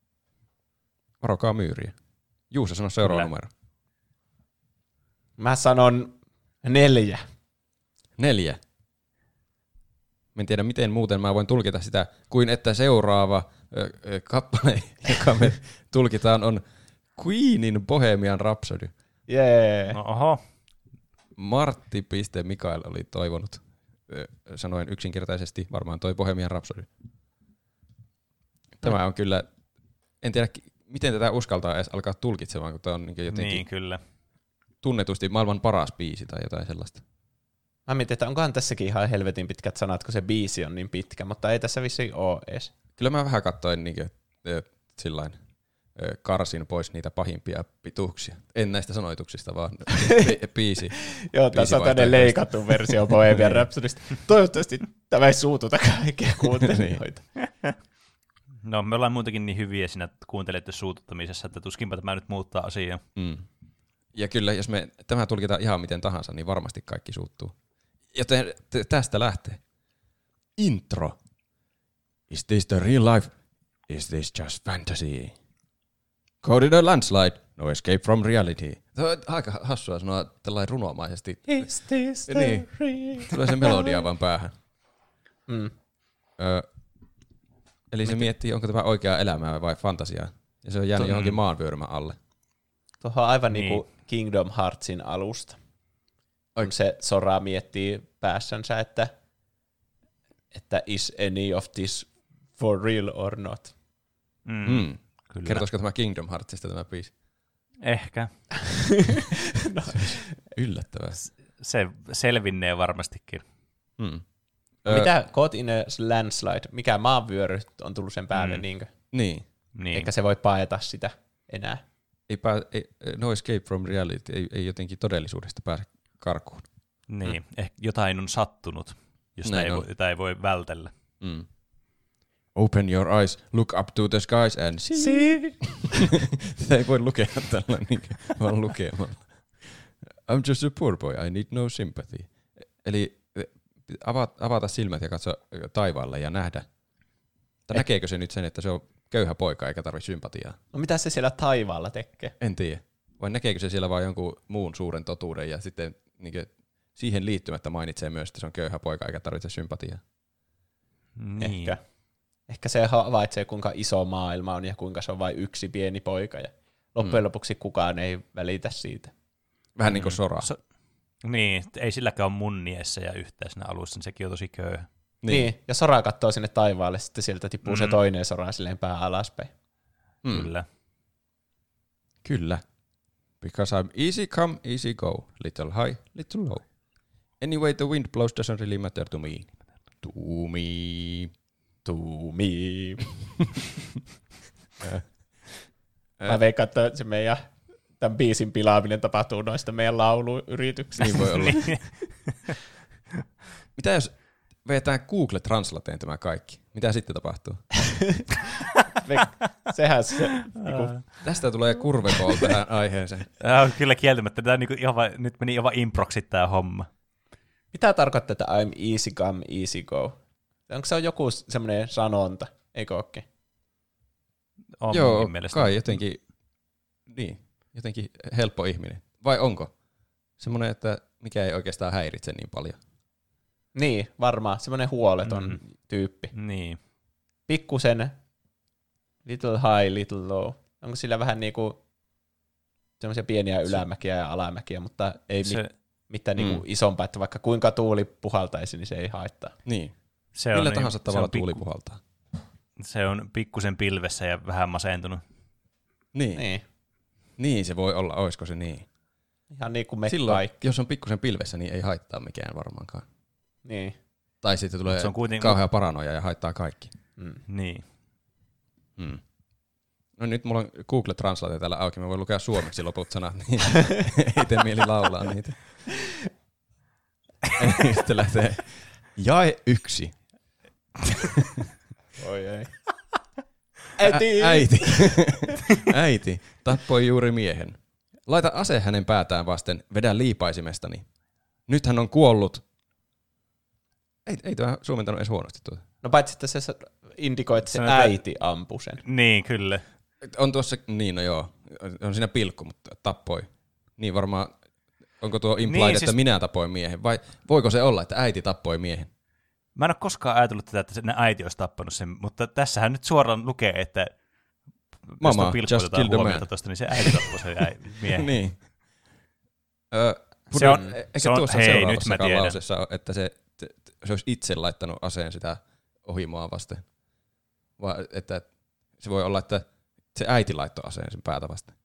Varokaa myyriä. Juuso, sano seuraava Kyllä. numero. Mä sanon neljä. Neljä. Mä en tiedä, miten muuten mä voin tulkita sitä, kuin että seuraava ö, ö, kappale, joka me tulkitaan, on Queenin Bohemian Rhapsody. Jee. No oho, Martti Mikael oli toivonut, ö, sanoen yksinkertaisesti, varmaan toi Bohemian Rhapsody. Tämä on kyllä, en tiedä, miten tätä uskaltaa edes alkaa tulkitsemaan, kun tämä on niin jotenkin niin kyllä. tunnetusti maailman paras biisi tai jotain sellaista. Mä mietin, että onkohan tässäkin ihan helvetin pitkät sanat, kun se biisi on niin pitkä, mutta ei tässä vissiin oo edes. Kyllä mä vähän katsoin niin kuin, sillain, ö, karsin pois niitä pahimpia pituuksia. En näistä sanoituksista, vaan bi- biisi. Joo, tässä on tämmöinen biisivaihtoehtoista. leikattu versio Bohemian Rhapsodysta. Toivottavasti tämä ei suututa kaikkia kuuntelijoita. No me ollaan muutenkin niin hyviä siinä kuuntelijoiden suututtamisessa, että tuskinpä tämä nyt muuttaa asiaa. Mm. Ja kyllä, jos me tämä tulkitaan ihan miten tahansa, niin varmasti kaikki suuttuu. Joten t- tästä lähtee. Intro. Is this the real life? Is this just fantasy? Coded a landslide. No escape from reality. Tämä on aika hassua sanoa tällainen runomaisesti. Is this the Niin. real? Tulee se melodia vaan päähän. Mm. Ö, eli se miettii, onko tämä oikeaa elämää vai fantasiaa. Ja se on jäänyt To- johonkin maanvyörymän alle. Tuohon on aivan niin. Niin. kuin Kingdom Heartsin alusta. Kun se Sora miettii päässänsä, että, että is any of this for real or not. Mm, Mm. kyllä. Kertoisiko tämä Kingdom Heartsista tämä biisi? Ehkä. no. Yllättävää. Se selvinnee varmastikin. Mm. Mitä Caught in a Landslide, mikä maanvyöry on tullut sen päälle, Mm. niinkö? Niin. Niin. Eikä se voi paeta sitä enää. Ei pää, ei, no escape from reality, ei, ei jotenkin todellisuudesta pääse karkuun. Niin, ehkä jotain on sattunut, josta Näin ei on. voi, jota ei voi vältellä. Mm. Open your eyes, look up to the skies and see. See? Sitä ei voi lukea tällä niin, vaan lukemalla. I'm just a poor boy, I need no sympathy. Eli avata, avata silmät ja katsoa taivaalle ja nähdä. Tai näkeekö se nyt sen, että se on köyhä poika eikä tarvitse sympatiaa? No mitä se siellä taivaalla tekee? En tiedä. Vai näkeekö se siellä vaan jonkun muun suuren totuuden ja sitten niin kuin, siihen liittymättä mainitsee myös, että se on köyhä poika eikä tarvitse sympatiaa. Niin. Ehkä. Ehkä se havaitsee, kuinka iso maailma on ja kuinka se on vain yksi pieni poika. Ja loppujen Mm. lopuksi kukaan ei välitä siitä. Vähän niin kuin Sora. So, niin, ei silläkään ole munniessa ja yhtään siinä alussa, niin sekin on tosi köyhä. Niin. niin, ja Sora katsoo sinne taivaalle, sitten sieltä tippuu mm. se toinen Sora silleen pää alaspäin. Mm. Kyllä. Kyllä. Because I'm easy come, easy go. Little high, little low. Anyway, the wind blows doesn't really matter to me. To me. To me. Mä veikkaan, että se meidän tämän biisin pilaaminen tapahtuu noista meidän lauluyrityksistä. Niin voi olla. Mitä jos vetään Google Translateen tämä kaikki? Mitä sitten tapahtuu? Sehän se... Niinku... Tästä tulee kurvekol tähän aiheeseen. Ja, kyllä kieltämättä. Tämä niinku ihan va, nyt meni ihan improksi tämä homma. Mitä tarkoittaa, että I'm easy come, easy go? Onko se on joku semmoinen sanonta? Eikö ookin? On Joo, kai jotenkin, niin, jotenkin helppo ihminen. Vai onko? Semmoinen, että mikä ei oikeastaan häiritse niin paljon. Niin, varmaan. Semmoinen huoleton mm. tyyppi. Niin. Pikkusen little high, little low. Onko sillä vähän niinku semmoisia pieniä ylämäkiä ja alamäkiä, mutta ei se, mi- mitään mm. niinku isompaa, että vaikka kuinka tuuli puhaltaisi, niin se ei haittaa. Niin. Se Millä on tahansa niin, tavalla pikku, tuuli puhaltaa. Se on pikkusen pilvessä ja vähän masentunut. Niin. Niin, niin se voi olla, oisko se niin? ihan niin kuin me Silloin, kaikki. jos on pikkusen pilvessä, niin ei haittaa mikään varmaankaan. Niin. Tai sitten tulee se on kuitenkin... kauhea paranoja ja haittaa kaikki. Mm. Niin. Hmm. No nyt mulla on Google Translate täällä auki, mä voin lukea suomeksi loput sanat, niin ei tee mieli laulaa niitä. Sitten lähtee jae yksi. Oi ei. Äiti! Ä- äiti. Äiti tappoi juuri miehen. Laita ase hänen päätään vasten, vedä liipaisimestani. Nyt hän on kuollut. Ei, ei tämä suomentanut edes huonosti tuota. No paitsi, että se indikoi, että se Sanotaan, äiti ampui sen. Niin, kyllä. On tuossa, niin no joo, on siinä pilkku, mutta tappoi. Niin varmaan, onko tuo implied, niin, että siis... minä tapoin miehen, vai voiko se olla, että äiti tappoi miehen? Mä en ole koskaan ajatellut tätä, että äiti olisi tappanut sen, mutta tässähän nyt suoraan lukee, että Mama, just kill the man. Tosta, niin se äiti tappoi sen miehen. Niin. Ö, se on, eikä se on tuossa hei, nyt mä tiedän. Lausessa ole, että se, se, se olisi itse laittanut aseen sitä ohimoa vasten. Vai että se voi olla, että se äiti laittoi aseen sen päätä vasten.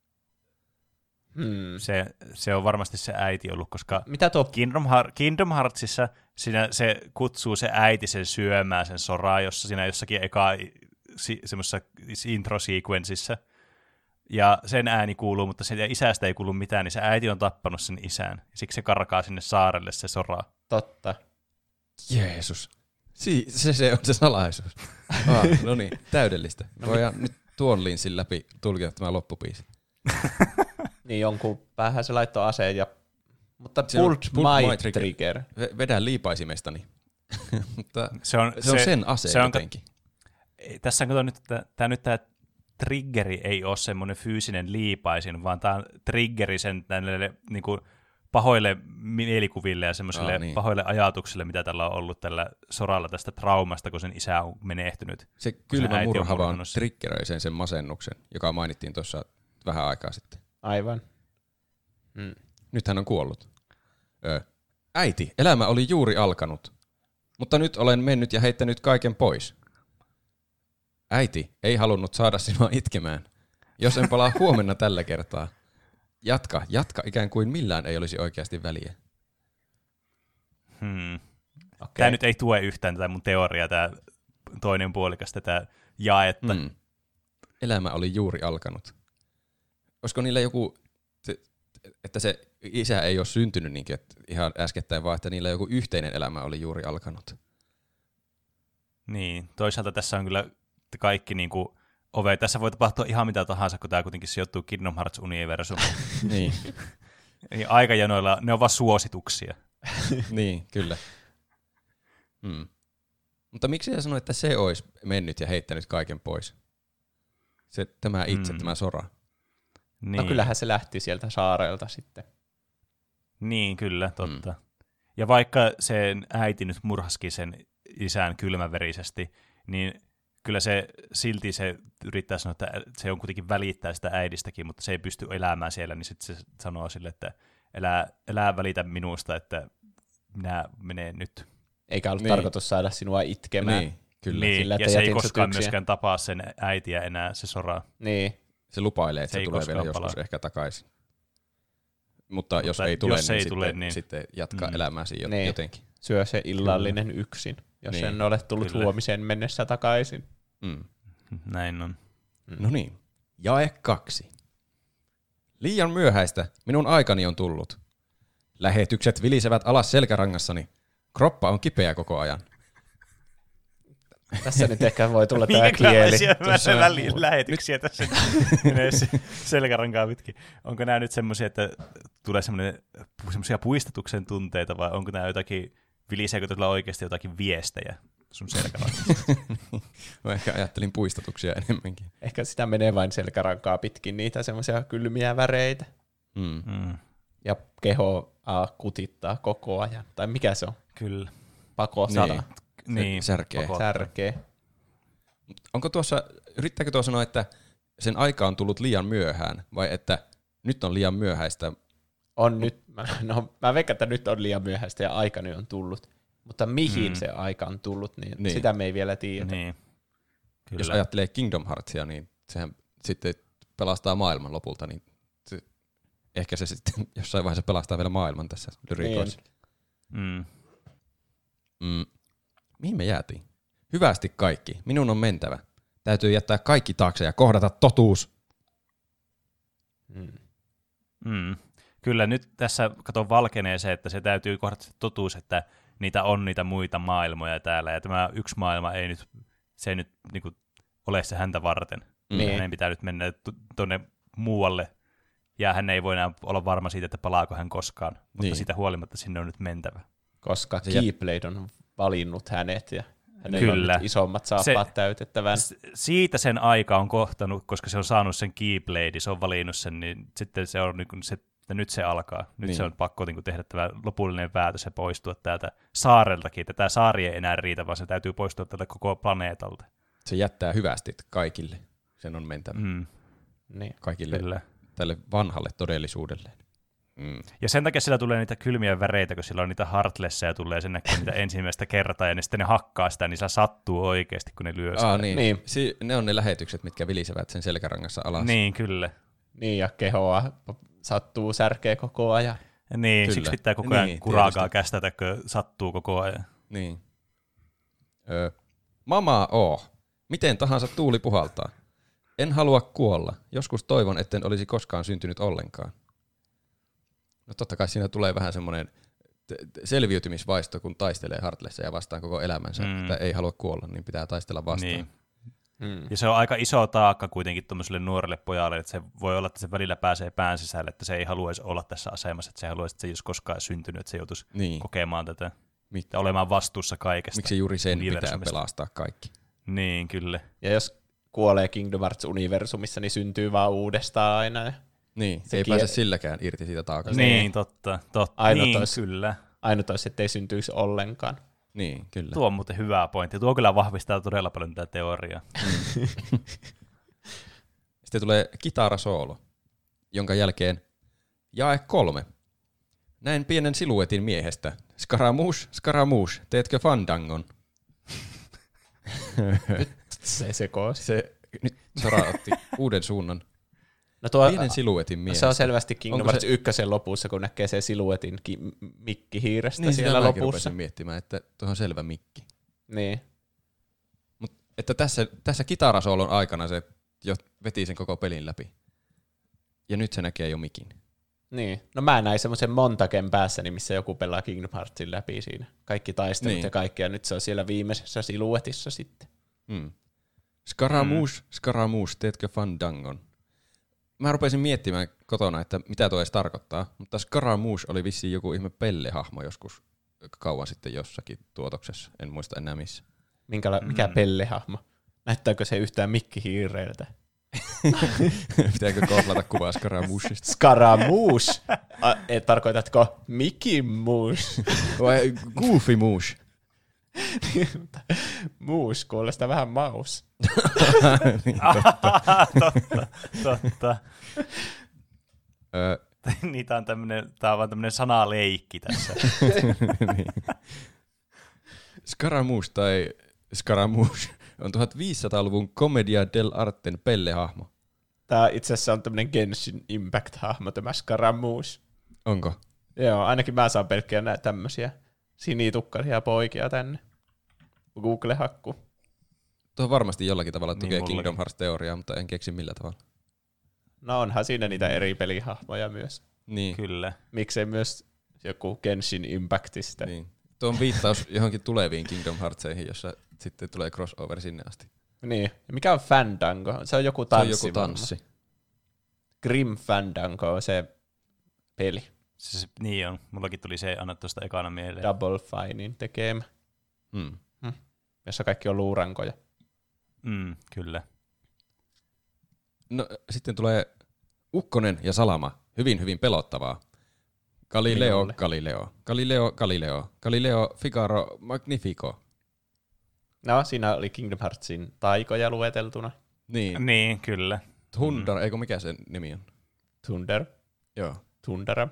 Hmm. Se, se on varmasti se äiti ollut, koska mitä tuo? Kingdom, Heart, Kingdom Heartsissa siinä se kutsuu se äiti sen syömään sen Soraa, jossa siinä jossakin eka si, semmoisessa intro-sequenssissä. Ja sen ääni kuuluu, mutta sen isästä ei kuulu mitään, niin se äiti on tappanut sen isän. Siksi se karkaa sinne saarelle se Sora. Totta. Jeesus. Si- se, se on se salaisuus. Ah, no niin, täydellistä. Voidaan nyt tuon linssin läpi tulkita tämä loppubiisi. Niin jonkun päähän se laittoi aseen ja... Mutta Se pulled, on- pulled my my trigger. trigger. V- Vedä liipaisimestani. Mutta Se on, se on sen ase se on, jotenkin. Tässä on nyt, tämä nyt tämä triggeri ei ole semmoinen fyysinen liipaisin, vaan tämä on triggeri sen tälle niin kuin pahoille mielikuville ja semmoisille Aa, niin. pahoille ajatuksille, mitä tällä on ollut tällä Soralla tästä traumasta, kun sen isä on menehtynyt. Se sen kylmä äiti on murha vaan murhannut sen. triggeröi sen, sen masennuksen, joka mainittiin tuossa vähän aikaa sitten. Aivan. Hmm. Nyt hän on kuollut. Ö. Äiti, elämä oli juuri alkanut, mutta nyt olen mennyt ja heittänyt kaiken pois. Äiti ei halunnut saada sinua itkemään. Jos en palaa huomenna tällä kertaa. Jatka, jatka ikään kuin millään ei olisi oikeasti väliä. Hmm. Okay. Tämä nyt ei tue yhtään tätä mun teoriaa, tämä toinen puolikas, tätä jaetta. Mm. Elämä oli juuri alkanut. Olisiko niillä joku, se, että se isä ei ole syntynyt niinkin, että ihan äskettäin, vaan että niillä joku yhteinen elämä oli juuri alkanut. Niin, toisaalta tässä on kyllä kaikki niin kuin ove. Tässä voi tapahtua ihan mitä tahansa, kun tämä kuitenkin sijoittuu Kingdom Hearts-universumiin. Niin. Niin aikajanoilla ne on vaan suosituksia. Niin, kyllä. Hmm. Mutta miksi sä sanoit, että se olisi mennyt ja heittänyt kaiken pois? Se, tämä itse, Hmm. tämä Sora. Niin. No kyllähän se lähti sieltä saarelta sitten. Niin, kyllä, totta. Mm. Ja vaikka sen äiti nyt murhaskin sen isän kylmäverisesti, niin kyllä se silti se yrittää sanoa, että se on kuitenkin välittää sitä äidistäkin, mutta se ei pysty elämään siellä, niin sitten se sanoo sille, että elää, elää välitä minusta, että minä menen nyt. eikä ollut Niin. tarkoitus saada sinua itkemään. Niin, kyllä. Niin, sillä, että ja se ei jätin sut koskaan yksin. myöskään tapaa sen äitiä enää, se Sora. Niin. Se lupailee, että Se se, ei tulee koskaan vielä joskus palaa. ehkä takaisin. Mutta, Mutta jos Mutta ei tule, jos niin ei sitten, tule, niin- sitten jatkaa Mm. mm. elämääsi jo, Niin. jotenkin. Syö se illallinen yksin, jos Niin. en ole tullut Kyllä. huomiseen mennessä takaisin. Mm. Näin on. No niin, jae kaksi. Liian myöhäistä, minun aikani on tullut. Lähetykset vilisevät alas selkärangassani. Kroppa on kipeä koko ajan. Tässä nyt ehkä voi tulla tämä kieli. Minkälaisia Tuossa- väliin lähetyksiä tässä menee se- selkärankaa pitkin? Onko nämä nyt semmoisia, että tulee semmoisia puistatuksen tunteita, vai onko nämä jotakin, viliseekö tuolla oikeasti jotakin viestejä sun selkärangassa? Mä ehkä ajattelin puistatuksia enemmänkin. Ehkä sitä menee vain selkärankaa pitkin, niitä semmoisia kylmiä väreitä. Mm. Mm, Ja keho uh, kutittaa koko ajan. Tai mikä se on? kyllä. Pakottaa. Niin. Niin, särkee. pakottaa. Särkee. Onko tuossa, yrittääkö tuo sanoa, että sen aika on tullut liian myöhään, vai että nyt on liian myöhäistä? On nyt, mä- no mä veikkaan, että nyt on liian myöhäistä ja aikani on tullut. Mutta mihin Mm. se aika on tullut, niin, Niin. sitä me ei vielä tiedä. Niin. Kyllä. Jos ajattelee Kingdom Heartsia, niin sehän sitten pelastaa maailman lopulta, niin se, ehkä se sitten jossain vaiheessa pelastaa vielä maailman tässä lyrikoissa. Mm. Mm. Mihin me jäätiin? Hyvästi kaikki. Minun on mentävä. Täytyy jättää kaikki taakse ja kohdata totuus. Mm. Mm. Kyllä nyt tässä, kato, valkenee se, että se täytyy kohdata se totuus, että niitä on niitä muita maailmoja täällä, ja tämä yksi maailma ei nyt, se ei nyt niin kuin, ole se häntä varten. Niin. Hänen pitää nyt mennä tuonne muualle, ja hän ei voi enää olla varma siitä, että palaako hän koskaan, mutta Niin. siitä huolimatta sinne on nyt mentävä. Koska Se jä- Keyblade on valinnut hänet ja hänellä Kyllä. on nyt isommat saappaat Se- täytettävän. S- siitä sen aika on kohtanut, koska se on saanut sen Keyblade, se on valinnut sen, niin sitten se on niin kuin se, että nyt se alkaa. Nyt Niin. se on pakko niin kuin tehdä tämä lopullinen päätös ja poistua täältä saareltakin. Että tämä saari ei enää riitä, vaan se täytyy poistua tältä koko planeetalta. Se jättää hyvästi kaikille. Sen on mentävä. Mm, Niin. Kaikille kyllä. tälle vanhalle todellisuudelleen. Mm. Ja sen takia sillä tulee niitä kylmiä väreitä, kun sillä on niitä heartlesseja tulee sen näkee niitä ensimmäistä kertaa, ja ne sitten ne hakkaa sitä, niin sillä sattuu oikeasti, kun ne lyö sitä. Aa, niin. Niin. Si- ne on ne lähetykset, mitkä vilisevät sen selkärangassa alas. Niin, kyllä. Niin, ja kehoa sattuu särkeä koko ajan. Niin, Kyllä. siksi pitää koko ajan Niin, kurakaa tietysti. kästätä, kun sattuu koko ajan. Niin. Öö, mama oo. Miten tahansa tuuli puhaltaa. En halua kuolla. Joskus toivon, etten olisi koskaan syntynyt ollenkaan. No totta kai siinä tulee vähän semmoinen t- t- selviytymisvaisto, kun taistelee Heartlessia vastaan koko elämänsä, Mm. että ei halua kuolla, niin pitää taistella vastaan. Niin. Mm. Ja se on aika iso taakka kuitenkin tuommoiselle nuorelle pojalle, että se voi olla, että se välillä pääsee pään sisälle, että se ei haluaisi olla tässä asemassa, että se haluaisi, että se ei olisi koskaan syntynyt, että se joutuisi Niin. kokemaan tätä, Mik- ja olemaan vastuussa kaikesta. Miksi juuri sen pitää universumista. pelastaa kaikki? Niin, kyllä. Ja jos kuolee Kingdom Hearts-universumissa, niin syntyy vaan uudestaan aina. Ja Niin, Se ei kie- pääse silläkään irti siitä taakasta. Niin, totta. totta. Ainut niin, olisi- kyllä. ainut olisi, ettei syntyisi ollenkaan. Niin, kyllä. Tuo on muuten hyvä pointti. Tuo kyllä vahvistaa todella paljon tätä teoriaa. Sitten tulee kitarasoolo, jonka jälkeen jae kolme. Näin pienen siluetin miehestä. Scaramouche, Scaramouche, teetkö fandangon? Se sekoosi. Se, nyt Sora otti uuden suunnan. No tuo, Pienen siluetin no miehestä. se on selvästi Kingdom Onko Hearts se- ykkösen lopussa, kun näkee sen siluetin ki- mikkihiirestä niin, siellä sitä mäkin lopussa. rupesin miettimään, että tuohon on selvä mikki. Niin. Mut, että tässä, tässä kitarasoolon aikana se jo veti sen koko pelin läpi. Ja nyt se näkee jo mikin. Niin. No mä näin semmoisen montaken päässäni, missä joku pelaa Kingdom Heartsin läpi siinä. Kaikki taistelut Niin. ja kaikki, ja nyt se on siellä viimeisessä siluetissa sitten. Mm. Scaramouche, Scaramouche, teetkö fandangon? Mä rupesin miettimään kotona, että mitä tuo edes tarkoittaa, mutta Scaramouche oli vissiin joku ihme pellehahmo joskus kauan sitten jossakin tuotoksessa. En muista enää missä. Minkäla- mikä Mm. pellehahmo? Näyttääkö se yhtään mikkihiireiltä? Pitääkö koplata kuvaa Scaramouchesta? Scaramouche! A, et tarkoitatko Mickey Mouse? Vai Goofy Moose? Moose kuulostaa vähän maus. Niin, totta, totta. Ö, Niitä on tämmönen, tää on vaan tämmönen sanaleikki tässä. niin. Scaramouche tai Scaramouche on viisitoistasadan-luvun Commedia dell'arten pellehahmo. Tää itse asiassa on tämmönen Genshin Impact-hahmo, tämä Scaramouche. Onko? Joo, ainakin mä saan pelkkiä näitä tämmösiä sinitukkaisia poikia tänne. Google-hakku. Tuo varmasti jollakin tavalla tukee Niin, Kingdom Hearts-teoriaa, mutta en keksi millä tavalla. No onhan siinä niitä eri pelihahmoja myös. Niin. Kyllä. Miksei myös joku Genshin Impactista. niin. Tuo on viittaus johonkin tuleviin Kingdom Heartseihin, jossa sitten tulee crossover sinne asti. Niin. Ja mikä on Fandango? Se on joku Se on tanssi. joku tanssi. Grim Fandango on se peli. Siis, niin on. Mullakin tuli se aina tuosta ekana mieleen. Double Finein tekemä, Hmm. jossa kaikki on luurankoja. Mm, kyllä. No sitten tulee Ukkonen ja Salama. Hyvin, hyvin pelottavaa. Galileo, Minulle. Galileo, Galileo, Galileo, Galileo, Figaro, Magnifico. No, siinä oli Kingdom Heartsin taikoja lueteltuna. Niin. Niin, kyllä. Thundar, eikö mikä sen nimi on? Thunder, Joo. Thundera.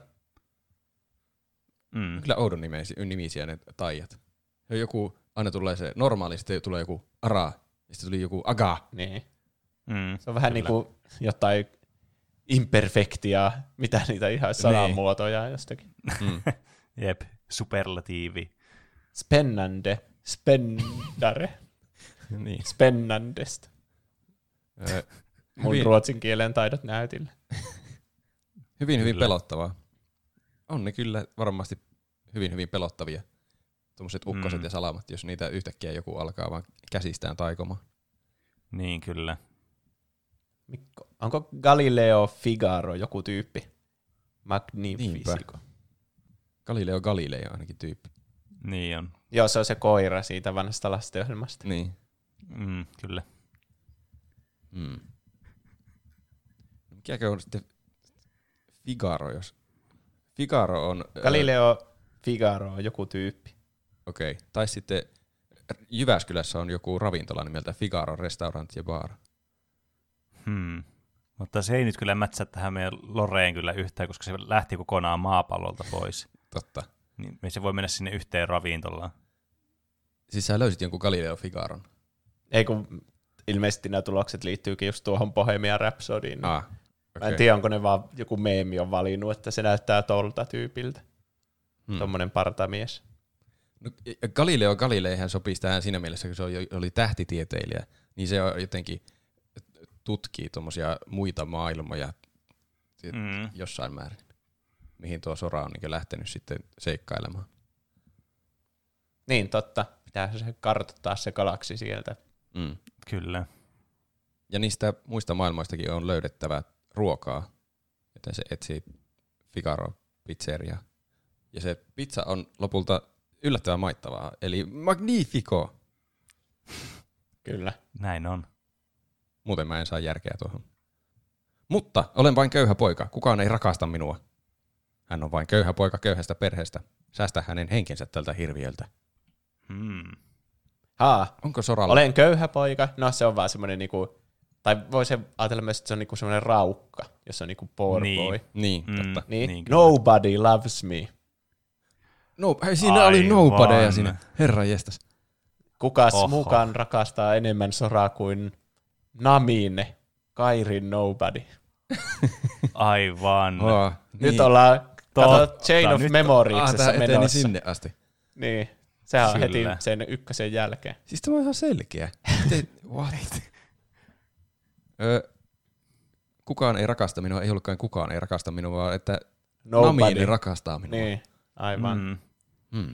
Mm. Kyllä oudon nimisiä, nimisiä ne taijat. Ja joku, aina tulee se normaali, sitten tulee joku Ara, ja sitten tuli joku Aga. Niin. Mm, Se on vähän kyllä. niinku jotain imperfektia, mitä niitä ihan sanamuotoja jostakin. Mm. Jep, superlatiivi. Spennande, spendare, niin. spennandesta. Ö, Mun hyvin, ruotsin kielen taidot näytillä. hyvin, hyvin Kyllä. pelottavaa. On ne kyllä varmasti hyvin, hyvin pelottavia. Tuommoiset ukkoset Mm. ja salamat, jos niitä yhtäkkiä joku alkaa vaan käsistään taikomaan. Niin, kyllä. Mikko, onko Galileo Figaro joku tyyppi? Magnifico. Galileo Galileo ainakin tyyppi. Niin on. Joo, se on se koira siitä vanhasta lastenohjelmasta. Niin. Mm, kyllä. Mm. No mikäkö on sitten Figaro, jos... Figaro on... Galileo Figaro on joku tyyppi. Okei. Okay. Tai sitten Jyväskylässä on joku ravintola nimeltä Figaro Restaurant ja Bar. Hmm. Mutta se ei nyt kyllä mätsää tähän meidän Loreen kyllä yhtään, koska se lähti kokonaan maapallolta pois. Totta. Niin me se voi mennä sinne yhteen ravintolaan. Siis sä löysit jonkun Galileo Figaron. Ei kun ilmeisesti nämä tulokset liittyykin just tuohon Bohemian Rhapsodyin. Ah, Mä okay. en tiedä, onko ne vaan joku meemi on valinnut, että se näyttää tolta tyypiltä. Hmm. Tommonen partamies. No, ja Galileo Galileihän sopisi tähän siinä mielessä, kun se oli, oli tähtitieteilijä, niin se on jotenkin tutkii tuommoisia muita maailmoja Mm. jossain määrin, mihin tuo Sora on niin lähtenyt sitten seikkailemaan. Niin, totta. Pitää se kartoittaa se galaksi sieltä. Mm. Kyllä. Ja niistä muista maailmoistakin on löydettävä ruokaa, joten se etsii Figaro pizzeria. Ja se pizza on lopulta yllättävän maittavaa, eli Magnifico. Kyllä. Näin on. Muuten mä en saa järkeä tuohon. Mutta olen vain köyhä poika, kukaan ei rakasta minua. Hän on vain köyhä poika köyhästä perheestä. Säästä hänen henkensä tältä hirviöltä. Hmm. Haa, Onko Soralla? olen köyhä poika. No se on vaan semmoinen niinku, tai voi se ajatella myös, että se on niinku semmoinen raukka, jos on niinku poor Niin. boy. Niin, Mm. totta. Niin, Niin, kyllä. nobody loves me. No, hei, siinä oli nobody Aivan. siinä. Herra jestas. Kukas Oho. mukaan rakastaa enemmän Soraa kuin Namine, Kairin nobody. Aivan. Oh, Nyt niin. ollaan, kato Totta, Chain of nyt- Ah, Memoriesissa tää eteni menossa. sinne asti. Niin, sehän on heti Kyllä. sen ykkösen jälkeen. Siis tämä on ihan selkeä. Te, what? Ö, kukaan ei rakasta minua, ei ollutkaan kukaan ei rakasta minua, vaan että Nobody. Namiini rakastaa minua. Niin, aivan. Mm. Hmm.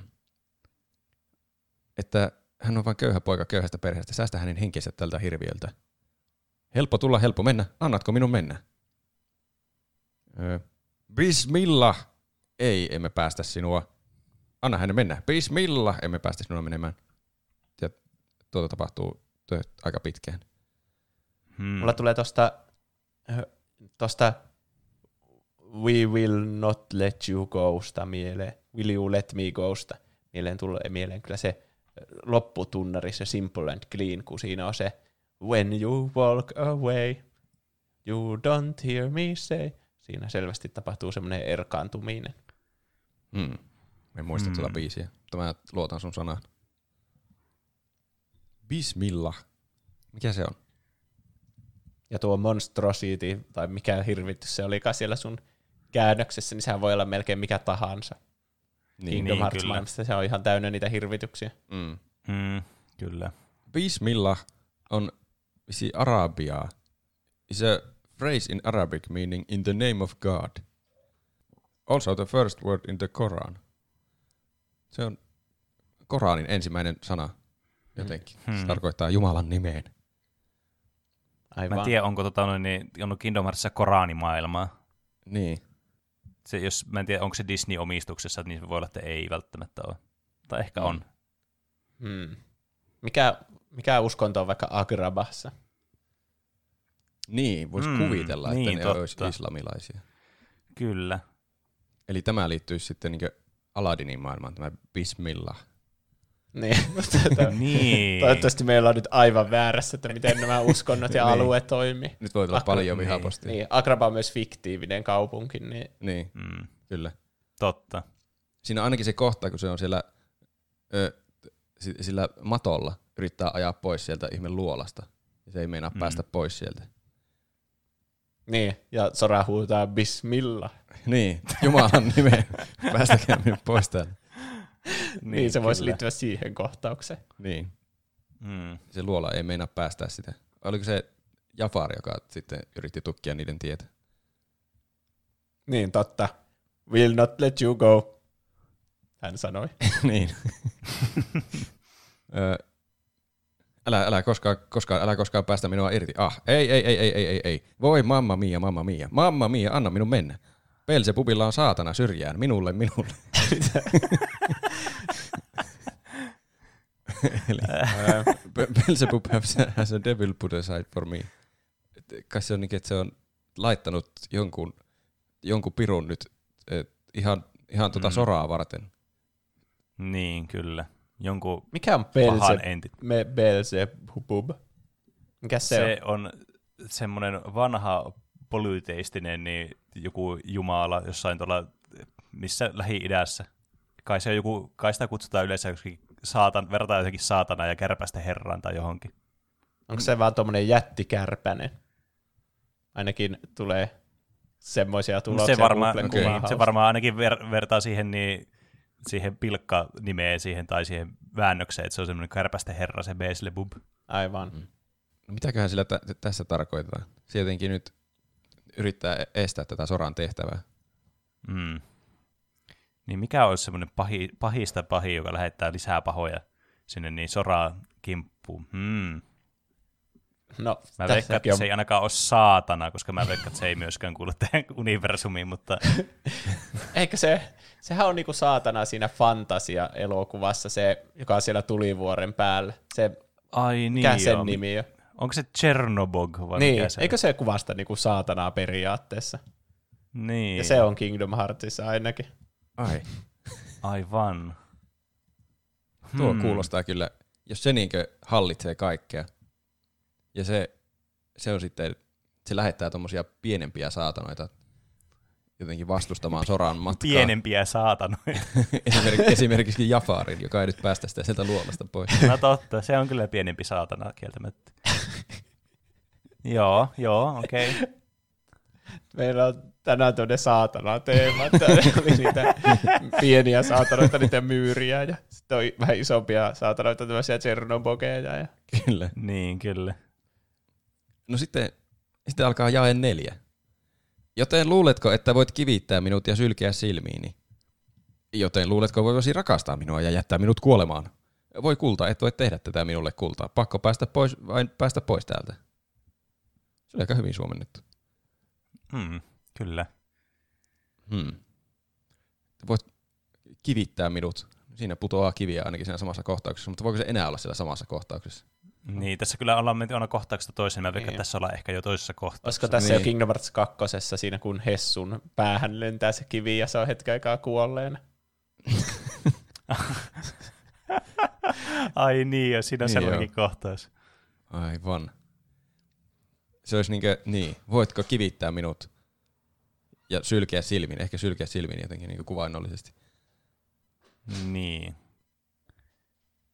Että hän on vain köyhä poika köyhästä perheestä, säästä hänen henkensä tältä hirviöltä. Helppo tulla, helppo mennä. Annatko minun mennä? Öö, Bismillah! Ei, emme päästä sinua. Anna hänen mennä. Bismillah! Emme päästä sinua menemään. Ja tuota tapahtuu tuo aika pitkään. Hmm. Mulla tulee tosta, tosta We will not let you gosta mieleen. Will you let me gosta mieleen tulee mieleen kyllä se lopputunnari, se Simple and Clean, kun siinä on se When you walk away, you don't hear me say. Siinä selvästi tapahtuu semmoinen erkaantuminen. Hmm. En muista Hmm. tuota biisiä, mutta mä luotan sun sanaan. Bismillah. Mikä se on? Ja tuo monstrosity, tai mikä hirvitys se olikaan siellä sun käännöksessä, niin sehän voi olla melkein mikä tahansa. Niin, Kingdom niin, Hearts kyllä. maailmasta se on ihan täynnä niitä hirvityksiä. Mm. Mm, kyllä. Bismillah on visi arabiaa. Is a phrase in Arabic meaning in the name of God. Also the first word in the Quran. Se on Koranin ensimmäinen sana jotenkin. Hmm. Se tarkoittaa Jumalan nimeen. Aivan. Mä en tiedä, onko tota, noin, niin, on Kingdom Heartsissa Koraanimaailmaa. Niin. Se, jos, mä en tiedä, onko se Disney-omistuksessa, niin voi olla, että ei välttämättä ole. Tai ehkä Mm. on. Hmm. Mikä, mikä uskonto on vaikka Agrabahassa? Niin, voisi Mm, kuvitella, että niin, ne totta. olisi islamilaisia. Kyllä. Eli tämä liittyy sitten niin Aladinin maailmaan, tämä Bismillah. Niin, mutta tota, Niin. toivottavasti meillä on nyt aivan väärässä, että miten nämä uskonnot ja Niin. alueet toimii. Nyt voi tulla Agra- paljon niin. vihapostia. Niin, Agraba on myös fiktiivinen kaupunki, niin Niin, Mm, kyllä. totta. Siinä on ainakin se kohta, kun se on siellä ö, si- sillä matolla, yrittää ajaa pois sieltä ihme luolasta. Ja se ei meinaa Mm. päästä pois sieltä. Niin, ja Sora huutaa Bismillah. Niin, Jumalan nimeen. Päästäkää minut pois täältä. Niin, niin se voisi kyllä. liittyä siihen kohtaukseen. Niin, Mm. se luola ei meinaa päästää sitä. Oliko se Jafar, joka sitten yritti tukkia niiden tietä? Niin, totta. Will not let you go, hän sanoi. niin. Ö, älä, älä, koskaan, koskaan, älä koskaan päästä minua irti. Ah, ei, ei, ei, ei, ei, ei, ei. Voi mamma mia, mamma mia. Mamma mia, anna minun mennä. Beelzebubilla on saatana syrjään. Minulle, minulle. Eli Be- Beelzebub has, has a devil put aside for me. Et kai se on niin, että se on laittanut jonkun, jonkun pirun nyt et, ihan, ihan tuota Mm. soraa varten. Niin, kyllä. Jonkun Mikä on pahan Belze, enti. me, Beelzebub? Mikä se, Se on? on semmoinen vanha polyteistinen niin joku jumala jossain tuolla, missä Lähi-idässä. Kai, se on joku, kai sitä kutsutaan yleensä joskin saatan, verrataan jotenkin saatana ja kärpästä herran tai johonkin. Onko se vaan tuommoinen jättikärpänen? Ainakin tulee semmoisia tuloksia. Se varmaan, Googlen okei. kuvahausta. se varmaan ainakin ver, vertaa siihen, niin, siihen pilkkanimeen siihen, tai siihen väännökseen, että se on semmoinen kärpästä herra, se Beelzebub. Aivan. Mm. No mitäköhän sillä t- tässä tarkoitetaan? Se jotenkin nyt yrittää estää tätä soran tehtävää. Mm. Niin mikä olisi semmoinen pahi, pahista pahi, joka lähettää lisää pahoja sinne niin soraa kimppuun? Hmm. No, Mä veikkaan, tässäkin että on... se ei ainakaan ole saatana, koska mä veikkaan, että se ei myöskään kuulu tähän universumiin, mutta Eikö se, sehän on niinku saatana siinä fantasia-elokuvassa, se, joka on siellä tulivuoren päällä. Se, ai niin mikä sen joo. nimi on? Onko se Chernobog vai Niin, mikä se eikö se kuvasta niinku saatanaa periaatteessa? Niin, Ja se on Kingdom Heartsissa ainakin. Ai. aivan. Tuo Hmm. kuulostaa kyllä, jos se niinkö hallitsee kaikkea. Ja se, se on sitten, se lähettää tommosia pienempiä saatanoita jotenkin vastustamaan soran matkaa. Pienempiä saatanoita. Esimerkiksi, esimerkiksi Jafarin, joka ei nyt päästä sitä sieltä luolasta pois. No totta, se on kyllä pienempi saatana kieltämättä. joo, joo, okei. Okay. Meillä on tänään tuonne saatana-teema, että oli niitä pieniä saatanoita, niitä myyriä, ja sitten on vähän isompia saatanoita, tämmöisiä Tsernobogeja. Ja... Kyllä. Niin, kyllä. No sitten, sitten alkaa jae neljä. Joten luuletko, että voit kivittää minut ja sylkeä silmiini? Joten luuletko voivasi rakastaa minua ja jättää minut kuolemaan? Voi kulta, et voi tehdä tätä minulle kultaa. Pakko päästä pois, vain päästä pois täältä. Se oli aika hyvin suomennettu. Hmm, kyllä. Hmm. Voit kivittää minut. Siinä putoaa kiviä ainakin siinä samassa kohtauksessa, mutta voiko se enää olla siellä samassa kohtauksessa? Niin, tässä kyllä ollaan menty aina kohtauksesta toiseen. Mä veikkaan, Niin. että tässä ollaan ehkä jo toisessa kohtauksessa. Olisiko tässä Niin. jo Kingdom Hearts kakkosessa siinä, kun Hessun päähän lentää se kivi ja se on hetken aikaa kuolleena? Ai niin, ja siinä on Niin sellainenkin kohtaus. Aivan. Se olisi niinkö, niin, voitko kivittää minut ja sylkeä silmin, ehkä sylkeä silmin jotenkin niin kuvainnollisesti. Niin.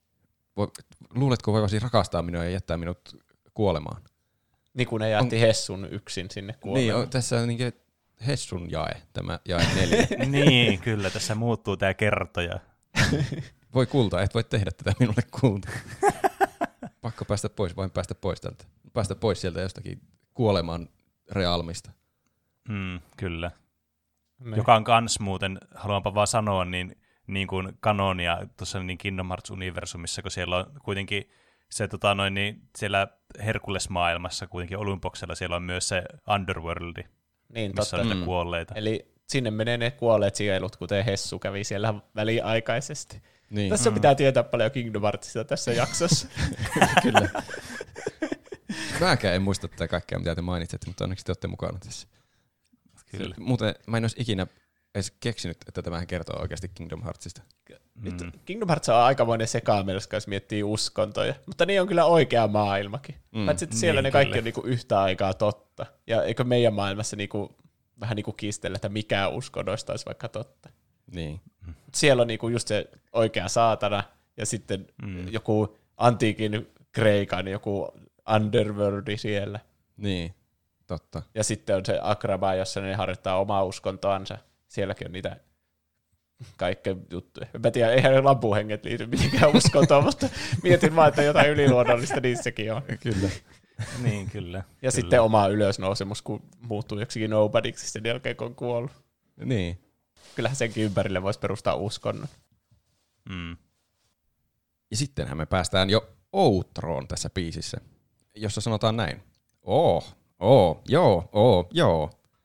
voi, luuletko voivasi rakastaa minua ja jättää minut kuolemaan? Niin kuin ne jätti on... Hessun yksin sinne kuolemaan. Niin, on, tässä on niin Hessun jae, tämä jae neljä. Niin, kyllä, tässä muuttuu tämä kertoja. Voi kulta, et voi tehdä tätä minulle kulta. Pakko päästä pois, vain päästä pois tältä. Päästä pois sieltä jostakin kuolemaan realmista. Mm, kyllä. Me. Joka on kans muuten, haluanpa vaan sanoa, niin, niin kuin kanonia tuossa niin Kingdom Hearts-universumissa, kun siellä on kuitenkin se, tota, noin, niin siellä Herkules-maailmassa, kuitenkin Olympoksella, siellä on myös se Underworldi, niin, missä totta. on Mm. kuolleita. Eli sinne menee ne kuolleet sielut, kuten Hessu kävi siellä väliaikaisesti. Niin. Tässä Mm. pitää tietää paljon Kingdom Heartsista tässä jaksossa. Kyllä. Mäkään en muista tätä kaikkea, mitä te mainitsette, mutta onneksi te olette mukana tässä. Kyllä. Se, muuten mä en olisi ikinä edes keksinyt, että tämähän kertoo oikeasti Kingdom Heartsista. Nyt Mm. Kingdom Hearts on aikamoinen sekamelska, jos miettii uskontoja. Mutta niin on kyllä oikea maailmakin. Mm. Paitsi että siellä Niin, ne kaikki kyllä. on niinku yhtä aikaa totta. Ja eikö meidän maailmassa niinku, vähän niinku kiistellä, että mikä uskonnoista olisi vaikka totta. Niin. Siellä on niinku just se oikea saatana ja sitten Mm. joku antiikin Kreikan joku underworldi siellä. Niin, totta. Ja sitten on se Agrabah, jossa ne harjoittaa omaa uskontoansa. Sielläkin on niitä kaikkea juttuja. Mä tiedän, eihän ne lampuhenget liity mitenkään uskontoon, mutta mietin vaan, että jotain yliluonnollista niissäkin on. Kyllä. Niin, kyllä. Ja kyllä. sitten oma ylösnousemus, kun muuttuu joksikin nobodyksi sen jälkeen, kun on kuollut. Niin. Kyllähän senkin ympärille voisi perustaa uskonnon. Mm. Ja sittenhän me päästään jo outroon tässä biisissä, jossa sanotaan näin. Oo, oo, joo, oo, joo.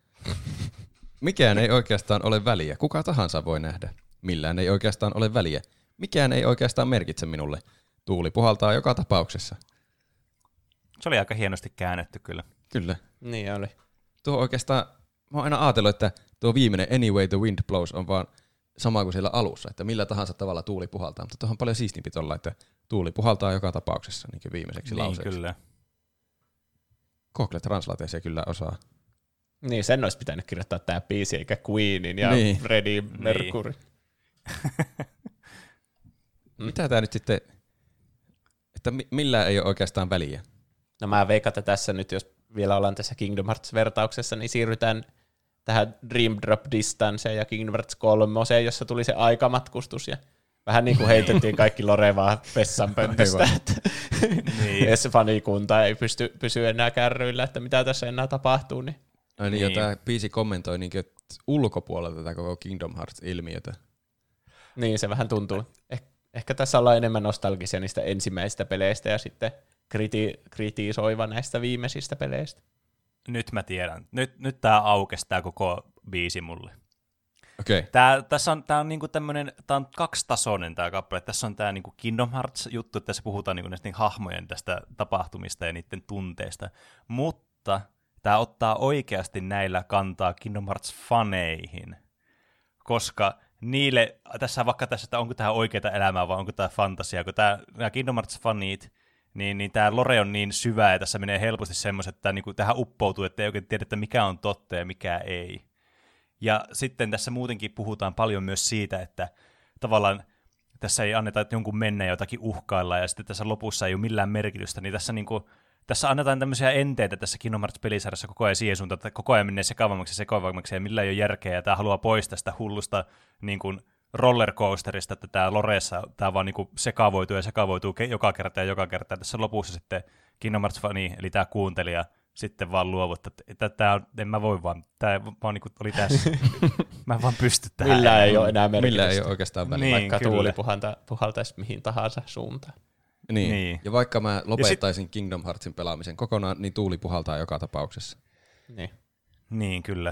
Mikään ei oikeastaan ole väliä. Kuka tahansa voi nähdä. Millään ei oikeastaan ole väliä. Mikään ei oikeastaan merkitse minulle. Tuuli puhaltaa joka tapauksessa. Se oli aika hienosti käännetty kyllä. Kyllä. Niin oli. Tuo oikeastaan, mä oon aina ajatellut, että tuo viimeinen Anyway the Wind Blows on vaan sama kuin siellä alussa, että millä tahansa tavalla tuuli puhaltaa, mutta tuohon on paljon siistimpi tuolla, että tuuli puhaltaa joka tapauksessa niin kuin viimeiseksi Niin, lauseeksi. kyllä. Google Translate se kyllä osaa. Niin, sen olisi pitänyt kirjoittaa tämä biisi, eikä Queenin ja Niin. Freddie Mercury. Mitä tää nyt sitten, että mi- millään ei ole oikeastaan väliä? No mä veikkaan, että tässä nyt, jos vielä ollaan tässä Kingdom Hearts-vertauksessa, niin siirrytään tähän Dream Drop Distance ja Kingdom Hearts kolme, jossa tuli se aikamatkustus ja vähän niin kuin heitettiin kaikki Lore vaan vessanpöntöstä, että Niin. edes fanikunta ei pysty pysyä enää kärryillä, että mitä tässä enää tapahtuu. Niin. Ai niin, ja Niin. tämä biisi kommentoi niin ulkopuolelta tätä koko Kingdom Hearts-ilmiötä. niin, se vähän tuntuu. Eh- ehkä tässä ollaan enemmän nostalgisia niistä ensimmäisistä peleistä ja sitten kriti- kritisoiva näistä viimeisistä peleistä. Nyt mä tiedän. Nyt, nyt tää aukesi tää koko biisi mulle. Okei. Okay. Tää, tässä on, tää on niinku tämmönen, tää on kaksitasoinen tää kappale. Tässä on tää niinku Kingdom Hearts-juttu, että tässä puhutaan niinku näistä niinku hahmojen tästä tapahtumista ja niiden tunteista. Mutta tää ottaa oikeasti näillä kantaa Kingdom Hearts-faneihin. Koska niille, tässä vaikka tässä, että onko tää oikeata elämää vai onko tää fantasiaa, kun tää, nämä Kingdom Hearts-fanit, niin, niin tämä lore on niin syvä ja tässä menee helposti semmoiset, että niinku, tähän uppoutuu, että ei oikein tiedä, että mikä on totta ja mikä ei. Ja sitten tässä muutenkin puhutaan paljon myös siitä, että tavallaan tässä ei anneta että jonkun mennä ja jotakin uhkailla, ja sitten tässä lopussa ei ole millään merkitystä, niin tässä, niin kuin, tässä annetaan tämmöisiä enteitä tässä Kingdom Hearts-pelisarjassa koko ajan siihen suuntaan, että koko ajan menee sekavammaksi ja sekavammaksi, ja millään ei ole järkeä, ja tämä haluaa poistaa sitä hullusta niin kuin rollercoasterista, että tämä Loreessa tämä vaan niin kuin sekavoituu ja sekavoituu joka kerta ja joka kerta, ja tässä lopussa sitten Kingdom Hearts-fani, eli tämä kuuntelija, sitten vaan luovuttaa, että tämä on, en mä voi vaan, tämä vaan niin kuin oli tässä, mä en vaan pysty tähän. Millä ei ole enää merkitystä. Millä ei ole oikeastaan väliä. Niin, vaikka kyllä. tuuli puhalta, puhaltaisi mihin tahansa suuntaan. Niin. Niin. Ja vaikka mä lopettaisin sit Kingdom Heartsin pelaamisen kokonaan, niin tuuli puhaltaa joka tapauksessa. Niin. Niin, kyllä.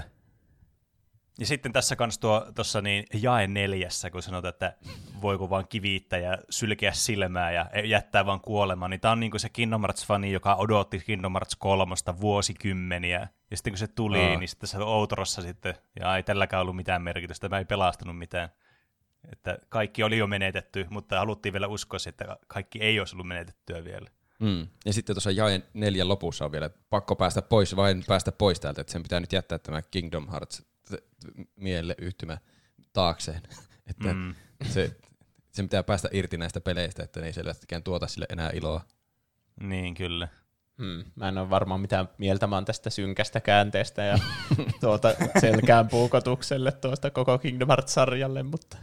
Ja sitten tässä kanssa tuo, tuossa niin jae neljässä, kun sanotaan, että voiko vaan kivittää ja sylkeä silmää ja jättää vaan kuolemaan, niin tämä on niin kuin se Kingdom Hearts-fani, joka odotti Kingdom Hearts kolmosta vuosikymmeniä, ja sitten kun se tuli, Aa. niin sitten se outorossa sitten, ja ei tälläkään ollut mitään merkitystä, mä ei pelastanut mitään. Että kaikki oli jo menetetty, mutta haluttiin vielä uskoa, että kaikki ei olisi ollut menetettyä vielä. Mm. Ja sitten tuossa jae neljän lopussa on vielä pakko päästä pois, vain päästä pois täältä, että sen pitää nyt jättää tämä Kingdom Hearts mielle yhtymä taakseen. Että Mm. se, se pitää päästä irti näistä peleistä, että ne ei selvästikään tuota sille enää iloa. Niin, kyllä. Hmm, mä en ole varmaan mitään mieltä, mä oon tästä synkästä käänteestä ja tuota selkään puukotukselle tuosta koko Kingdom Hearts-sarjalle, mutta...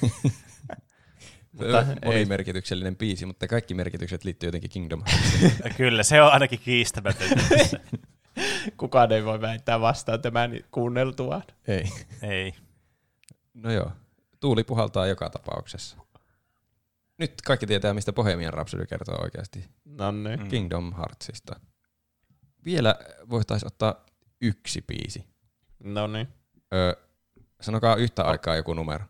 mutta monimerkityksellinen biisi, mutta kaikki merkitykset liittyy jotenkin Kingdom Heartsiin. Kyllä, se on ainakin kiistämätöntä. Kukaan ei voi väittää vastaan tämän kuunneltuaan. Ei. Ei. No joo, tuuli puhaltaa joka tapauksessa. Nyt kaikki tietää, mistä Bohemian Rhapsody kertoo oikeasti. No niin. Mm. Kingdom Heartsista. Vielä voitaisiin ottaa yksi biisi. No niin. Öö, sanokaa yhtä aikaa joku numero.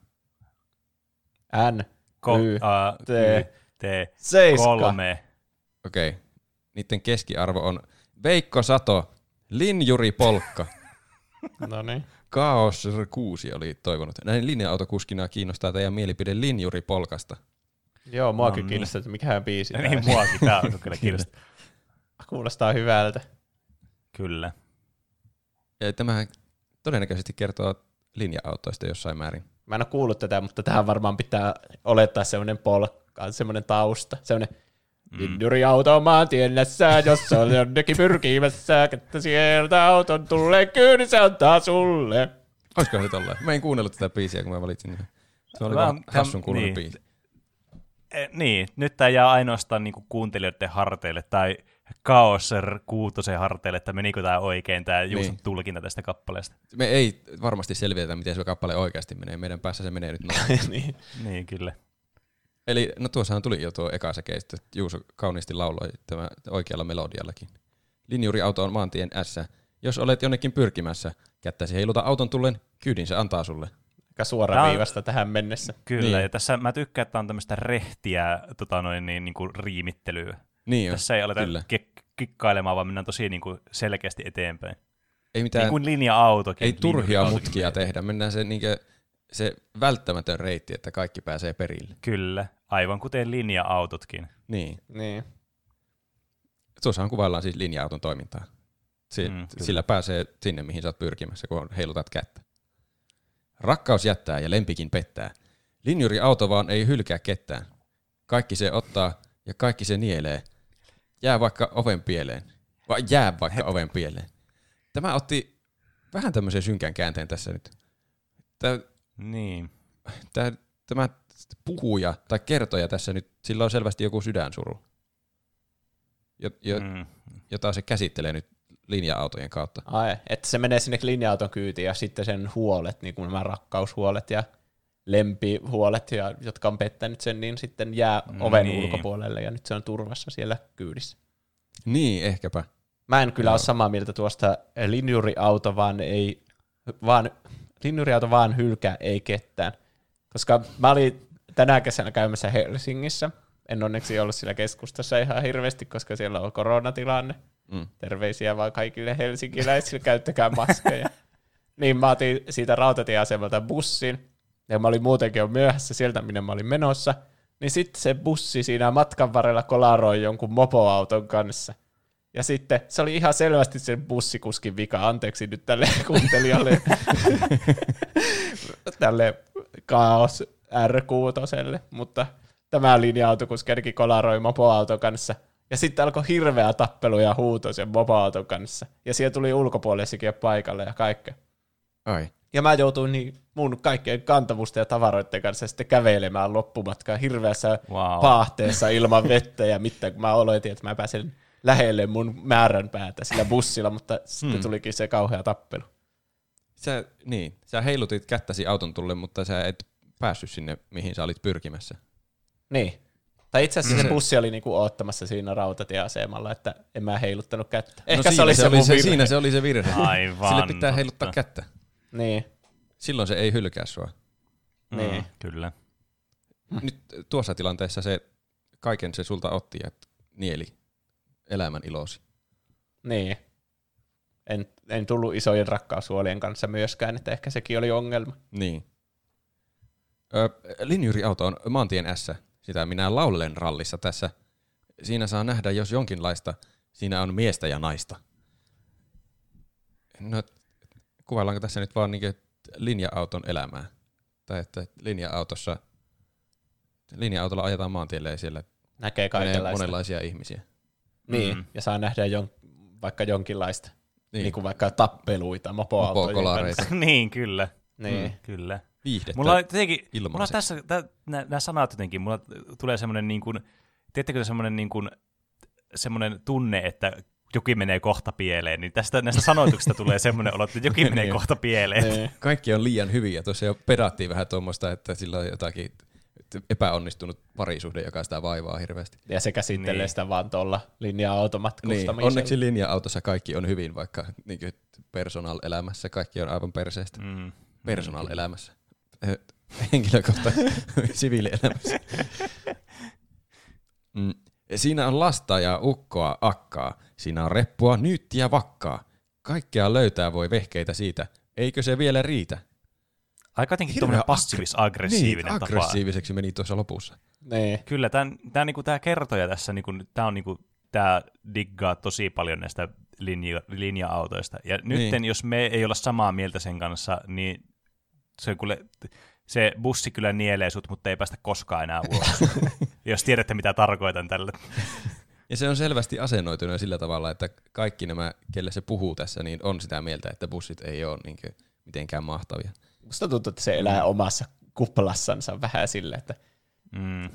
N, Ko- Y, a, T, y, T, Seiska. kolme. Okei. Okay. Niiden keskiarvo on Veikko Sato, Linjuri Polkka. No niin. Kaos kuusi oli toivonut. Näin linja-autokuskina kiinnostaa teidän mielipide Linjuri Polkasta. Joo, muakin No niin. kiinnostaa, että mikähän biisi. tää Niin, on. muakin tää on kyllä kiinnostaa. Kuulostaa hyvältä. Kyllä. Ja tämähän todennäköisesti kertoo linja-autoista jossain määrin. Mä en ole kuullut tätä, mutta tähän varmaan pitää olettaa semmoinen polkka, semmoinen tausta, semmoinen Mm. Linjuri-auto maantiennässä, jos on jonnekin pyrkimässä, että sieltä auton tulee kyydin, se antaa sulle. Olisiko se tolleen? Mä en kuunnellut tätä biisiä, kun mä valitsin. Se oli Mä- vaan hassun kuulunen niin. biisi. E, niin, nyt tää jää ainoastaan niinku kuuntelijoiden harteille tai Kaoser Kuutosen harteille, että menikö tää oikein, tää Juuson Niin. tulkinta tästä kappaleesta. Me ei varmasti selvitetä, miten se kappale oikeasti menee. Meidän päässä se menee nyt noin. niin. Niin, kyllä. Eli no tuossahan tuli jo tuo eka sekeistö. Juuso kauniisti lauloi tämä oikealla melodiallakin. Linjuri-auto on maantien ässä. Jos olet jonnekin pyrkimässä, kättäsi heiluta auton tullen, kyydin se antaa sulle. Aika suoraviivasta tähän mennessä. Kyllä, Niin. ja tässä mä tykkään, että on tämmöistä rehtiä tota noin, niin, niin kuin riimittelyä. Niin jo, Tässä ei aleta kyllä. kek- kikkailemaan, vaan mennään tosi niin kuin selkeästi eteenpäin. Ei mitään, Niin kuin linja-autokin. ei turhia linja-autokin mutkia menee. tehdä. Mennään se, niinkö, se välttämätön reitti, että kaikki pääsee perille. Kyllä, aivan kuten linja-autotkin. Niin. Niin. Tuossahan kuvaillaan siis linja-auton toimintaa. Si- Mm, mm, kyllä. sillä pääsee sinne, mihin sä oot pyrkimässä, kun heilutat kättä. Rakkaus jättää ja lempikin pettää. Linjuri-auto vaan ei hylkää ketään. Kaikki se ottaa ja kaikki se nielee. Jää vaikka oven pieleen. Vai jää vaikka Het. oven pieleen. Tämä otti vähän tämmöisen synkän käänteen tässä nyt. Tämä, Niin. tämä, tämä puhuja tai kertoja tässä nyt, sillä on selvästi joku sydänsuru, jo, jo, Mm. jota se käsittelee nyt linja-autojen kautta. Ai, että se menee sinne linja-auton kyytiin ja sitten sen huolet, niin kuin nämä rakkaushuolet ja lempihuolet, ja, jotka on pettänyt sen, niin sitten jää oven Niin. ulkopuolelle ja nyt se on turvassa siellä kyydissä. Niin, ehkäpä. Mä en kyllä Joo. ole samaa mieltä tuosta linjuriauto, vaan ei, vaan linjuriauto vaan hylkää, ei ketään. Koska mä olin tänä kesänä käymässä Helsingissä. En onneksi ollut siellä keskustassa ihan hirveästi, koska siellä on koronatilanne. Mm. Terveisiä vaan kaikille helsinkiläisille, käyttäkää maskeja. Niin mä otin siitä rautatieasemalta bussin, ja mä olin muutenkin jo myöhässä sieltä, minne mä olin menossa. Niin sitten se bussi siinä matkan varrella kolaroi jonkun mopoauton kanssa. Ja sitten se oli ihan selvästi sen bussikuskin vika. Anteeksi nyt tälle kuuntelijalle. tälle Kaos R kuusi, mutta tämä linja-autokuski ainakin kolaroi mopoauton kanssa. Ja sitten alkoi hirveä tappelu ja huuto sen mopoauton kanssa. Ja siellä tuli ulkopuolisikin paikalle ja kaikkea. Ai. Ja mä joutuin niin mun kaikkien kantamusten ja tavaroiden kanssa sitten kävelemään loppumatkaan hirveässä Wow. paahteessa ilman vettä ja mitään, kun mä oletin, että mä pääsen lähelle mun määränpäätä sillä bussilla, mutta sitten Hmm. tulikin se kauhea tappelu. Sä, niin, sä heilutit kättäsi auton tulle, mutta sä et päässyt sinne, mihin sä olit pyrkimässä. Niin. Tai itse asiassa se Se- bussi oli niinku oottamassa siinä rautatieasemalla, että en mä heiluttanut kättä. Ehkä no se oli se, oli mun se, virhe. siinä se oli se virhe. Aivan. Sille pitää totta. heiluttaa kättä. Niin, Silloin se ei hylkää sua. Mm, niin. Kyllä. Nyt tuossa tilanteessa se kaiken se sulta otti ja nieli elämän ilosi. Niin. En, en tullut isojen rakkaushuolien kanssa myöskään, että ehkä sekin oli ongelma. Niin. Ö, linjuriauto on maantien ässä. Sitä minä laulelen rallissa tässä. Siinä saa nähdä, jos jonkinlaista. Siinä on miestä ja naista. No, kuvaillaanko tässä nyt vaan niinku linja-auton elämää? Tai että linja-autossa Linja-autolla ajetaan maantielle ja siellä Näkee menee kaikenlaista. monenlaisia ihmisiä. Niin, Mm. ja saa nähdä jon, vaikka jonkinlaista, niin. Niin. niin kuin vaikka tappeluita mopoautojen Mopokolareita. kanssa. niin, kyllä. Niin. Mm, kyllä. Viihdettä. Mulla on jotenkin, mulla on ilmaiseksi. tässä, nämä sanat jotenkin, mulla tulee semmoinen niin kuin, tiedättekö semmoinen niin kuin, semmoinen tunne, että jokin menee kohta pieleen, niin tästä näistä sanoituksista tulee semmoinen olo, että jokin menee Niin. kohta pieleen. Niin. Kaikki on liian hyviä. Tuossa jo pedattiin vähän tuommoista, että sillä on jotakin epäonnistunut parisuhde, joka sitä vaivaa hirveästi. Ja se käsittelee Niin. sitä vaan tuolla linja-automatkustamisella. Niin, onneksi linja-autossa kaikki on hyvin, vaikka niin personal-elämässä kaikki on aivan perseestä. Mm. Personal-elämässä. Eh, Henkilökohtaisessa siviilielämässä. Mm. Siinä on lasta ja ukkoa akkaa. Siinä on reppua, nyyttiä, vakkaa. Kaikkea löytää voi vehkeitä siitä. Eikö se vielä riitä? Aika jotenkin Hirveä tuommoinen aggre- passiivis-aggressiivinen niin, tapa. aggressiiviseksi meni tuossa lopussa. Niin. Kyllä, tämä niinku, tää kertoja tässä, niinku, tämä niinku, tää diggaa tosi paljon näistä linja, linja-autoista. Ja nyt, Niin. jos me ei olla samaa mieltä sen kanssa, niin se, kuule, se bussi kyllä nielee sut, mutta ei päästä koskaan enää ulos. Jos tiedätte, mitä tarkoitan tällä. Ja se on selvästi asennoitunut sillä tavalla, että kaikki nämä, kelle se puhuu tässä, niin on sitä mieltä, että bussit ei ole niinkö mitenkään mahtavia. Musta tuntuu, että se elää omassa kuplassansa vähän silleen, että Mm.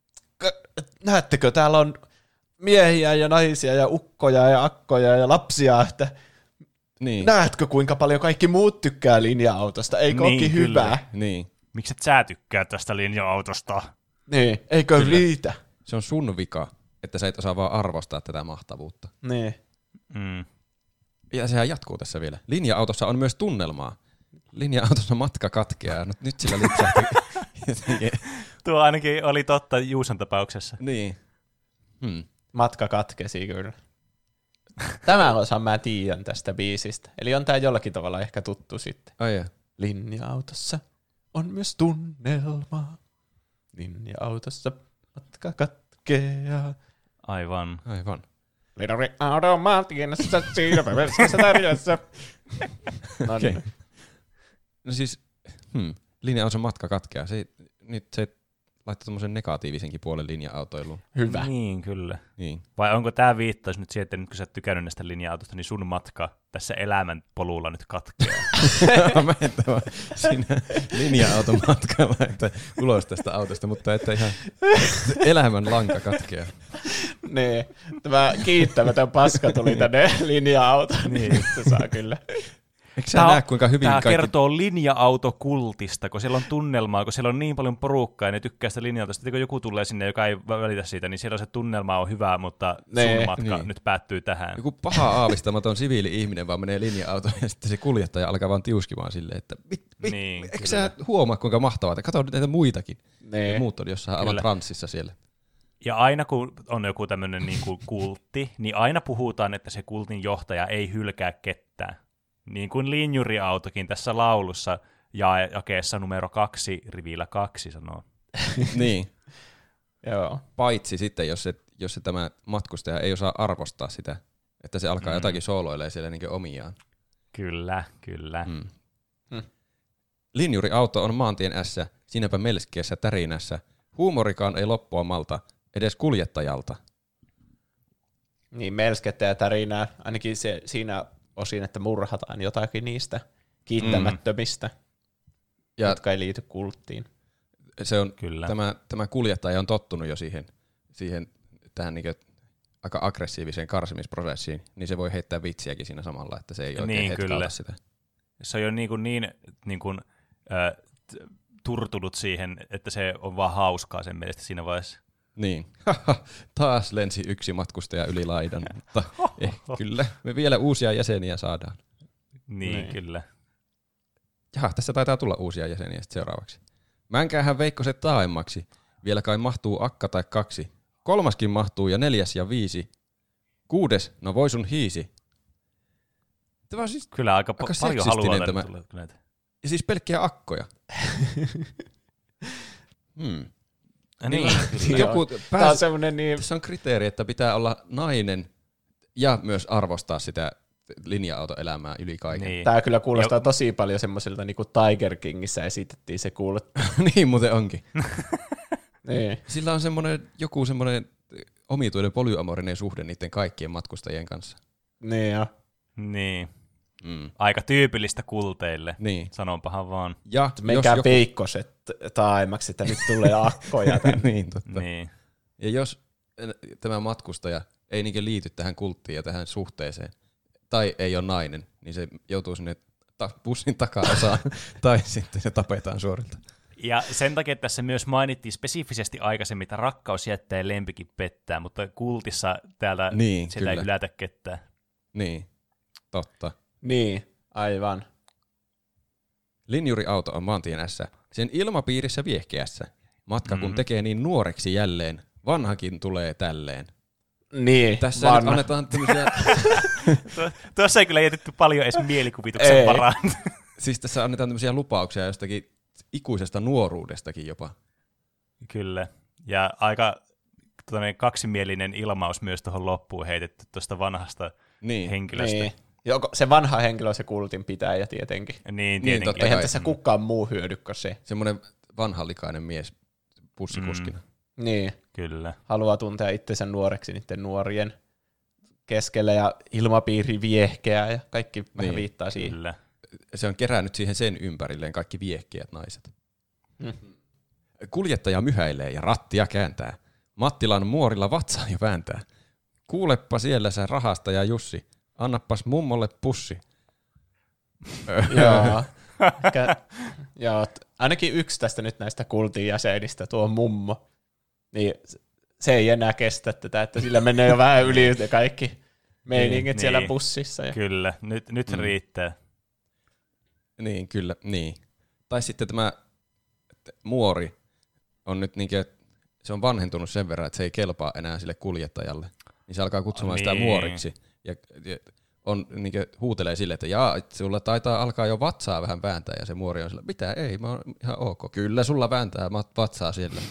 näettekö, täällä on miehiä ja naisia ja ukkoja ja akkoja ja lapsia, että Niin. näetkö kuinka paljon kaikki muut tykkää linja-autosta, eikö Niin, ookin kyllä. hyvä? Niin. Miksi et sä tykkää tästä linja-autosta? Niin, eikö Kyllä. riitä? Se on sun vika, että sä et osaa vaan arvostaa tätä mahtavuutta. Niin. Mm. Ja sehän jatkuu tässä vielä. Linja-autossa on myös tunnelmaa. Linja-autossa matka katkeaa. No, nyt sillä lipsahti. jotenkin. Tuo ainakin oli totta Juuson tapauksessa. Niin. Hmm. Matka katkesi kyllä. Tämän osan mä tiedän tästä biisistä. Eli on tää jollakin tavalla ehkä tuttu sitten. Ai ja. Linja-autossa on myös tunnelmaa. Linja-autossa matka katkeaa. Aivan. Aivan. Linja-auton maantienessä siinä perskessä tarjossa. No Okei. niin. No siis, hmm. linja-auton matka katkeaa. Se, nyt se laittaa tommosen negatiivisenkin puolen linja-autoiluun. Hyvä. Niin, kyllä. Niin. Vai onko tämä viittaus nyt siihen, että nyt kun sä et tykännyt näistä linja-autosta, niin sun matka tässä elämän polulla nyt katkeaa? Mä että vaan siinä linja-auton matkalla, että ulos tästä autosta, mutta että ihan elämän lanka katkeaa. Niin. Tämä kiittämätön paska tuli tänne linja-autoon. Niin. Se saa kyllä. Eikö sä näe, kuinka hyvin Tämä kaikki... kertoo linja-autokultista, kun siellä on tunnelmaa, kun siellä on niin paljon porukkaa ja ne tykkää sitä linja-autosta. Sitten kun joku tulee sinne, joka ei välitä siitä, niin siellä se tunnelma on hyvä, mutta Nee, sun matka niin. nyt päättyy tähän. Joku paha aavistamaton siviili-ihminen vaan menee linja-autoon ja sitten se kuljettaja alkaa vaan tiuskimaan silleen, että mit, mit, Niin, eikö kyllä. sä huomaa, kuinka mahtavaa, että kato nyt näitä muitakin. Niin. Ja muut on jossain aivan Kyllä. transsissa siellä. Ja aina kun on joku tämmöinen niin kuin kultti, niin aina puhutaan, että se kultin johtaja ei hylkää ketään. Niin kuin linjuriautokin tässä laulussa ja jakeessa numero kaksi, rivillä kaksi sanoo. Niin. Joo. Paitsi sitten, jos se, jos se tämä matkustaja ei osaa arvostaa sitä, että se alkaa mm. jotakin sooloilee siellä niin omiaan. Kyllä, kyllä. Mm. Hmm. Linjuriauto on maantien ässä, siinäpä melskeessä tärinässä. Huumorikaan ei loppua malta, edes kuljettajalta. Niin, melskettä ja tarinaa, ainakin se, siinä osin, että murhataan jotakin niistä kiittämättömistä, mm. Ja jotka ei liity kulttiin. se on, Kyllä. tämä, tämä kuljettaja on tottunut jo siihen, siihen tähän niin aika aggressiiviseen karsimisprosessiin, niin se voi heittää vitsiäkin siinä samalla, että se ei oikein Niin, hetkauta kyllä. sitä. Se on jo niin, kuin niin, niin kuin, äh, t- turtunut siihen, että se on vaan hauskaa sen mielestä siinä vaiheessa. Niin. Taas lensi yksi matkustaja yli laidan, mutta eh, kyllä me vielä uusia jäseniä saadaan. Niin, Niin. kyllä. Jaha, tässä taitaa tulla uusia jäseniä sitten seuraavaksi. Mänkäähän Veikkoset taaemmaksi. Vielä kai mahtuu akka tai kaksi. Kolmaskin mahtuu ja neljäs ja viisi. Kuudes, no voi sun hiisi. Tämä on siis, Kyllä aika, Aika po- paljon seksistinen haluaa tämä. tulla näitä. ja siis pelkkiä akkoja. hmm. Niin, kyllä. Joku Tämä on pääs, semmoinen niin, tässä on kriteeri, että pitää olla nainen ja myös arvostaa sitä linja-autoelämää yli kaiken. Niin. tämä kyllä kuulostaa Ja- tosi paljon semmoiselta, niin kuin Tiger Kingissä esitettiin se kuulut. niin muuten onkin. Niin. Sillä on semmoinen, joku semmoinen omituinen polyamorinen suhde niiden kaikkien matkustajien kanssa. Niin jo. Niin. Mm. Aika tyypillistä kulteille, Niin. sanonpahan vaan. Ja Menkää joku... peikkoset taaemmaksi, että nyt tulee akkoja tänne. niin, totta. Niin. Ja jos tämä matkustaja ei niinkö liity tähän kulttiin ja tähän suhteeseen, tai ei ole nainen, niin se joutuu sinne ta- bussin takaosaan, tai sitten se tapetaan suorilta. Ja sen takia tässä myös mainittiin spesifisesti aikaisemmin, että rakkaus jättää ja lempikin pettää, mutta kultissa täältä Niin, sitä ei kyllä. hylätä ketään. Niin, totta. Niin, aivan. Linjuriauto on maantien ässä, sen ilmapiirissä viehkeässä. Matka kun Mhm. tekee niin nuoreksi jälleen, vanhakin tulee tälleen. Niin, Tässä vanha. nyt annetaan tämmöisiä, Tu- Tuossa ei kyllä jätetty paljon edes mielikuvituksen Ei. varaan. siis tässä annetaan tämmöisiä lupauksia jostakin ikuisesta nuoruudestakin jopa. Kyllä. Ja aika tuonne kaksimielinen ilmaus myös tuohon loppuun heitetty tuosta vanhasta Niin. henkilöstä. Niin. Joko se vanha henkilö on se kultin pitäjä tietenkin. Niin, Niin, tietenkin. totta Eihän kai. tässä kukaan muu hyödy kuin se. Semmoinen vanhalikainen mies bussikuskina. Mm. Niin. Kyllä. Haluaa tuntea itsensä nuoreksi niiden nuorien keskellä ja ilmapiiri viehkeää ja kaikki vähän Niin, viittaa siihen. Kyllä. Se on kerännyt siihen sen ympärilleen kaikki viehkeät naiset. Mm. Kuljettaja myhäilee ja rattia kääntää. Mattilan muorilla vatsaa jo vääntää. Kuuleppa siellä sä rahastaja Jussi. Annappas mummolle pussi. Joo. Ehkä, joo. t- Ainakin yksi tästä nyt näistä kultin jäsenistä, tuo mummo, niin s- se ei enää kestä tätä, että sillä menee jo vähän yli ne kaikki meiningit Niin, siellä niin. bussissa. Ja... Kyllä. Nyt, nyt Mm. riittää. Niin, kyllä, niin. Tai sitten tämä t- muori on nyt niinkö, se on vanhentunut sen verran, että se ei kelpaa enää sille kuljettajalle. Niin se alkaa kutsumaan sitä Niin. muoriksi. Ja, ja on, niinkö, huutelee sille, että jaa, et sulla taitaa alkaa jo vatsaa vähän vääntää. Ja se muori on sillä, mitä ei, mä oon ihan ok. Kyllä sulla vääntää mat- vatsaa siellä.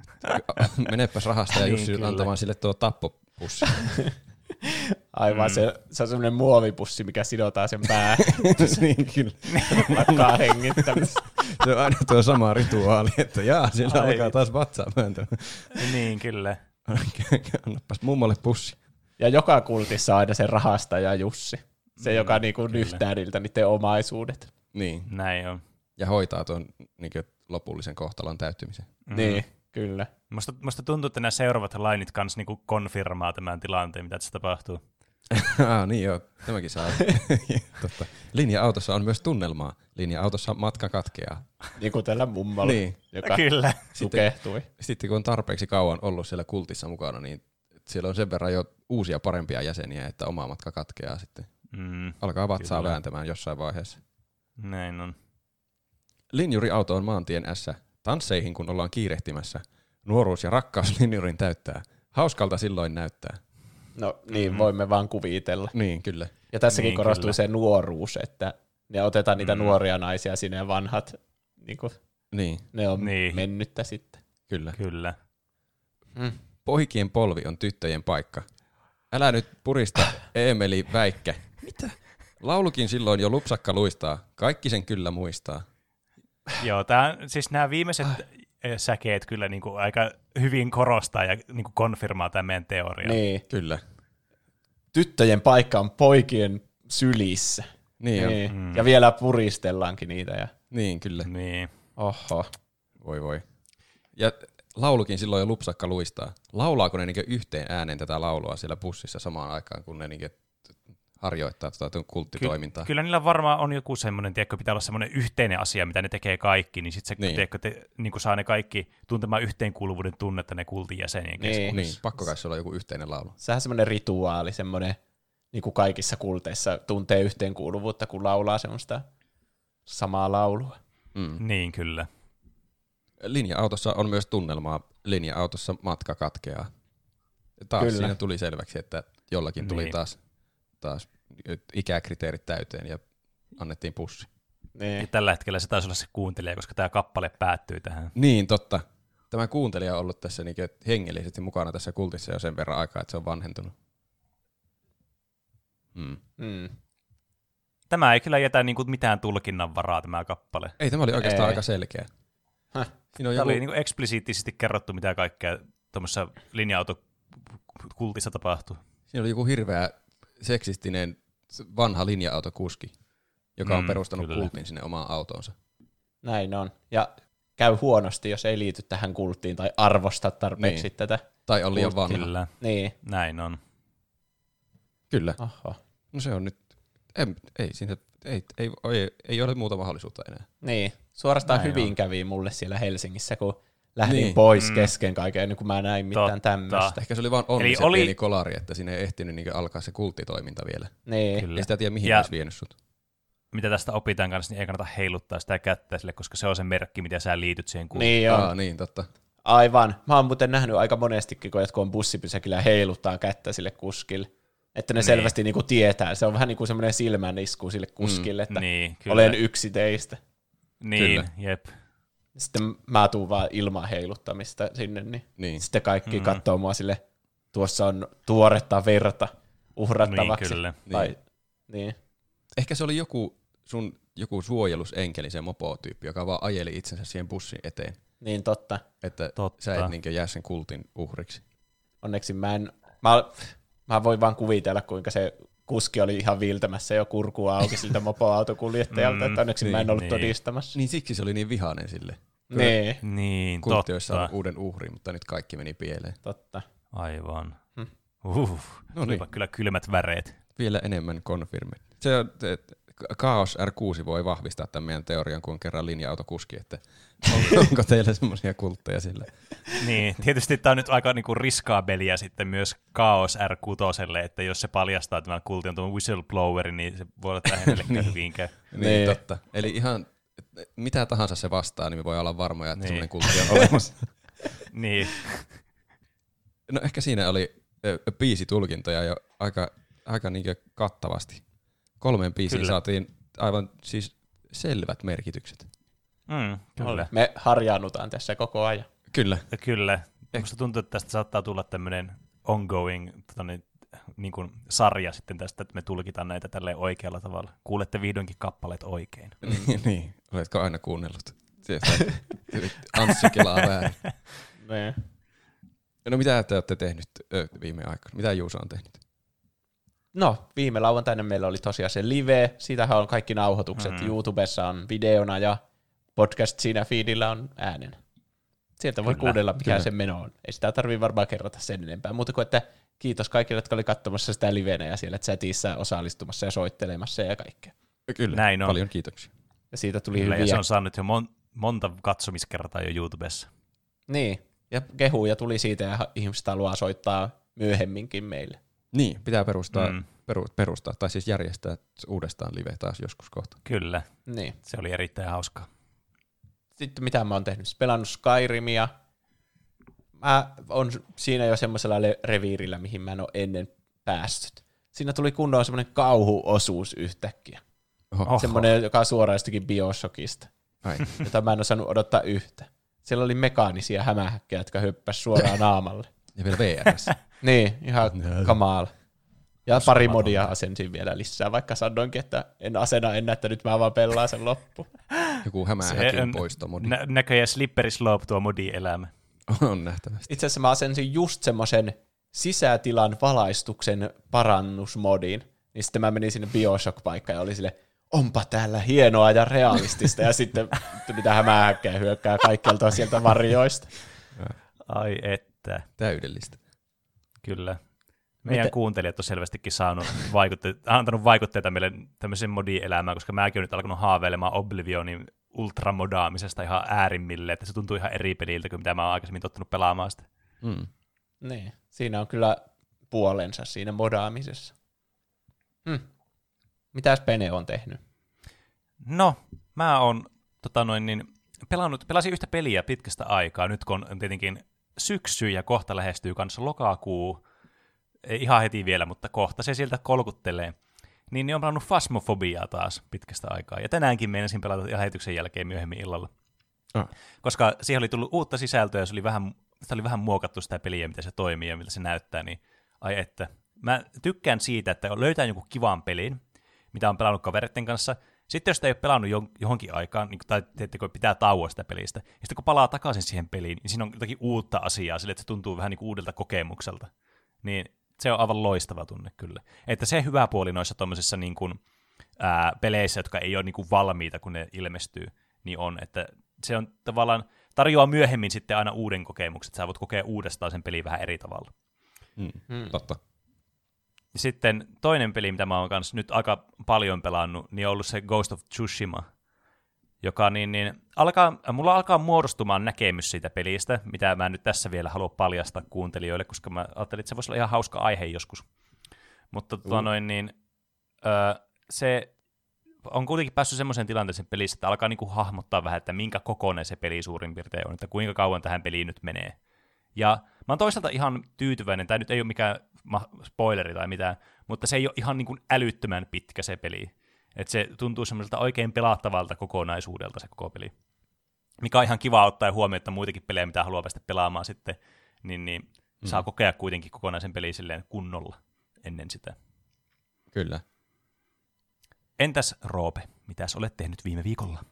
Menepäs rahasta ja Niin, Jussi kyllä. antamaan sille tuo tappopussi. Aivan, mm. se, se on semmoinen muovipussi, mikä sidotaan sen päähän. niin, kyllä. Lakkaa hengittämistä. Se on aina tuo sama rituaali, että jaa, siellä Ai. alkaa taas vatsaa vääntämään. Niin, kyllä. Annapas mummolle pussi. Ja joka kultissa on aina se rahastaja Jussi. Se, Mm, joka niinku kyllä. nyhtää niiltä niiden omaisuudet. Niin, Näin on. ja hoitaa tuon niin lopullisen kohtalon täyttymisen. Mm. Niin, kyllä. Musta, musta tuntuu, että nämä seuraavat lainit kanssa niinku konfirmaa tämän tilanteen, mitä tässä tapahtuu. ah, niin joo, tämäkin saa. Totta. Linja-autossa on myös tunnelmaa. Linja-autossa matka katkeaa. Niin kuin tällä mummalla, Niin. joka Kyllä. tukehtui. Sitten kun on tarpeeksi kauan ollut siellä kultissa mukana, niin siellä on sen verran jo uusia parempia jäseniä, että oma matka katkeaa sitten. Mm, Alkaa vatsaa Kyllä. vääntämään jossain vaiheessa. näin on. Linjuriauto on maantien ässä. Tansseihin kun ollaan kiirehtimässä. Nuoruus ja rakkaus linjurin täyttää. Hauskalta silloin näyttää. No niin, Mhm. voimme vaan kuvitella. Niin, kyllä. Ja tässäkin Niin, korostuu kyllä. se nuoruus, että ne otetaan niitä Mm. nuoria naisia sinne ja vanhat, niin kuin, Niin, ne on Niin. mennyttä sitten. kyllä. Kyllä. Mm. Poikien polvi on tyttöjen paikka. Älä nyt purista, Eemeli Väikkä. Mitä? Laulukin silloin jo lupsakka luistaa. Kaikki sen kyllä muistaa. Joo, tää, siis nämä viimeiset eh, säkeet kyllä niinku aika hyvin korostaa ja niinku konfirmaa tämän meidän teorian. Niin. Kyllä. Tyttöjen paikka on poikien sylissä. Niin, on. Niin. Mm. Ja vielä puristellaankin niitä. Ja... niin kyllä. Niin. Oho. Voi voi. Ja laulukin silloin jo lupsakka luistaa. Laulaako ne niinkö yhteen ääneen tätä laulua siellä bussissa samaan aikaan, kun ne niinkö harjoittaa tuota kulttitoimintaa? Ky- kyllä niillä varmaan on joku semmoinen, tiedätkö, pitää olla semmoinen yhteinen asia, mitä ne tekee kaikki, niin sitten se, Niin. tiedätkö, te, niin kuin saa ne kaikki tuntemaan yhteenkuuluvuuden tunnetta ne kultin jäsenien Niin. keskuudessa. Niin, pakko kai se olla joku yhteinen laulu. Sehän on semmoinen rituaali, semmoinen, niin kuin kaikissa kulteissa tuntee yhteenkuuluvuutta, kun laulaa semmoista samaa laulua. Mm. Niin, kyllä. Linja-autossa on myös tunnelmaa. Linja-autossa matka katkeaa. Taas Kyllä. siinä tuli selväksi, että jollakin tuli Niin. taas, taas ikäkriteerit täyteen ja annettiin pussi. Ja Niin. tällä hetkellä se taisi olla se kuuntelija, koska tämä kappale päättyy tähän. Niin, totta. Tämä kuuntelija on ollut tässä niinkö hengellisesti mukana tässä kultissa jo sen verran aikaa, että se on vanhentunut. Mm. Mm. Tämä ei kyllä jätä niinku mitään tulkinnan varaa tämä kappale. Ei, tämä oli oikeastaan Ei. aika selkeä. Häh. Siinä on Tämä joku, oli niin eksplisiittisesti kerrottu, mitä kaikkea tuommoisessa linja-autokultissa tapahtuu. siinä oli joku hirveä seksistinen vanha linja-autokuski, joka on Mm, perustanut kyllä. kultin sinne omaan autoonsa. Näin on. Ja käy huonosti, jos ei liity tähän kulttiin tai arvosta tarpeeksi Niin. tätä. Tai on liian vanha. Kyllä, Niin. näin on. Kyllä. Oho. No se on nyt, ei, ei, siinä, ei, ei, ei, ei ole muuta mahdollisuutta enää. Niin. Suorastaan Näin hyvin on. kävi mulle siellä Helsingissä, kun lähdin Niin. niin. pois Mm. kesken kaiken, ennen kuin mä näin mitään Totta. tämmöistä. Ehkä se oli vaan onni se oli- pieni kolari, että sinne ei ehtinyt niin alkaa se kulttitoiminta vielä. Niin. Kyllä. Ei sitä tiedä, mihin Ja- olisi vienyt sut. Mitä tästä opitaan kanssa, niin ei kannata heiluttaa sitä kättä sille, koska se on se merkki, miten sä liityt siihen kulttiin. Niin on. Aa, niin, totta. Aivan. Mä oon muuten nähnyt aika monestikin, kun jotkut on bussipysäkillä ja heiluttaa kättä sille kuskille. Että ne Niin. selvästi niinku tietää. Se on vähän niin kuin semmoinen silmänisku sille kuskille, että Niin, kyllä. olen yksi teistä. Niin, Kyllä. jep. Sitten mä tuun vaan ilman heiluttamista sinne, niin, Niin. sitten kaikki Mm. katsoo mua sille, tuossa on tuoretta verta uhrattavaksi. Niin, kyllä. Tai, Niin. niin. Ehkä se oli joku sun joku suojelusenkeli, se mopo-tyyppi, joka vaan ajeli itsensä siihen bussin eteen. niin totta. Että Totta. sä et niinkö jää sen kultin uhriksi. Onneksi mä en, mä, mä voin vaan kuvitella, kuinka se kuski oli ihan viiltämässä jo kurkua auki siltä mopoautokuljettajalta, Mm, että onneksi niin, mä en ollut niin. todistamassa. Niin siksi se oli niin vihainen sille. Niin, Niin, Kultti olisi totta. saanut uuden uhrin, mutta nyt kaikki meni pieleen. totta. Aivan. Hm. Uh, No niin. kyllä kylmät väreet. Vielä enemmän konfirmi. Se on, et, Chaos R kuusi voi vahvistaa tämän meidän teorian, kun on kerran linja-autokuski, että on, onko teillä semmoisia kultteja sillä? Niin, tietysti tämä on nyt aika niinku riskaabelia sitten myös Chaos R kuusi, että jos se paljastaa tämän kultin tuon whistleblowerin, niin se voi olla hänellekään hyvin käy. Niin, Niin. totta. Eli ihan mitä tahansa se vastaa, niin me voi olla varmoja, että Niin. semmoinen kultti on olemassa. Niin, No ehkä siinä oli ö, biisitulkintoja jo aika, aika niinkö kattavasti. Kolmeen biisiin Kyllä. saatiin aivan siis selvät merkitykset. mm, kyllä. Me harjaannutaan tässä koko ajan. Kyllä. Ja kyllä. Musta tuntuu, että tästä saattaa tulla tämmöinen ongoing tota, niin, niin kuin sarja sitten tästä, että me tulkitaan näitä tälleen oikealla tavalla. Kuulette vihdoinkin kappaleet oikein. niin, oletko aina kuunnellut? Sieltä Anssi kelaa väärin. Niin. No mitä te olette tehnyt ö, viime aikoina? Mitä Juuso on tehnyt? No, viime lauantaina meillä oli tosiaan se live. Siitähän on kaikki nauhoitukset. Mm. Mm. YouTubessa on videona ja podcast siinä feedillä on äänen. Sieltä voi Kyllä, kuunnella, mikä kyllä. se meno on. Ei sitä tarvitse varmaan kerrota sen enempää. Muuta kuin, että kiitos kaikille, jotka oli katsomassa sitä livenä ja siellä chatissa osallistumassa ja soittelemassa ja kaikkea. Kyllä, Näin on. paljon kiitoksia. Ja siitä tuli Kyllä, ja hyviä. se on saanut jo mon- monta katsomiskertaa jo YouTubessa. Niin, ja kehuja tuli siitä ja ihmiset haluaa soittaa myöhemminkin meille. Niin, pitää perustaa, Mm. peru, perustaa tai siis järjestää uudestaan live taas joskus kohta. Kyllä, Niin. se oli erittäin hauskaa. Sitten mitä mä oon tehnyt? Pelannut Skyrimia. Mä oon siinä jo semmoisella le- reviirillä, mihin mä en ole ennen päässyt. Siinä tuli kunnon semmoinen kauhuosuus yhtäkkiä. Oho. Oho. Semmoinen, joka on suoraan jostakin Bioshockista, Ai. jota mä en osannut odottaa yhtä. Siellä oli mekaanisia hämähäkkejä, jotka hyppäs suoraan naamalle. Ja vielä V R S. Niin, ihan kamala. Ja pari Uskomatonta. modia asensin vielä lisää, vaikka sanoinkin, että en asena enää, että nyt mä vaan pelaan sen loppu. Joku Se hämähäkin on poistomodi. nä- näköjään slippery slope tuo modielämä. On nähtävästi. Itse asiassa mä asensin just semmoisen sisätilan valaistuksen parannusmodin, niin sitten mä menin sinne Bioshock-paikkaan ja oli sille, onpa täällä hienoa ja realistista, ja sitten mitä hämähäkkejä hyökkää kaikkialta sieltä varjoista. Ai että, Täydellistä. kyllä. Meidän Miten- kuuntelijat on selvästikin saanut vaikutteita, antanut vaikutteita meille tämmöiseen modielämään, koska mäkin olen nyt alkanut haaveilemaan Oblivionin ultramodaamisesta ihan äärimmille, että se tuntuu ihan eri peliltä kuin mitä mä oon aikaisemmin tottunut pelaamaan sitä. Mm. Niin, siinä on kyllä puolensa siinä modaamisessa. Hmm. Mitäs Pene on tehnyt? No, mä oon tota noin, niin, pelannut, pelasin yhtä peliä pitkästä aikaa, nyt kun on tietenkin syksy ja kohta lähestyy kanssa lokakuu, ei ihan heti vielä, mutta kohta se sieltä kolkuttelee, niin, niin on pelannut Phasmophobiaa taas pitkästä aikaa, ja tänäänkin meinasin pelata ihan lähetyksen jälkeen myöhemmin illalla. Ah. Koska siihen oli tullut uutta sisältöä, ja se oli vähän, sitä oli vähän muokattu sitä peliä, miten se toimii ja miltä se näyttää, niin ai että. Mä tykkään siitä, että löytää jonkun kivan pelin, mitä on pelannut kavereiden kanssa, Sitten jos sitä ei ole pelannut johonkin aikaan, niin, tai teettekö pitää tauoa sitä pelistä, ja sitten kun palaa takaisin siihen peliin, niin siinä on jotakin uutta asiaa, sille että se tuntuu vähän niin kuin uudelta kokemukselta. Niin se on aivan loistava tunne kyllä. Että se hyvä puoli noissa tuommoisissa niin kuin, ää, peleissä, jotka ei ole niin kuin valmiita, kun ne ilmestyy, niin on, että se on tavallaan, tarjoaa myöhemmin sitten aina uuden kokemuksen, että sä voit kokea uudestaan sen pelin vähän eri tavalla. Mm, hmm. Totta. Sitten toinen peli, mitä mä oon kanssa nyt aika paljon pelannut, niin on ollut se Ghost of Tsushima, joka niin, niin alkaa, mulla alkaa muodostumaan näkemys siitä pelistä, mitä mä nyt tässä vielä haluan paljastaa kuuntelijoille, koska mä ajattelin, että se voisi olla ihan hauska aihe joskus. Mutta uh. tuo noin, niin, öö, se on kuitenkin päässyt semmoiseen tilanteeseen pelissä, että alkaa niinku hahmottaa vähän, että minkä kokoinen se peli suurin piirtein on, että kuinka kauan tähän peliin nyt menee. Ja mä oon toisaalta ihan tyytyväinen, tämä nyt ei ole mikään spoileri tai mitään, mutta se ei ole ihan niin kuin älyttömän pitkä se peli. Että se tuntuu semmoiselta oikein pelattavalta kokonaisuudelta se koko peli. Mikä on ihan kiva ottaa huomioon, että muitakin pelejä, mitä haluaa päästä pelaamaan sitten, niin, niin mm. saa kokea kuitenkin kokonaisen pelin silleen kunnolla ennen sitä. Kyllä. Entäs Roope, mitäs olet tehnyt viime viikolla?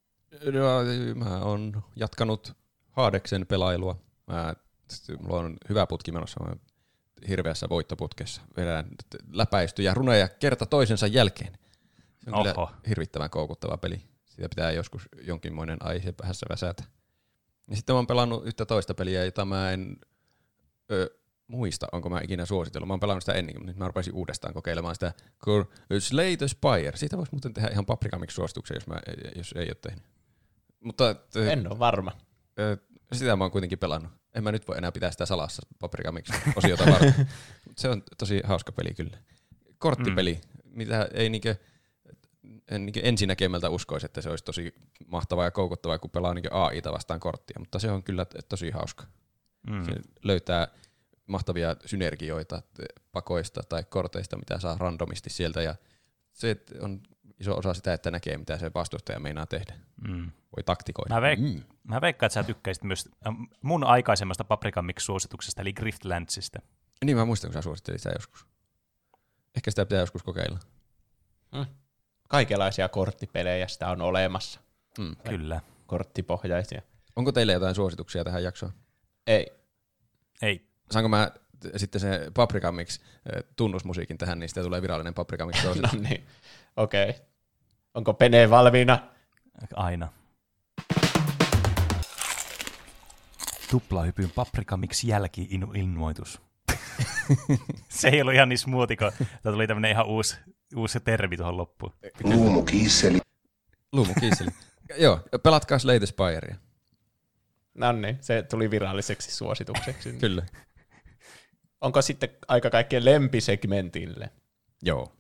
No, mä oon jatkanut Hadeksen pelailua. Mä, mulla on hyvä putki menossa. Mä hirveässä voittoputkessa. Vedän läpäistyjä runeja kerta toisensa jälkeen. Se on Oho. kyllä hirvittävän koukuttava peli. Siitä pitää joskus jonkinmoinen aihe vähässä väsätä. Ja sitten mä oon pelannut yhtä toista peliä, jota mä en ö, muista, onko mä ikinä suositellut. Mä oon pelannut sitä ennenkin, mutta nyt mä rupesin uudestaan kokeilemaan sitä Slay the Spire. Siitä voisi muuten tehdä ihan Paprika Mix-suosituksen, jos, mä, jos ei ole tehnyt. Mutta, ö, en ole varma. Ö, sitä mä oon kuitenkin pelannut. En mä nyt voi enää pitää sitä salassa Paprika Mix-osiota varten. Se on tosi hauska peli kyllä. Korttipeli, mm. mitä ei niinkö, en niinkö ensinäkemältä uskoisi, että se olisi tosi mahtavaa ja koukuttavaa, kun pelaa niinkö A I:ta vastaan korttia, mutta se on kyllä tosi hauska. Mm. Se löytää mahtavia synergioita pakoista tai korteista, mitä saa randomisti sieltä, ja se on iso osa sitä, että näkee, mitä se vastustaja meinaa tehdä. Mm. Voi taktikoida. Mä, veik- mm. mä veikkaan, että sä tykkäisit myös mun aikaisemmasta Paprika Mix-suosituksesta, eli Griftlandsista. Niin, mä muistan, kun sä suosittelit sitä joskus. Ehkä sitä pitää joskus kokeilla. Mm. Kaikenlaisia korttipelejä sitä on olemassa. Mm. Kyllä. Korttipohjaisia. Onko teille jotain suosituksia tähän jaksoon? Ei. Ei. Saanko mä sitten se Paprika Mix tunnusmusiikin tähän, niin sitten tulee virallinen Paprika Mix suositus? No niin, okei. Okay. Onko Pene valmiina? Aina. Tuplahypyn Paprika Mix jälki-ilmoitus. Se ei ollut ihan niin smoothi, kun tämä tuli tämmöinen ihan uusi, uusi termi tuohon loppuun. Luumukiisseli. Luumukiisseli. Joo, pelatkaa Slay the Spirea. No niin, se tuli viralliseksi suositukseksi. Kyllä. Onko sitten aika kaikkien lempisegmentille? Joo.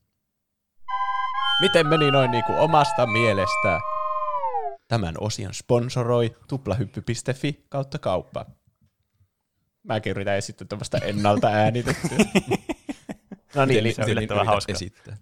Miten meni noin niin kuin omasta mielestä? Tämän osion sponsoroi tuplahyppy piste fi kautta kauppa. Mäkin yritän esittää tämmöistä ennalta äänitettyä. No niin, eli, se on yllättävän hauskaa.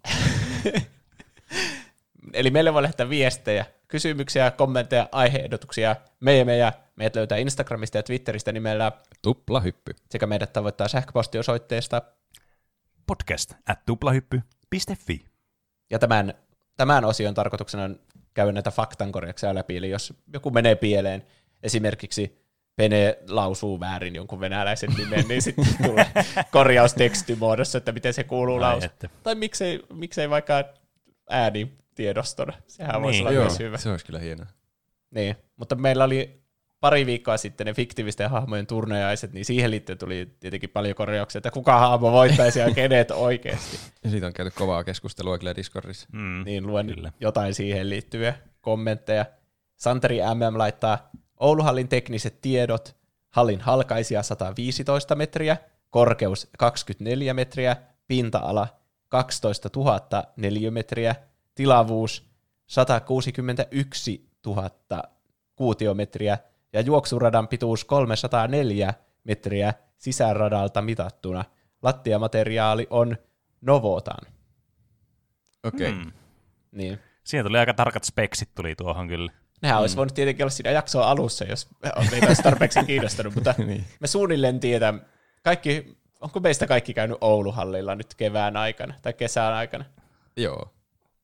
Eli meille voi lähettää viestejä, kysymyksiä, kommentteja, aihe-ehdotuksia, meemejä. Meidät löytää Instagramista ja Twitteristä nimellä Tuplahyppy. Sekä meidät tavoittaa sähköpostiosoitteesta podcast at tuplahyppy piste fi. Ja tämän, tämän osion tarkoituksena on käydä näitä faktankorjauksia läpi, eli jos joku menee pieleen, esimerkiksi Pene lausuu väärin jonkun venäläisen nimen, niin sitten tulee korjaustekstimuodossa, että miten se kuuluu lausua. Tai miksei, miksei vaikka äänitiedostona. Sehän niin, voisi olla joo, myös hyvä. Se olisi kyllä hienoa. Niin, mutta meillä oli pari viikkoa sitten ne fiktiivisten hahmojen turnajaiset, niin siihen liittyen tuli tietenkin paljon korjauksia, että kuka hahmo voittaisi ja kenet oikeasti. Ja siitä on käyty kovaa keskustelua kyllä Discordissa. Mm, niin luen kyllä jotain siihen liittyviä kommentteja. Santeri M M laittaa Ouluhallin tekniset tiedot, hallin halkaisia sata viisitoista metriä, korkeus kaksikymmentäneljä metriä, pinta-ala kaksitoista tuhatta neliömetriä, tilavuus sata kuusikymmentäyksi tuhatta kuutiometriä ja juoksuradan pituus kolmesataaneljä metriä sisäradalta mitattuna. Lattiamateriaali on Novotan. Okei. Okay. Hmm. Niin. Siinä tuli aika tarkat speksit tuli tuohon kyllä. Nehän mm. olisi voinut tietenkin olla siinä jaksoa alussa, jos meitä olisi tarpeeksi kiinnostanut, mutta niin. Me suunnilleen tiedän, kaikki, onko meistä kaikki käynyt Ouluhallilla nyt kevään aikana tai kesän aikana? Joo.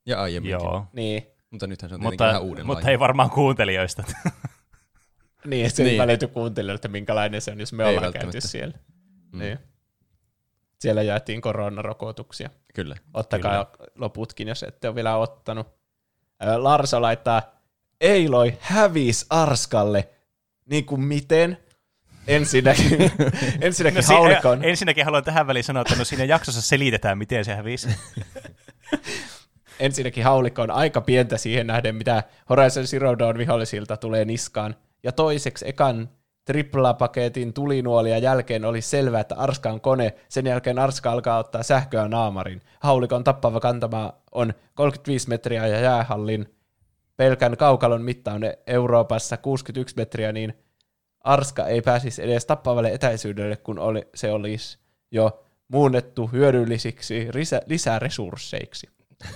Ja aiemminkin. Joo. Niin. Mutta nythän se on tietenkin Mutta, vähän uudenlainen. mutta ei varmaan kuuntelijoista. Niin, se Niin. ei välity kuuntelijoille, että minkälainen se on, jos me Ei ollaan välttämättä. käyty siellä. Mm. Niin. Siellä jaettiin koronarokotuksia. Kyllä. Ottakaa Kyllä. loputkin, jos ette ole vielä ottanut. Ää, Larso laittaa, Eiloi hävis Arskalle. Niin kuin miten? Ensinnäkin, ensinnäkin No, si- haulikon. ensinnäkin haluan tähän väliin sanoa, että no siinä jaksossa selitetään, miten se hävisi. Ensinnäkin haulikko on aika pientä siihen nähden, mitä Horizon Zero Dawn vihollisilta tulee niskaan. Ja toiseksi ekan triplapaketin tulinuolia jälkeen oli selvää, että Arska on kone. Sen jälkeen Arska alkaa ottaa sähköä naamarin. Haulikon tappava kantama on kolmekymmentäviisi metriä ja jäähallin pelkän kaukalon mitta on Euroopassa kuusikymmentäyksi metriä, niin Arska ei pääsisi edes tappavalle etäisyydelle, kun oli, se olisi jo muunnettu hyödyllisiksi risä, lisäresursseiksi.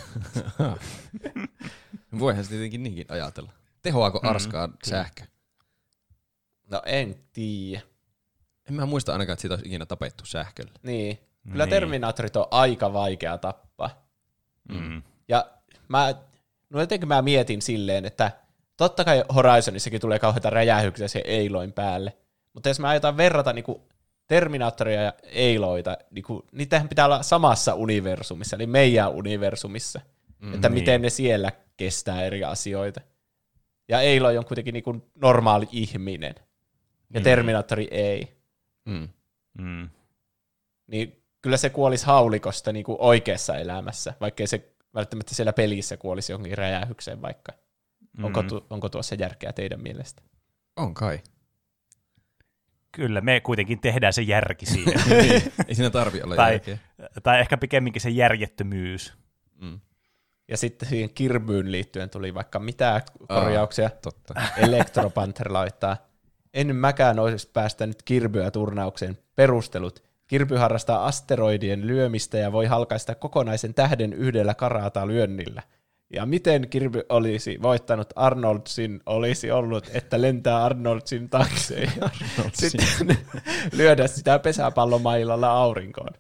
Voihan se tietenkin niinkin ajatella. Tehoaako Arskaa mm, sähkö? No en tiedä. En mä muista ainakaan, että siitä olisi ikinä tapettu sähköllä. Niin. Kyllä Niin. Terminaattorit on aika vaikea tappaa. Mm. Ja mä, no jotenkin mä mietin silleen, että totta kai Horizonissakin tulee kauheita räjähyksiä se Eiloin päälle. Mutta jos mä aiotaan verrata niinku Terminaattoria ja Eiloita, niinku, niitähän pitää olla samassa universumissa, eli meidän universumissa. Mm, että niin. miten ne siellä kestää eri asioita. Ja Eiloi on kuitenkin niinku normaali ihminen. Ja Mm. Terminaattori ei. Mm. Mm. Niin kyllä se kuolisi haulikosta niin kuin oikeassa elämässä, vaikkei se välttämättä siellä pelissä kuolisi jonkin räjähykseen vaikka. Mm. Onko, tu- onko tuossa järkeä teidän mielestä? On kai. Kyllä, me kuitenkin tehdään se järki siinä. Niin, ei siinä tarvi olla tai, järkeä. tai ehkä pikemminkin se järjettömyys. Mm. Ja sitten siihen Kirbyyn liittyen tuli vaikka mitä korjauksia. Aa, totta. Electropanther laittaa. En mäkään olisi päästänyt Kirbyä turnaukseen. Perustelut. Kirby harrastaa asteroidien lyömistä ja voi halkaista kokonaisen tähden yhdellä karata lyönnillä. Ja miten Kirby olisi voittanut Arnoldsin, olisi ollut, että lentää Arnoldsin taakse ja sitten lyödä sitä pesäpallomailalla aurinkoon.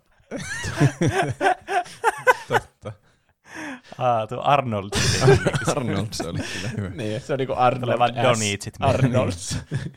Totta. Ah, tuo Arnold. Arnold, se oli kyllä hyvä. Niin, se on niinku Arnold Tulee vaan S. Donitsit. Arnolds.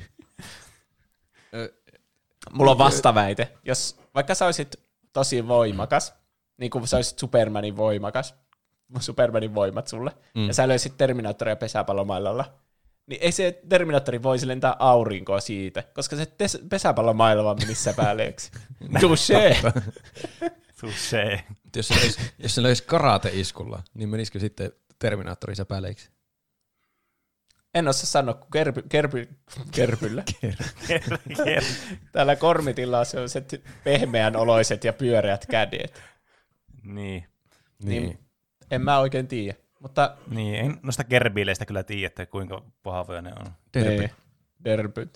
Ö, Mulla on vastaväite. Jos vaikka sä olisit tosi voimakas, niin kuin sä olisit Supermanin voimakas, Supermanin voimat sulle, mm. ja sä löysit Terminaattoria pesäpallomailalla, niin ei se Terminaattori voisi lentää aurinkoa siitä, koska se tes- pesäpallomailava menisi säpäleeksi. Touché! Touché. Jos se löisi, jos se löisi karate-iskulla, niin menisikö sitten Terminaattori säpäleiksi? En osaa sanoa, kun kerpy, kerpy, kerpyllä. Ker- Täällä Kormitilla on sellaiset pehmeän oloiset ja pyöreät kädet. niin. Niin. En mä oikein tiedä. Mutta Niin, en noista gerbiileistä kyllä tiedä, että kuinka vahvoja ne on. Derby. Niin, derbyt.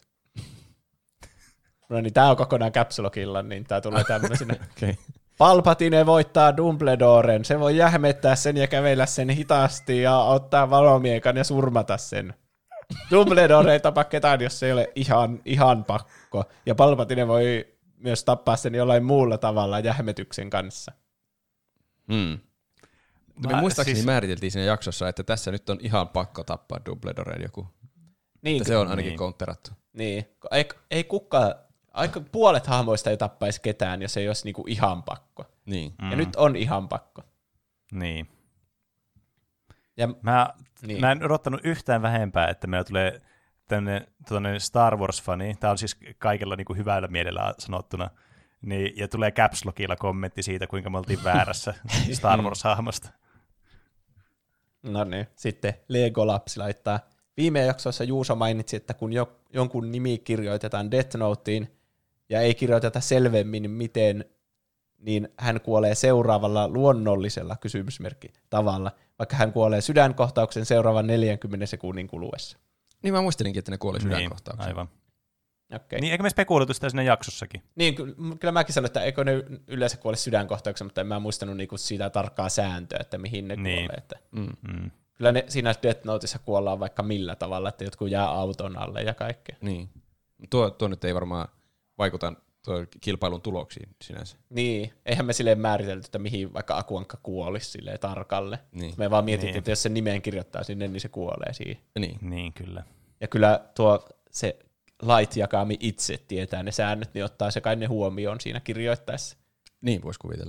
No niin, tää on kokonaan Capsulokilla, niin tää tulee tämmöisenä. Okay. Palpatine voittaa Dumbledoren. Se voi jähmettää sen ja kävellä sen hitaasti ja ottaa valomiekan ja surmata sen. Dumbledore ei tapa ketään, jos se ei ole ihan, ihan pakko. Ja Palpatine voi myös tappaa sen jollain muulla tavalla jähmetyksen kanssa. Mm. Me Mä- muistaakseni siis- määriteltiin siinä jaksossa, että tässä nyt on ihan pakko tappaa Dumbledoreen joku. Niin, Että se on ainakin niin. counterattu. niin. Ei, ei kukaan, aika puolet hahmoista ei tappaisi ketään, jos ei olisi niinku ihan pakko. Niin. Mm. Ja nyt on ihan pakko. Niin. Ja, Mä, niin. mä en odottanut yhtään vähempää, että meillä tulee tämmöinen Star Wars-fani. Tämä on siis kaikella niin kuin hyvällä mielellä sanottuna. Niin, ja tulee Caps Lockilla kommentti siitä, kuinka me oltiin väärässä Star Wars-hahmosta. No niin. Sitten Legolapsi laittaa. Viime jaksossa Juuso mainitsi, että kun jo, jonkun nimi kirjoitetaan Death Noteen ja ei kirjoiteta selvemmin miten, niin hän kuolee seuraavalla luonnollisella kysymysmerkki tavalla, vaikka hän kuolee sydänkohtauksen seuraavan neljänkymmenen sekunnin kuluessa. Niin mä muistelinkin, että ne kuoli sydänkohtaukseen. Niin, aivan. Okay. Niin, eikö me spekuloitu sitä siinä jaksossakin? Niin, ky- kyllä mäkin sanoin, että eikö ne yleensä kuole sydänkohtauksen, mutta en mä muistanut niinku siitä tarkkaa sääntöä, että mihin ne Niin. kuolee. Että Mm. Mm. kyllä ne, siinä Death Noteissa kuollaan vaikka millä tavalla, että jotkut jää auton alle ja kaikkea. Niin. Tuo, tuo nyt ei varmaan vaikuta tuo kilpailun tuloksiin sinänsä. Niin, eihän me silleen määritelty, että mihin vaikka Akuankka kuolisi silleen tarkalle. Niin. Me vaan mietittiin, Niin. että jos sen nimeen kirjoittaa sinne, niin se kuolee siihen. Niin. Niin, kyllä. Ja kyllä tuo se Light Yagami itse tietää ne säännöt, niin ottaa se kai ne huomioon siinä kirjoittaessa. Niin voisi kuvitella.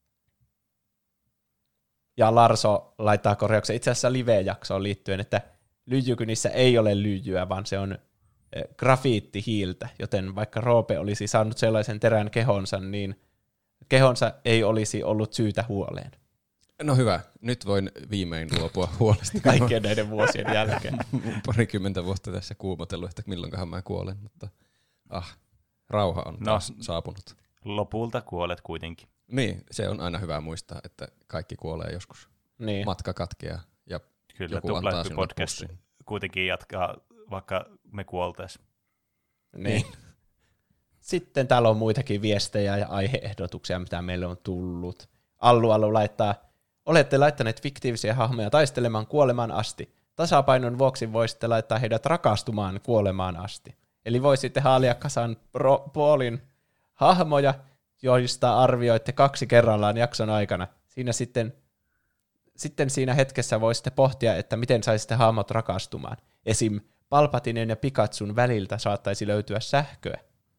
Ja Larso laittaa korjauksen itse asiassa live-jaksoon liittyen, että lyijykynissä ei ole lyijyä, vaan se on grafiittihiiltä, joten vaikka Roope olisi saanut sellaisen terän kehonsa, niin kehonsa ei olisi ollut syytä huoleen. No hyvä, nyt voin viimein luopua huolesta. Kaikkien näiden vuosien jälkeen. Parikymmentä vuotta tässä kuumotellut, että milloinkohan mä kuolen, mutta ah, rauha on No. taas saapunut. Lopulta kuolet kuitenkin. Niin, se on aina hyvä muistaa, että kaikki kuolee joskus. Niin. Matka katkeaa ja Kyllä, joku antaa Tuplahyppy sinulle podcast pussin. kuitenkin jatkaa, vaikka me kuoltaisiin. Niin. Sitten täällä on muitakin viestejä ja aiheehdotuksia, mitä meille on tullut. Allu Allu laittaa, olette laittaneet fiktiivisiä hahmoja taistelemaan kuolemaan asti. Tasapainon vuoksi voisitte laittaa heidät rakastumaan kuolemaan asti. Eli voisitte haalia kasan pro- puolin hahmoja, joista arvioitte kaksi kerrallaan jakson aikana. Siinä sitten, sitten siinä hetkessä voisitte pohtia, että miten saisitte hahmot rakastumaan. Esim. Palpatinen ja Pikachun väliltä saattaisi löytyä sähköä.